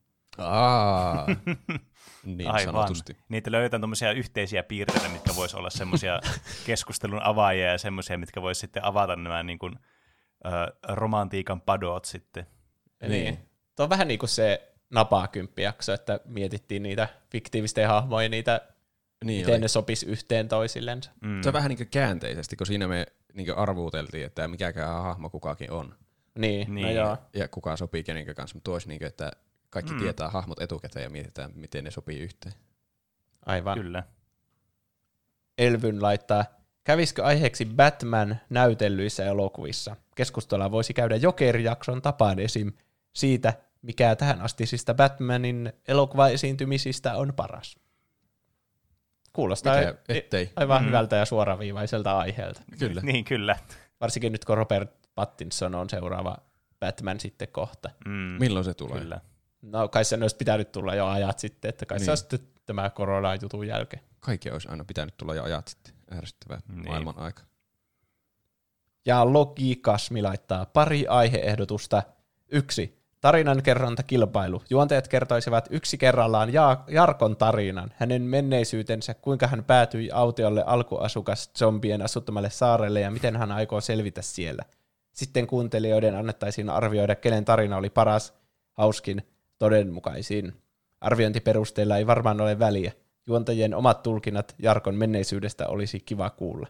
Aa, niin Aivan. sanotusti. Niitä löytää tuommoisia yhteisiä piirteitä, mitkä vois olla semmoisia keskustelun avaajia ja semmoisia, mitkä vois sitten avata nämä niin kuin, ö, romantiikan padot sitten. Niin. Tuo on vähän niin kuin se Napaa-kymppijakso, että mietittiin niitä fiktiivisten hahmoja, niitä, Niin miten oli. ne sopis yhteen toisillensa. Mm. Se on vähän niin kuin käänteisesti, kun siinä me niin kuin arvuuteltiin, että mikäkään hahmo kukakin on. Niin, Niin. no joo. Ja kuka sopii kenenkään kanssa, mutta olisi niin kuin, että kaikki Mm. tietää hahmot etukäteen ja mietitään, miten ne sopii yhteen. Aivan. Kyllä. Elvyn laittaa, kävisikö aiheeksi Batman näytellyissä elokuvissa? Keskustelua voisi käydä Joker-jakson tapaan esim. Siitä, mikä tähän astisista Batmanin elokuvaesiintymisistä on paras. Kuulostaa Mikä ettei. aivan Mm. hyvältä ja suoraviivaiselta aiheelta. Kyllä. Niin, kyllä. Varsinkin nyt, kun Robert Pattinson on seuraava Batman sitten kohta. Mm. Milloin se tulee? Kyllä. No kai se olisi pitänyt tulla jo ajat sitten, että kai niin. se Niin. on sitten tämä korona-jutun jälkeen. Kaikki olisi aina pitänyt tulla jo ajat sitten. Ärsyttävä Niin. maailman aika. Ja Logikasmi laittaa pari aiheehdotusta. Yksi. Tarinankerrontakilpailu. Juontajat kertoisivat yksi kerrallaan ja- Jarkon tarinan, hänen menneisyytensä, kuinka hän päätyi autiolle alkuasukas zombien asuttamalle saarelle ja miten hän aikoo selvitä siellä. Sitten kuuntelijoiden annettaisiin arvioida, kenen tarina oli paras, hauskin, todenmukaisin. Arviointiperusteella ei varmaan ole väliä. Juontajien omat tulkinnat Jarkon menneisyydestä olisi kiva kuulla.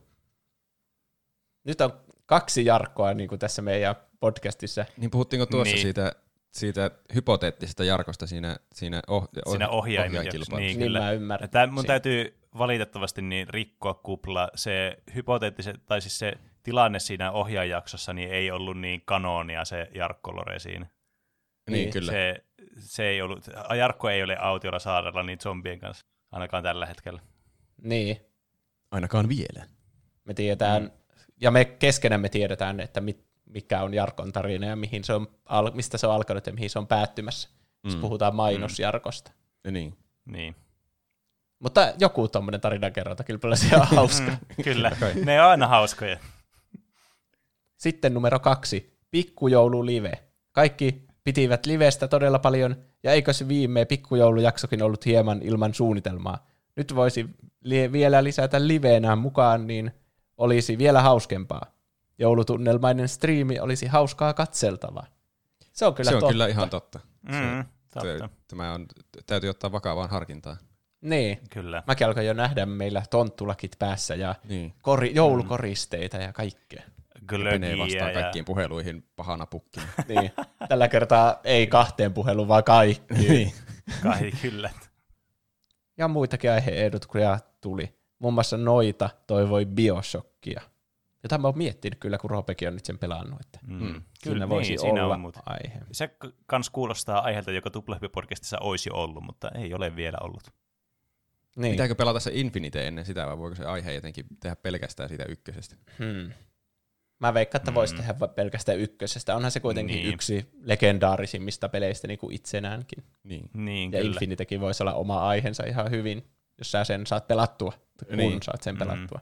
Nyt on kaksi Jarkkoa niin kuin tässä meidän podcastissa. Niin puhuttiinko tuossa Niin. siitä, siitä hypoteettisesta Jarkosta siinä, siinä, oh, Siinä ohjaimen ohjaajakilpailussa? niin, Niin kyllä. mä ymmärrän. Tämä mun Siinä. täytyy valitettavasti niin rikkoa kupla. Se hypoteettiset, tai siis se tilanne siinä ohjaajaksossa niin ei ollut niin kanonia se Jarkko Lore siinä. Niin, Niin, kyllä. Se, se ei ollut, Jarkko ei ole autiolla saarella niin zombien kanssa, ainakaan tällä hetkellä. Niin. Ainakaan vielä. Me tiedetään, mm. ja me keskenämme tiedetään, että mit, mikä on Jarkon tarina ja mihin se on, al, mistä se on alkanut ja mihin se on päättymässä. Mm. Jos puhutaan mainosjarkosta. Ja niin. Niin. Mutta joku tommonen tarinankerronta kyllä se on hauska. Mm, kyllä, ne on aina hauskoja. Sitten numero kaksi, pikkujoululive. Kaikki pitivät livestä todella paljon, ja eikö se viime pikkujoulujaksokin ollut hieman ilman suunnitelmaa. Nyt voisi li- vielä lisätä liveenä mukaan, niin olisi vielä hauskempaa. Joulutunnelmainen striimi olisi hauskaa katseltavaa. Se on kyllä Se on totta. kyllä ihan totta. Mm, Se, totta. tämä on, täytyy ottaa vakavaan harkintaan. Niin. Kyllä. Mäkin alkoin jo nähdä meillä tonttulakit päässä ja Niin. kori- joulukoristeita ja kaikkea. Menee vastaan Glögiä ja kaikkiin puheluihin pahana pukkina. Niin. Tällä kertaa ei kahteen puheluun, vaan kaikkiin. niin. kai, kyllä. Ja muitakin aihe-ehdotuksia tuli. Muun muassa Noita toivoi Bioshockia. Jota mä oon miettinyt kyllä, kun Roopekin on nyt sen pelannut. Että Mm. siinä Kyllä, voisi niin, siinä olla on muuten. aihe. Se k- kans kuulostaa aiheelta, joka Tuplahyppy-podcastissa olisi jo ollut, mutta ei ole vielä ollut. Niin. Pitääkö pelata se Infinite ennen sitä, vai voiko se aihe jotenkin tehdä pelkästään siitä ykkösestä? Hmm. Mä veikkaan, että voisi Mm. tehdä va- pelkästään ykkösestä. Onhan se kuitenkin Niin. yksi legendaarisimmista peleistä niin kuin itsenäänkin. Niin. Niin, Ja kyllä. Infinitykin voisi olla oma aiheensa ihan hyvin, jos sä sen saat pelattua, kun Niin. saat sen Mm. pelattua.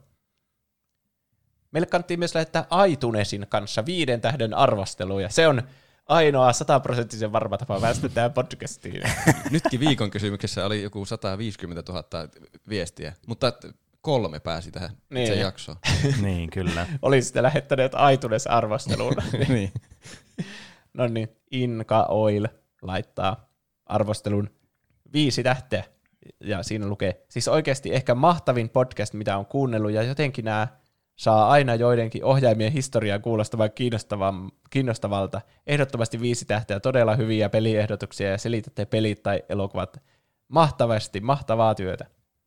Meille kannattiin myös lähettää iTunesin kanssa viiden tähden arvosteluja. Se on ainoa sataprosenttisen varma tapa päästä tähän podcastiin. Nytkin viikon kysymyksessä oli joku sata viisikymmentätuhatta viestiä, mutta kolme pääsi tähän Niin. itse jaksoon. Niin, kyllä. Olisitte lähettäneet iTunes-arvosteluun. niin. No niin, Inka Oil laittaa arvostelun viisi tähteä. Ja siinä lukee, siis oikeasti ehkä mahtavin podcast, mitä on kuunnellut, ja jotenkin nämä saa aina joidenkin ohjaimien historiaa kuulostavan kiinnostavalta. Ehdottomasti viisi tähteä, todella hyviä peliehdotuksia, ja selitätte pelit tai elokuvat mahtavasti, mahtavaa työtä.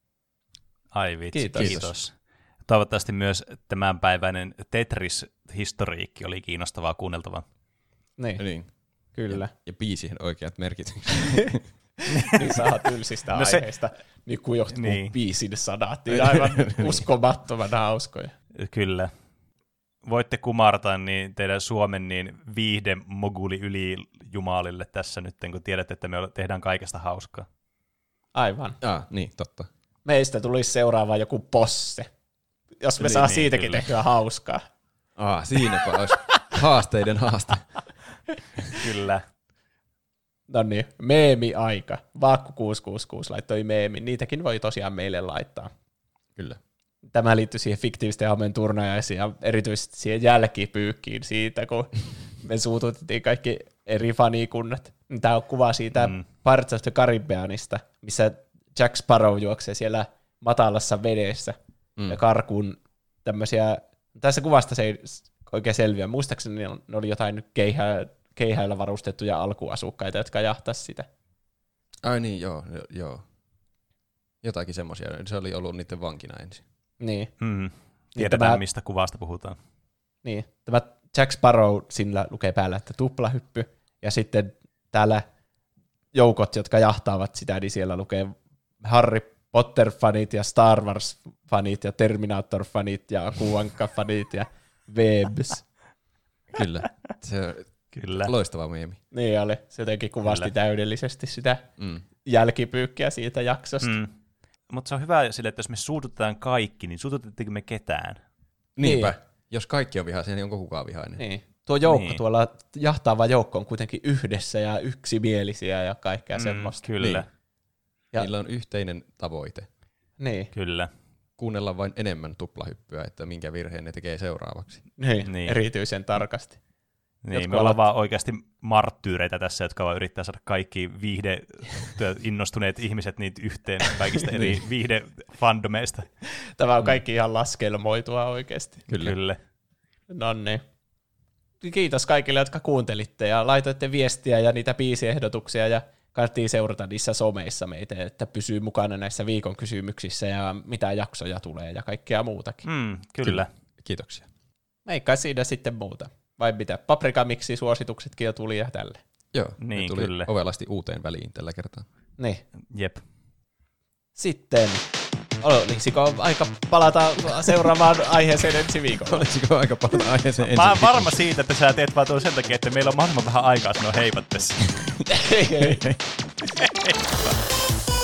Ai vitsi, Kiitos. kiitos. kiitos. Toivottavasti myös tämänpäiväinen Tetris-historiikki oli kiinnostavaa kuunneltavaa. Niin, niin. kyllä. Ja biisien oikeat merkitykset. Niin saa tylsistä No se- aiheista, niin kuin johtuu niin. Niin. biisin sanat, niin aivan uskomattoman hauskoja. Kyllä. Voitte kumartaa niin teidän Suomen niin viihde moguli yli jumalille tässä nyt, kun tiedätte, että me tehdään kaikesta hauskaa. Aivan. ah, niin, totta. Meistä tulisi seuraava joku posse, jos me Niin, saa niin, siitäkin kyllä. tehtyä hauskaa. Ah, siinäpä olisi haasteiden haaste. Kyllä. No niin, meemi-aika. Vaakku kuusi kuusi kuusi laittoi meemin. Niitäkin voi tosiaan meille laittaa. Kyllä. Tämä liittyy siihen fiktiivisten hahmojen turnajaisiin ja erityisesti siihen jälkipyykkiin siitä, kun me suututettiin kaikki eri fanikunnat. Tämä on kuva siitä Mm. Pirates of the Caribbeanista, missä Jack Sparrow juoksee siellä matalassa vedessä Mm. ja karkuun tämmöisiä, tässä kuvasta se ei oikein selviä. Muistaakseni ne on- ne oli jotain keihää, keihäillä varustettuja alkuasukkaita, jotka jahtasivat sitä. Ai niin, joo, jo- joo. Jotakin semmoisia. Se oli ollut niiden vankina ensin. Niin, Mm. Tiedetään, tämä- mistä kuvasta puhutaan. niin. Tämä Jack Sparrow, sillä lukee päällä, että tuplahyppy, ja sitten täällä joukot, jotka jahtaavat sitä, niin siellä lukee Harry Potter-fanit ja Star Wars-fanit ja Terminator-fanit ja Akuankka-fanit ja Webs. Kyllä. Se on Kyllä. loistava meemi. Niin oli. Se jotenkin kuvasti Kyllä. täydellisesti sitä Mm. jälkipyykkiä siitä jaksosta. Mm. Mutta se on hyvä sille, että jos me suututetaan kaikki, niin suututetaanko me ketään? Niinpä. Niin. Jos kaikki on vihaisia, niin onko kukaan vihainen? Niin. Tuo joukko Niin. tuolla, jahtaava joukko on kuitenkin yhdessä ja yksimielisiä ja kaikkea Mm, semmoista. Kyllä, Niin. Ja- Niillä on yhteinen tavoite. Niin. kyllä. Kuunnella vain enemmän tuplahyppyä, että minkä virheen ne tekee seuraavaksi. Niin. Niin. Erityisen tarkasti. Niin, Jotkut me ollaan ovat- vaan oikeasti marttyyreitä tässä, jotka vaan yrittää saada kaikki viihde innostuneet ihmiset niitä yhteen kaikista eri viihde-fandomeista. Tämä on kaikki ihan laskelmoitua oikeasti. Kyllä. Kyllä. No niin. Kiitos kaikille, jotka kuuntelitte ja laitoitte viestiä ja niitä biisiehdotuksia ja kannattiin seurata niissä someissa meitä, että pysyy mukana näissä viikon kysymyksissä ja mitä jaksoja tulee ja kaikkea muutakin. Mm, kyllä. Kiitoksia. Ei kai siinä sitten muuta. Vai mitä? Paprikamiksi suosituksetkin jo tuli ja tälle. Joo, Niin, ne tuli kyllä. ovelasti uuteen väliin tällä kertaa. Niin. Jep. Sitten, olisiko aika palata seuraavaan aiheeseen ensi viikolla? Olisiko aika paljon aiheeseen ensin? Mä oon varma siitä, että sä teet vaan tuon sen takia, että meillä on mahdollisimman vähän aikaa sanoa heipat tässä. Ei, ei.